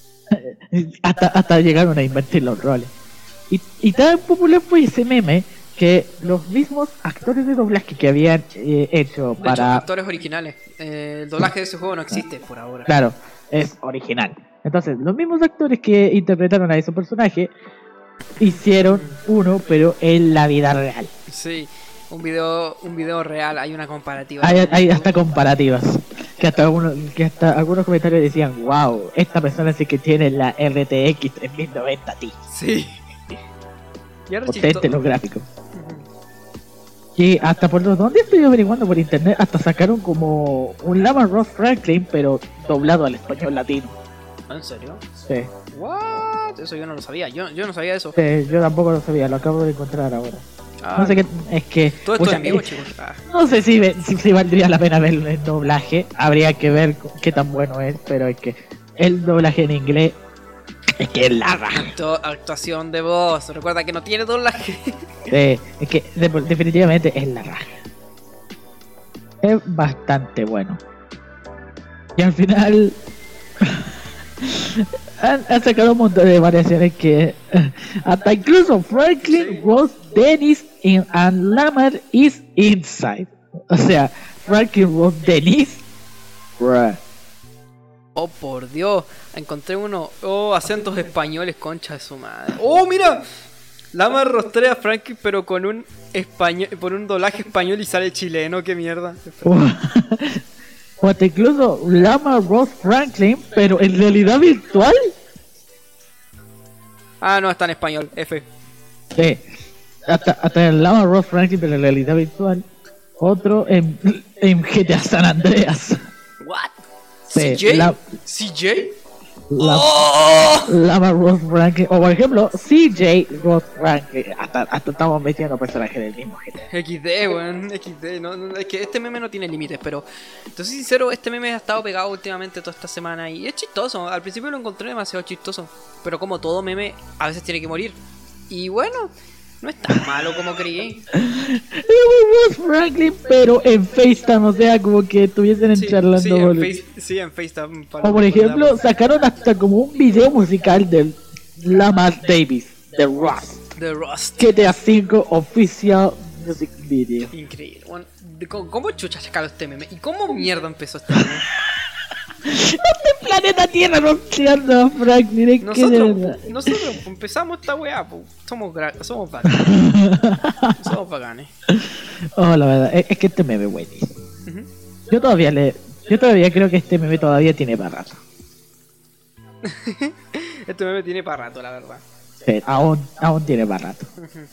[SPEAKER 1] Hasta llegaron a invertir los roles. Y tan popular fue ese meme que los mismos actores de doblaje que habían hecho
[SPEAKER 2] De hecho,
[SPEAKER 1] para...
[SPEAKER 2] actores originales. El doblaje de ese juego no existe por ahora.
[SPEAKER 1] Claro, es original. Entonces, los mismos actores que interpretaron a ese personaje hicieron uno, pero en la vida real.
[SPEAKER 2] Sí, un video real, hay una comparativa.
[SPEAKER 1] Hay hasta comparativas. Que hasta algunos comentarios decían, wow, esta persona sí que tiene la RTX 3090 Ti.
[SPEAKER 2] Sí. Y ahora
[SPEAKER 1] Potente los gráficos.
[SPEAKER 2] Ujú.
[SPEAKER 1] Y hasta por donde estoy averiguando por internet, hasta sacaron como un Lama Ross Franklin, pero doblado al español latino.
[SPEAKER 2] ¿En serio?
[SPEAKER 1] Sí.
[SPEAKER 2] What? Eso yo no lo sabía. Yo no sabía eso.
[SPEAKER 1] Yo tampoco lo sabía, lo acabo de encontrar ahora.
[SPEAKER 2] Ah,
[SPEAKER 1] No sé qué, es que...
[SPEAKER 2] todo esto
[SPEAKER 1] pucha,
[SPEAKER 2] en vivo, chicos. Ah.
[SPEAKER 1] no sé si valdría la pena verlo en doblaje, habría que ver qué tan bueno es, pero es que el doblaje en inglés es que es la raja.
[SPEAKER 2] Actuación de voz. Recuerda que no tiene doblaje.
[SPEAKER 1] Es que definitivamente es la raja. Es bastante bueno. Y al final han sacado un montón de variaciones que hasta incluso Franklin,
[SPEAKER 2] Sí.
[SPEAKER 1] Ross, Dennis and Lamar is inside. O sea, Franklin, Ross, Dennis. Bruh.
[SPEAKER 2] Oh, por Dios. Encontré uno. Oh, acentos españoles, concha de su madre. Oh, mira. Lama rostrea a Frankie, pero con un español, por un doblaje español y sale chileno. Qué mierda.
[SPEAKER 1] O hasta incluso Lama Ross Franklin, pero en realidad virtual.
[SPEAKER 2] Ah, no, está en español. F.
[SPEAKER 1] Sí. Hasta el Lama Ross Franklin, pero en realidad virtual. Otro en GTA San Andreas.
[SPEAKER 2] What?
[SPEAKER 1] Sí,
[SPEAKER 2] CJ. CJ.
[SPEAKER 1] La, Lama Ross Franklin, o por ejemplo, CJ Ross Franklin. Hasta estamos metiendo personajes del mismo GTA.
[SPEAKER 2] XD, weón, XD, es que este meme no tiene límites, pero entonces sincero, este meme ha estado pegado últimamente toda esta semana y es chistoso, al principio lo encontré demasiado chistoso, pero como todo meme, a veces tiene que morir, y bueno, no es tan malo como creí.
[SPEAKER 1] Ross Franklin, pero en FaceTime, o sea, como que estuviesen charlando.
[SPEAKER 2] Sí, en FaceTime.
[SPEAKER 1] O por ejemplo, sacaron hasta como un video musical del Lama Davis, de Rust.
[SPEAKER 2] The Rust.
[SPEAKER 1] GTA V Official Music Video.
[SPEAKER 2] Increíble, bueno, ¿cómo chucha sacaron este meme? ¿Y cómo mierda empezó este meme?
[SPEAKER 1] Este planeta Tierra rosteando a Franklin, es que de verdad.
[SPEAKER 2] Nosotros empezamos esta weá, somos bacanes. Somos bacanes.
[SPEAKER 1] Oh, la verdad, es que este meme es buenísimo.
[SPEAKER 2] Ujú.
[SPEAKER 1] Yo todavía creo que este meme todavía tiene para rato.
[SPEAKER 2] Este meme tiene para rato, la verdad.
[SPEAKER 1] Sí, aún tiene para rato.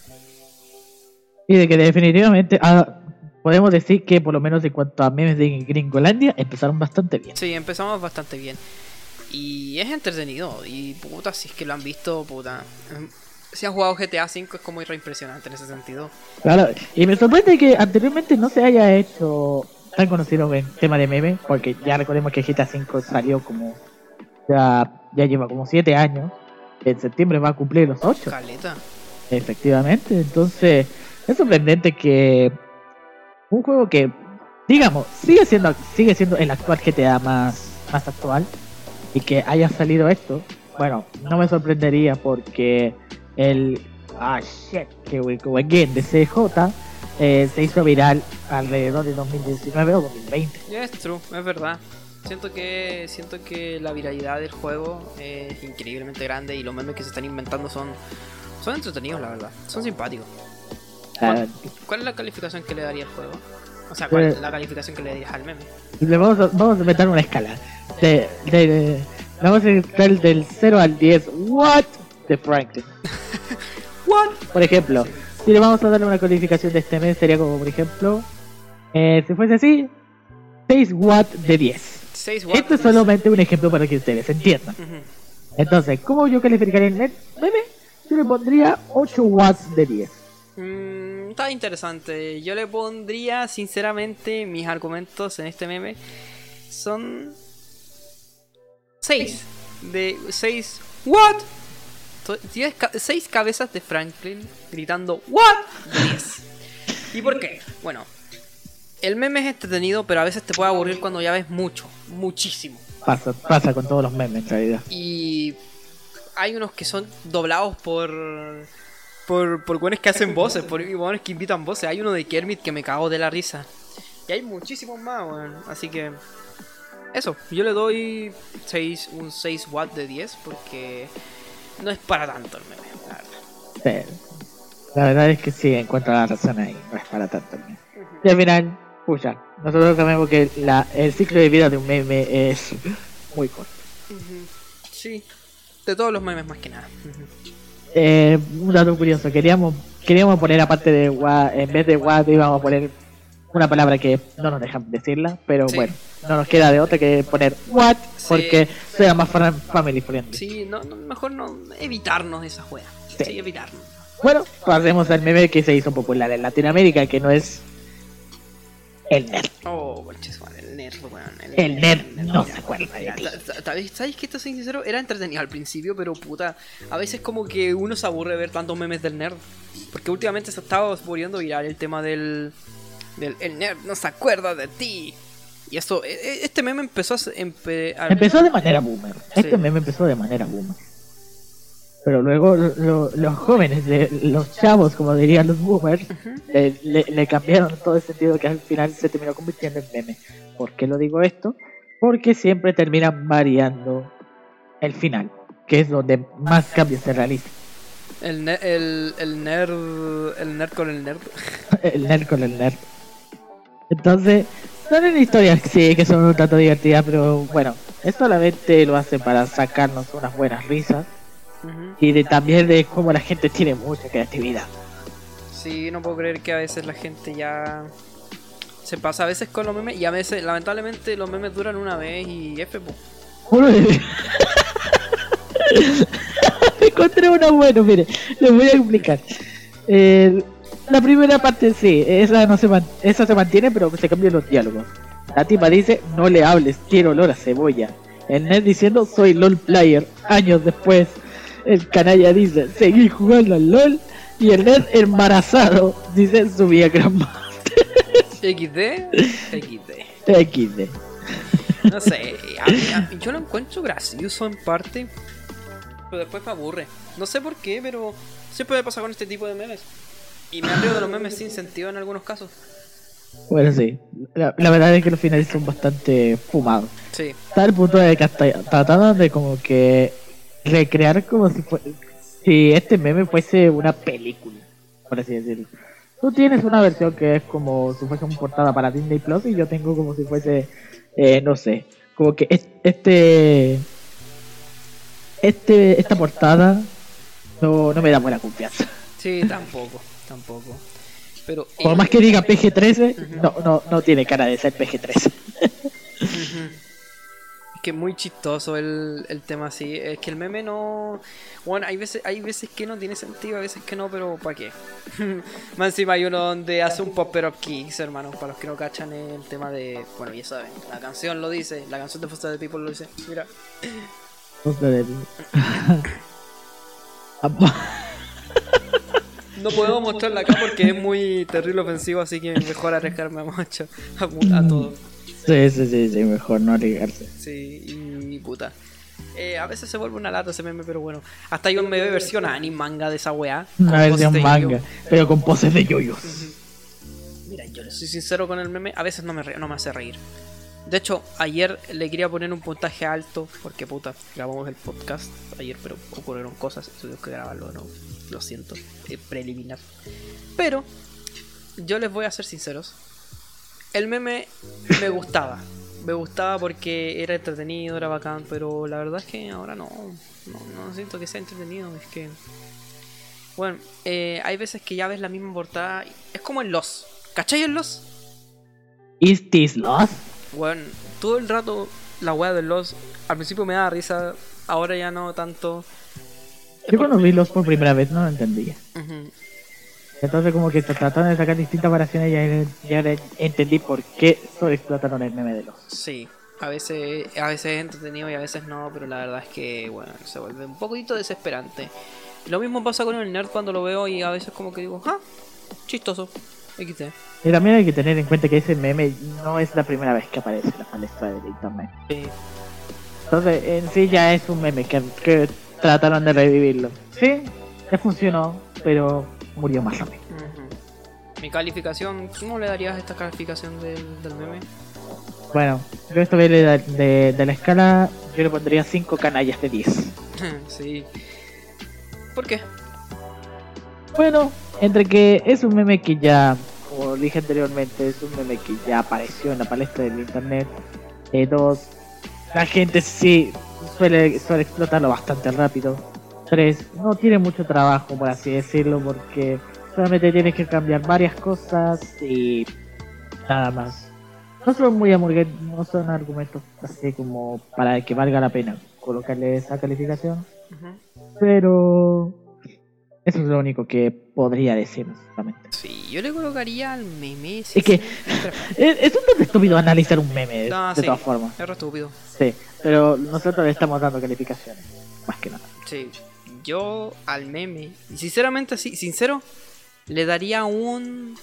[SPEAKER 1] Y de que definitivamente podemos decir que por lo menos en cuanto a memes de Gringolandia empezaron bastante bien.
[SPEAKER 2] Sí, empezamos bastante bien. Y es entretenido. Y puta, si es que lo han visto, puta. Si han jugado GTA V es como re impresionante en ese sentido.
[SPEAKER 1] Claro, y me sorprende que anteriormente no se haya hecho tan conocido en tema de memes, porque ya recordemos que GTA V salió como ya lleva como 7 años. En septiembre va a cumplir los 8.
[SPEAKER 2] Caleta.
[SPEAKER 1] Efectivamente, entonces es sorprendente que un juego que, digamos, sigue siendo el actual GTA más actual y que haya salido esto, bueno, no me sorprendería porque el que again de CJ se hizo viral alrededor de 2019 o 2020.
[SPEAKER 2] Ya es true, es verdad. Siento que la viralidad del juego es increíblemente grande y los memes que se están inventando son entretenidos, la verdad. Son simpáticos. ¿Cuál es la calificación que le daría al juego? O sea, ¿cuál es la calificación que le darías al meme?
[SPEAKER 1] Vamos a meter una escala. Vamos a estar del 0 al 10. What? De Franklin.
[SPEAKER 2] What?
[SPEAKER 1] Por ejemplo, si le vamos a darle una calificación de este mes, sería como, por ejemplo, si fuese así, 6 watts de 10.
[SPEAKER 2] 6 watts.
[SPEAKER 1] Esto es solamente un ejemplo para que ustedes entiendan. Entonces, ¿cómo yo calificaría el meme? Yo le pondría 8 watts de 10.
[SPEAKER 2] Está interesante. Yo le pondría, sinceramente, mis argumentos en este meme son 6. De 6. ¿What? 6 cabezas de Franklin gritando ¿what? De 10. ¿Y por qué? Bueno, el meme es entretenido, pero a veces te puede aburrir cuando ya ves muchísimo.
[SPEAKER 1] Pasa con todos los memes en realidad.
[SPEAKER 2] Y hay unos que son doblados por por buenos que hacen voces, por buenos que invitan voces. Hay uno de Kermit que me cago de la risa. Y hay muchísimos más, weón. Así que eso, yo le doy un 6 watts de 10 porque no es para tanto el meme, la verdad.
[SPEAKER 1] Sí. La verdad es que sí, encuentro la razón ahí, no es para tanto el meme. Y al final, pucha, nosotros sabemos que el ciclo de vida de un meme es muy corto.
[SPEAKER 2] Sí, de todos los memes más que nada.
[SPEAKER 1] Un dato curioso, queríamos poner aparte de what, en vez de what íbamos a poner una palabra que no nos dejan decirla, pero
[SPEAKER 2] Sí.
[SPEAKER 1] bueno, no nos queda de otra que poner what,
[SPEAKER 2] Sí.
[SPEAKER 1] porque sea más family friendly.
[SPEAKER 2] Sí, mejor no evitarnos esa juega.
[SPEAKER 1] Sí.
[SPEAKER 2] Sí, evitarnos.
[SPEAKER 1] Bueno, pasemos al meme que se hizo popular en Latinoamérica, que no es el nerd.
[SPEAKER 2] Oh, conches, madre, el nerd, weón.
[SPEAKER 1] El nerd no
[SPEAKER 2] mira.
[SPEAKER 1] se acuerda de ti.
[SPEAKER 2] ¿Sabes que esto, soy sincero? Era entretenido al principio, pero puta, a veces como que uno se aburre de ver tantos memes del nerd. Porque últimamente se estaba volviendo viral el tema del el nerd no se acuerda de ti. Y eso, este meme empezó
[SPEAKER 1] Empezó de manera boomer.
[SPEAKER 2] Sí.
[SPEAKER 1] Este meme empezó de manera boomer. Pero luego los jóvenes, los chavos, como dirían los boomers, le cambiaron todo el sentido que al final se terminó convirtiendo en meme. ¿Por qué lo digo esto? Porque siempre terminan variando el final, que es donde más cambios se realizan.
[SPEAKER 2] el nerd con el nerd.
[SPEAKER 1] El nerd con el nerd. Entonces, son historias sí que son un tanto divertidas, pero bueno, es solamente lo hace para sacarnos unas buenas risas. Y también de cómo la gente tiene mucha creatividad.
[SPEAKER 2] Sí, no puedo creer que a veces la gente ya se pasa a veces con los memes y a veces, lamentablemente, los memes duran una vez y F, po.
[SPEAKER 1] Encontré una buena, mire, les voy a explicar. La primera parte sí, esa se mantiene, pero se cambian los diálogos. La tipa dice, no le hables, quiero olor a cebolla. El nerd diciendo, soy LOL player. Años después, el canalla dice, seguí jugando al LOL. Y el nerd embarazado dice, subí a Grandmaster. XD.
[SPEAKER 2] No sé, yo lo encuentro gracioso en parte, pero después me aburre. No sé por qué, pero siempre me pasa con este tipo de memes. Y me río de los memes sin sentido en algunos casos.
[SPEAKER 1] Bueno, sí. La verdad es que los finales son bastante fumados.
[SPEAKER 2] Sí.
[SPEAKER 1] Está al punto de que hasta trataron de como que recrear como si este meme fuese una película, por así decirlo. Tú tienes una versión que es como si fuese una portada para Disney Plus y yo tengo como si fuese, no sé, como que esta portada no me da buena confianza.
[SPEAKER 2] Sí, tampoco. Pero
[SPEAKER 1] Por más que diga PG-13, no tiene cara de ser PG-13.
[SPEAKER 2] Es que es muy chistoso el tema así. Es que el meme no. Bueno, hay veces que no tiene sentido, a veces que no, pero ¿para qué? Más encima hay uno donde hace un popper up kicks, hermano. Para los que no cachan el tema de. Bueno, ya saben, la canción lo dice, la canción de Foster the People lo dice. Mira. No podemos mostrarla acá porque es muy terrible ofensivo, así que mejor arriesgarme mucho a todo.
[SPEAKER 1] Sí, mejor no arriesgarse.
[SPEAKER 2] Sí, y puta. A veces se vuelve una lata ese meme, pero bueno. Hasta yo me veo versión anime manga de esa weá.
[SPEAKER 1] Una
[SPEAKER 2] con
[SPEAKER 1] versión
[SPEAKER 2] poses de
[SPEAKER 1] manga,
[SPEAKER 2] yo.
[SPEAKER 1] pero con poses de yoyos.
[SPEAKER 2] Mira, yo le soy sincero con el meme, a veces no me hace reír. De hecho, ayer le quería poner un puntaje alto, porque puta, grabamos el podcast ayer, pero ocurrieron cosas, tuvimos que grabarlo, no, lo siento, preliminar. Pero, yo les voy a ser sinceros, el meme me gustaba porque era entretenido, era bacán, pero la verdad es que ahora no siento que sea entretenido, es que... Bueno, hay veces que ya ves la misma portada, es como en Lost, ¿cachai en Lost?
[SPEAKER 1] ¿Is this Lost?
[SPEAKER 2] Bueno, todo el rato la weá de Lost al principio me daba risa, ahora ya no tanto.
[SPEAKER 1] Yo cuando vi Lost por primera vez no lo entendía.
[SPEAKER 2] Uh-huh.
[SPEAKER 1] Entonces como que trataron de sacar distintas variaciones y ahora entendí por qué sobreexplotaron el meme de Lost.
[SPEAKER 2] Sí, a veces es entretenido y a veces no, pero la verdad es que bueno, se vuelve un poquito desesperante. Y lo mismo pasa con el nerd cuando lo veo y a veces como que digo, chistoso. XD.
[SPEAKER 1] Y también hay que tener en cuenta que ese meme no es la primera vez que aparece en la palestra de internet.
[SPEAKER 2] Sí.
[SPEAKER 1] Entonces en sí ya es un meme que trataron de revivirlo. Sí, ya funcionó, pero murió más rápido.
[SPEAKER 2] Mi calificación, ¿cómo le darías esta calificación del meme?
[SPEAKER 1] Bueno, yo esto de la escala, yo le pondría 5 canallas de 10.
[SPEAKER 2] Sí. ¿Por qué?
[SPEAKER 1] Bueno, entre que es un meme que ya, como dije anteriormente, es un meme que ya apareció en la palestra del internet. Dos, la gente sí suele explotarlo bastante rápido. Tres, no tiene mucho trabajo, por así decirlo, porque solamente tienes que cambiar varias cosas y nada más. No son muy no son argumentos así como para que valga la pena colocarle esa calificación, pero eso es lo único que podría decir, justamente.
[SPEAKER 2] Sí, yo le colocaría al meme.
[SPEAKER 1] Es que es un tanto estúpido analizar un meme, de todas formas.
[SPEAKER 2] Es re estúpido.
[SPEAKER 1] Sí, pero nosotros le estamos dando calificaciones, más que nada.
[SPEAKER 2] Sí, yo al meme, sinceramente, sincero, le daría un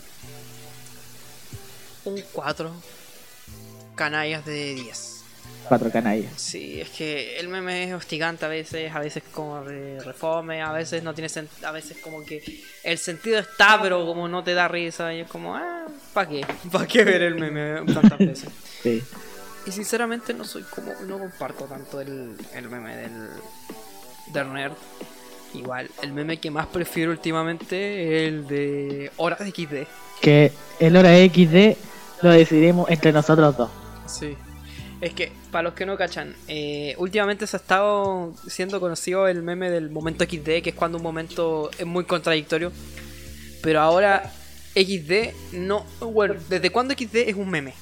[SPEAKER 2] 4 canallas de 10.
[SPEAKER 1] 4 canallas.
[SPEAKER 2] Sí, es que el meme es hostigante a veces como refome, a veces no tiene a veces como que el sentido está, pero como no te da risa, y es como, ¿para qué? ¿Para qué ver el meme tantas veces?
[SPEAKER 1] Sí.
[SPEAKER 2] Y sinceramente no comparto tanto el meme del nerd. Igual, el meme que más prefiero últimamente es el de Hora de XD.
[SPEAKER 1] Que el Hora de XD lo decidiremos entre nosotros dos.
[SPEAKER 2] Sí. Es que, para los que no cachan, últimamente se ha estado siendo conocido el meme del momento XD, que es cuando un momento es muy contradictorio. Pero ahora XD no... Bueno, ¿desde cuándo XD es un meme?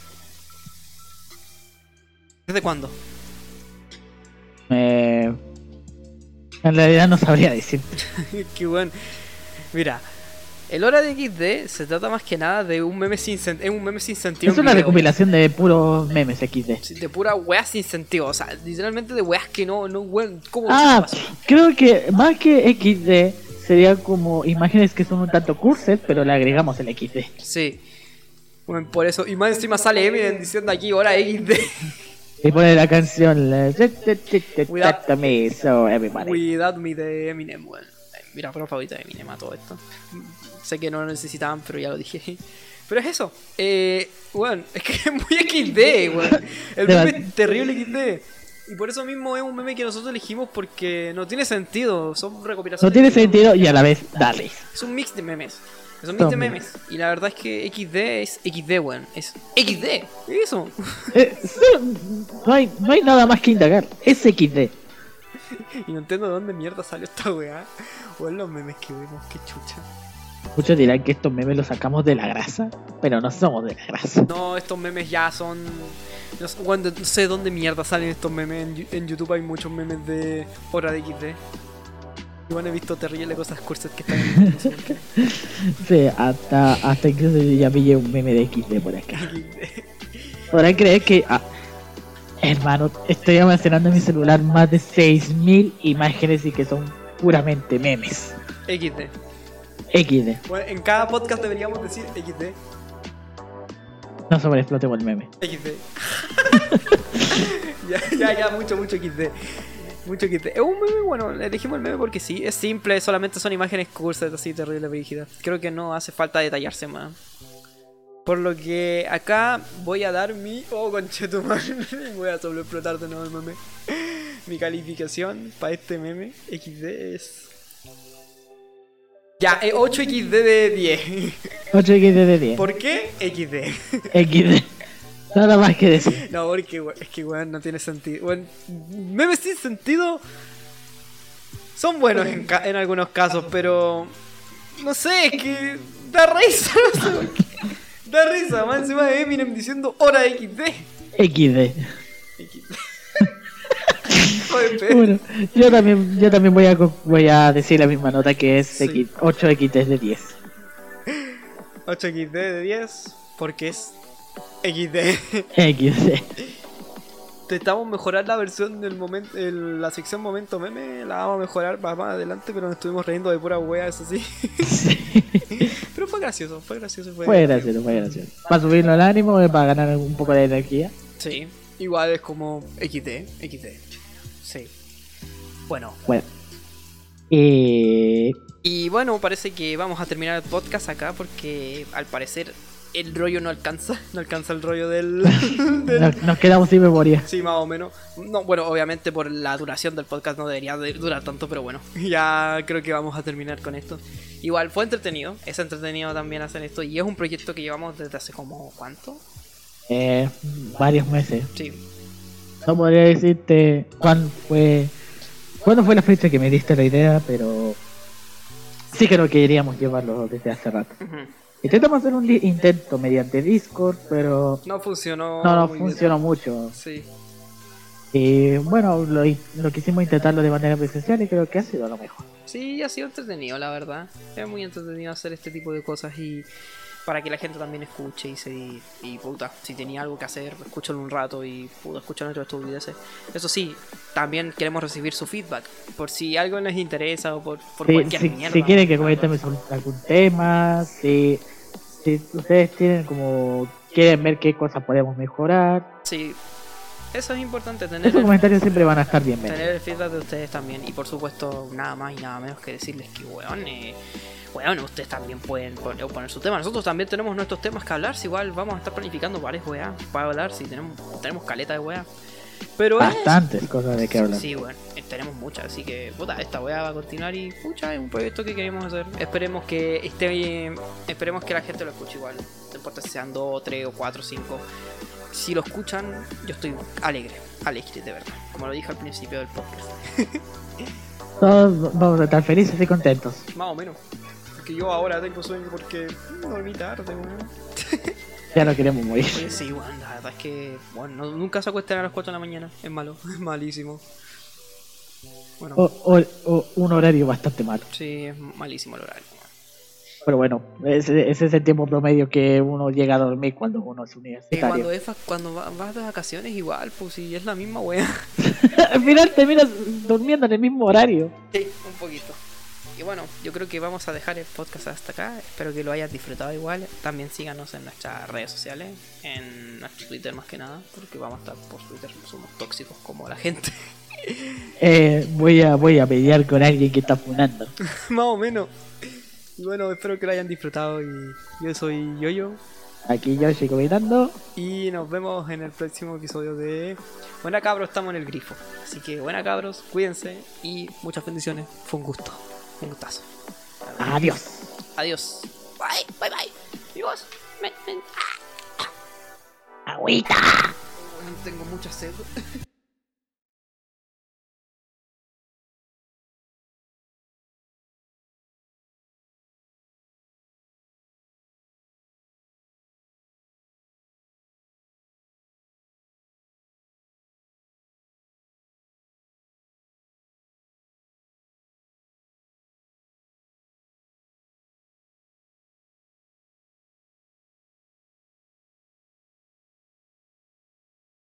[SPEAKER 2] ¿Desde cuándo?
[SPEAKER 1] En realidad no sabría decir.
[SPEAKER 2] Qué bueno. Mira, el Hora de XD se trata más que nada de un meme sin sentido. Es un meme sin sentido.
[SPEAKER 1] Es una recopilación de puros memes XD.
[SPEAKER 2] Sí, de pura weas sin sentido. O sea, literalmente de weas que no weón. ¿Cómo
[SPEAKER 1] creo que más que XD sería como imágenes que son un tanto curses, pero le agregamos el XD.
[SPEAKER 2] Sí. Bueno, por eso. Y más encima sale Eminem diciendo aquí Hora XD.
[SPEAKER 1] Y pone la canción Without Me, so everybody.
[SPEAKER 2] Without Me de Eminem, bueno. Mira, por favorita de Eminem a todo esto. Sé que no lo necesitaban, pero ya lo dije. Pero es eso. Bueno, es que es muy XD, bueno. El meme es terrible XD. Y por eso mismo es un meme que nosotros elegimos porque no tiene sentido. Son recopilaciones.
[SPEAKER 1] No tiene sentido y a la vez da risa.
[SPEAKER 2] Es un mix de memes. Es un mix de memes. Y la verdad es que XD es XD, weón. Es XD. Eso.
[SPEAKER 1] No hay nada más que indagar. Es XD.
[SPEAKER 2] Y no entiendo de dónde mierda salió esta weá. O en los memes que vimos, qué chucha.
[SPEAKER 1] Muchos dirán que estos memes los sacamos de la grasa, pero no somos de la grasa.
[SPEAKER 2] No, estos memes ya son... No sé dónde mierda salen estos memes. En YouTube hay muchos memes de Hora de XD. Igual he visto terribles cosas cursis que están en YouTube, no sé por qué.
[SPEAKER 1] Sí, hasta incluso yo ya pillé un meme de XD por acá. Podrán creer que... hermano, estoy almacenando en mi celular más de 6000 imágenes y que son puramente memes. XD.
[SPEAKER 2] Bueno, en cada podcast deberíamos decir XD.
[SPEAKER 1] No sobreexplotemos el meme.
[SPEAKER 2] XD. ya, mucho XD. Mucho XD. Es un meme, bueno, elegimos el meme porque sí, es simple, solamente son imágenes cursas así terribles, rígidas. Creo que no hace falta detallarse más. Por lo que acá voy a dar mi... Oh, conchetumadre. Voy a sobreexplotar de nuevo el meme. Mi calificación para este meme XD es... Ya, 8XD de 10.
[SPEAKER 1] 8XD de 10.
[SPEAKER 2] ¿Por qué? XD.
[SPEAKER 1] XD. Nada más que decir.
[SPEAKER 2] No, porque es que weón no tiene sentido. Bueno, memes sin sentido son buenos en algunos casos, pero no sé, es que da risa, no sé por qué. Da risa, más encima de Eminem diciendo Hora XD.
[SPEAKER 1] XD.
[SPEAKER 2] Joder,
[SPEAKER 1] bueno, yo también voy a decir la misma nota que es sí. 8XD de 10.
[SPEAKER 2] 8XD de 10 porque es XD.
[SPEAKER 1] XD.
[SPEAKER 2] Intentamos mejorar la versión del momento, la sección momento meme, la vamos a mejorar más adelante, pero nos estuvimos riendo de pura wea, eso sí. Pero fue gracioso. Fue gracioso. Para
[SPEAKER 1] subirnos el ánimo, para ganar un poco de energía.
[SPEAKER 2] Sí, igual es como XD. Sí. Bueno. Y bueno, parece que vamos a terminar el podcast acá porque al parecer el rollo no alcanza el rollo del...
[SPEAKER 1] Nos quedamos sin memoria.
[SPEAKER 2] Sí, más o menos. No, bueno, obviamente por la duración del podcast no debería durar tanto, pero bueno, ya creo que vamos a terminar con esto. Igual fue entretenido, es entretenido también hacer esto y es un proyecto que llevamos desde hace como, ¿cuánto?
[SPEAKER 1] Varios meses.
[SPEAKER 2] Sí.
[SPEAKER 1] No podría decirte cuándo fue la fecha que me diste la idea, pero sí creo que queríamos llevarlo desde hace rato.
[SPEAKER 2] Ujú.
[SPEAKER 1] Intentamos hacer un intento mediante Discord, pero
[SPEAKER 2] No funcionó.
[SPEAKER 1] no
[SPEAKER 2] muy
[SPEAKER 1] funcionó
[SPEAKER 2] bien.
[SPEAKER 1] mucho.
[SPEAKER 2] Sí.
[SPEAKER 1] Y bueno, lo quisimos intentarlo de manera presencial y creo que ha sido lo mejor.
[SPEAKER 2] Sí, ha sido entretenido, la verdad. Es muy entretenido hacer este tipo de cosas y para que la gente también escuche y puta, si tenía algo que hacer, escúchalo un rato y puta, escucha nuestras estupideces. Eso sí, también queremos recibir su feedback, por si algo les interesa o por cualquier mierda.
[SPEAKER 1] Si quieren que comentemos algún tema, si ustedes tienen quieren ver qué cosas podemos mejorar.
[SPEAKER 2] Sí, eso es importante, tener
[SPEAKER 1] Esos comentarios siempre van a estar bien.
[SPEAKER 2] tener el feedback de ustedes también. Y por supuesto, nada más y nada menos que decirles que, weón, ustedes también pueden poner su tema. Nosotros también tenemos nuestros temas que hablar. Si igual vamos a estar planificando varias weas para hablar. Si tenemos caleta de weas. Pero
[SPEAKER 1] bastantes cosas de que hablar.
[SPEAKER 2] Sí, bueno, tenemos muchas. Así que, puta, esta wea va a continuar y, pucha, es un proyecto que queremos hacer. Esperemos que esté bien. Esperemos que la gente lo escuche igual. No importa si sean 2, 3 o 4 o 5. Si lo escuchan, yo estoy alegre, de verdad. Como lo dije al principio del podcast.
[SPEAKER 1] Todos vamos a estar felices y contentos.
[SPEAKER 2] Más o menos. Porque yo ahora tengo sueño porque dormí tarde, weón.
[SPEAKER 1] Ya no queremos morir.
[SPEAKER 2] Sí, bueno, la verdad es que, bueno, nunca se acuestan a las 4 de la mañana. Es malo, es malísimo. Bueno,
[SPEAKER 1] O un horario bastante malo.
[SPEAKER 2] sí, es malísimo el horario.
[SPEAKER 1] Pero bueno, ese es el tiempo promedio que uno llega a dormir cuando uno es universitario.
[SPEAKER 2] Cuando vas de vacaciones igual, pues sí, es la misma wea.
[SPEAKER 1] Al final terminas durmiendo en el mismo horario.
[SPEAKER 2] Sí, un poquito. Y bueno, yo creo que vamos a dejar el podcast hasta acá. Espero que lo hayas disfrutado igual. También síganos en nuestras redes sociales, en nuestro Twitter más que nada, porque vamos a estar por Twitter, somos tóxicos como la gente.
[SPEAKER 1] Voy a pelear con alguien que está funando.
[SPEAKER 2] Más o menos. Y bueno, espero que lo hayan disfrutado y yo soy Yoyo.
[SPEAKER 1] Aquí yo sigo comentando.
[SPEAKER 2] Y nos vemos en el próximo episodio de Buena Cabros, estamos en el grifo. Así que buena cabros, cuídense y muchas bendiciones. Fue un gusto, un gustazo.
[SPEAKER 1] Adiós.
[SPEAKER 2] Adiós. Bye. Amigos.
[SPEAKER 1] Agüita.
[SPEAKER 2] Tengo mucha sed.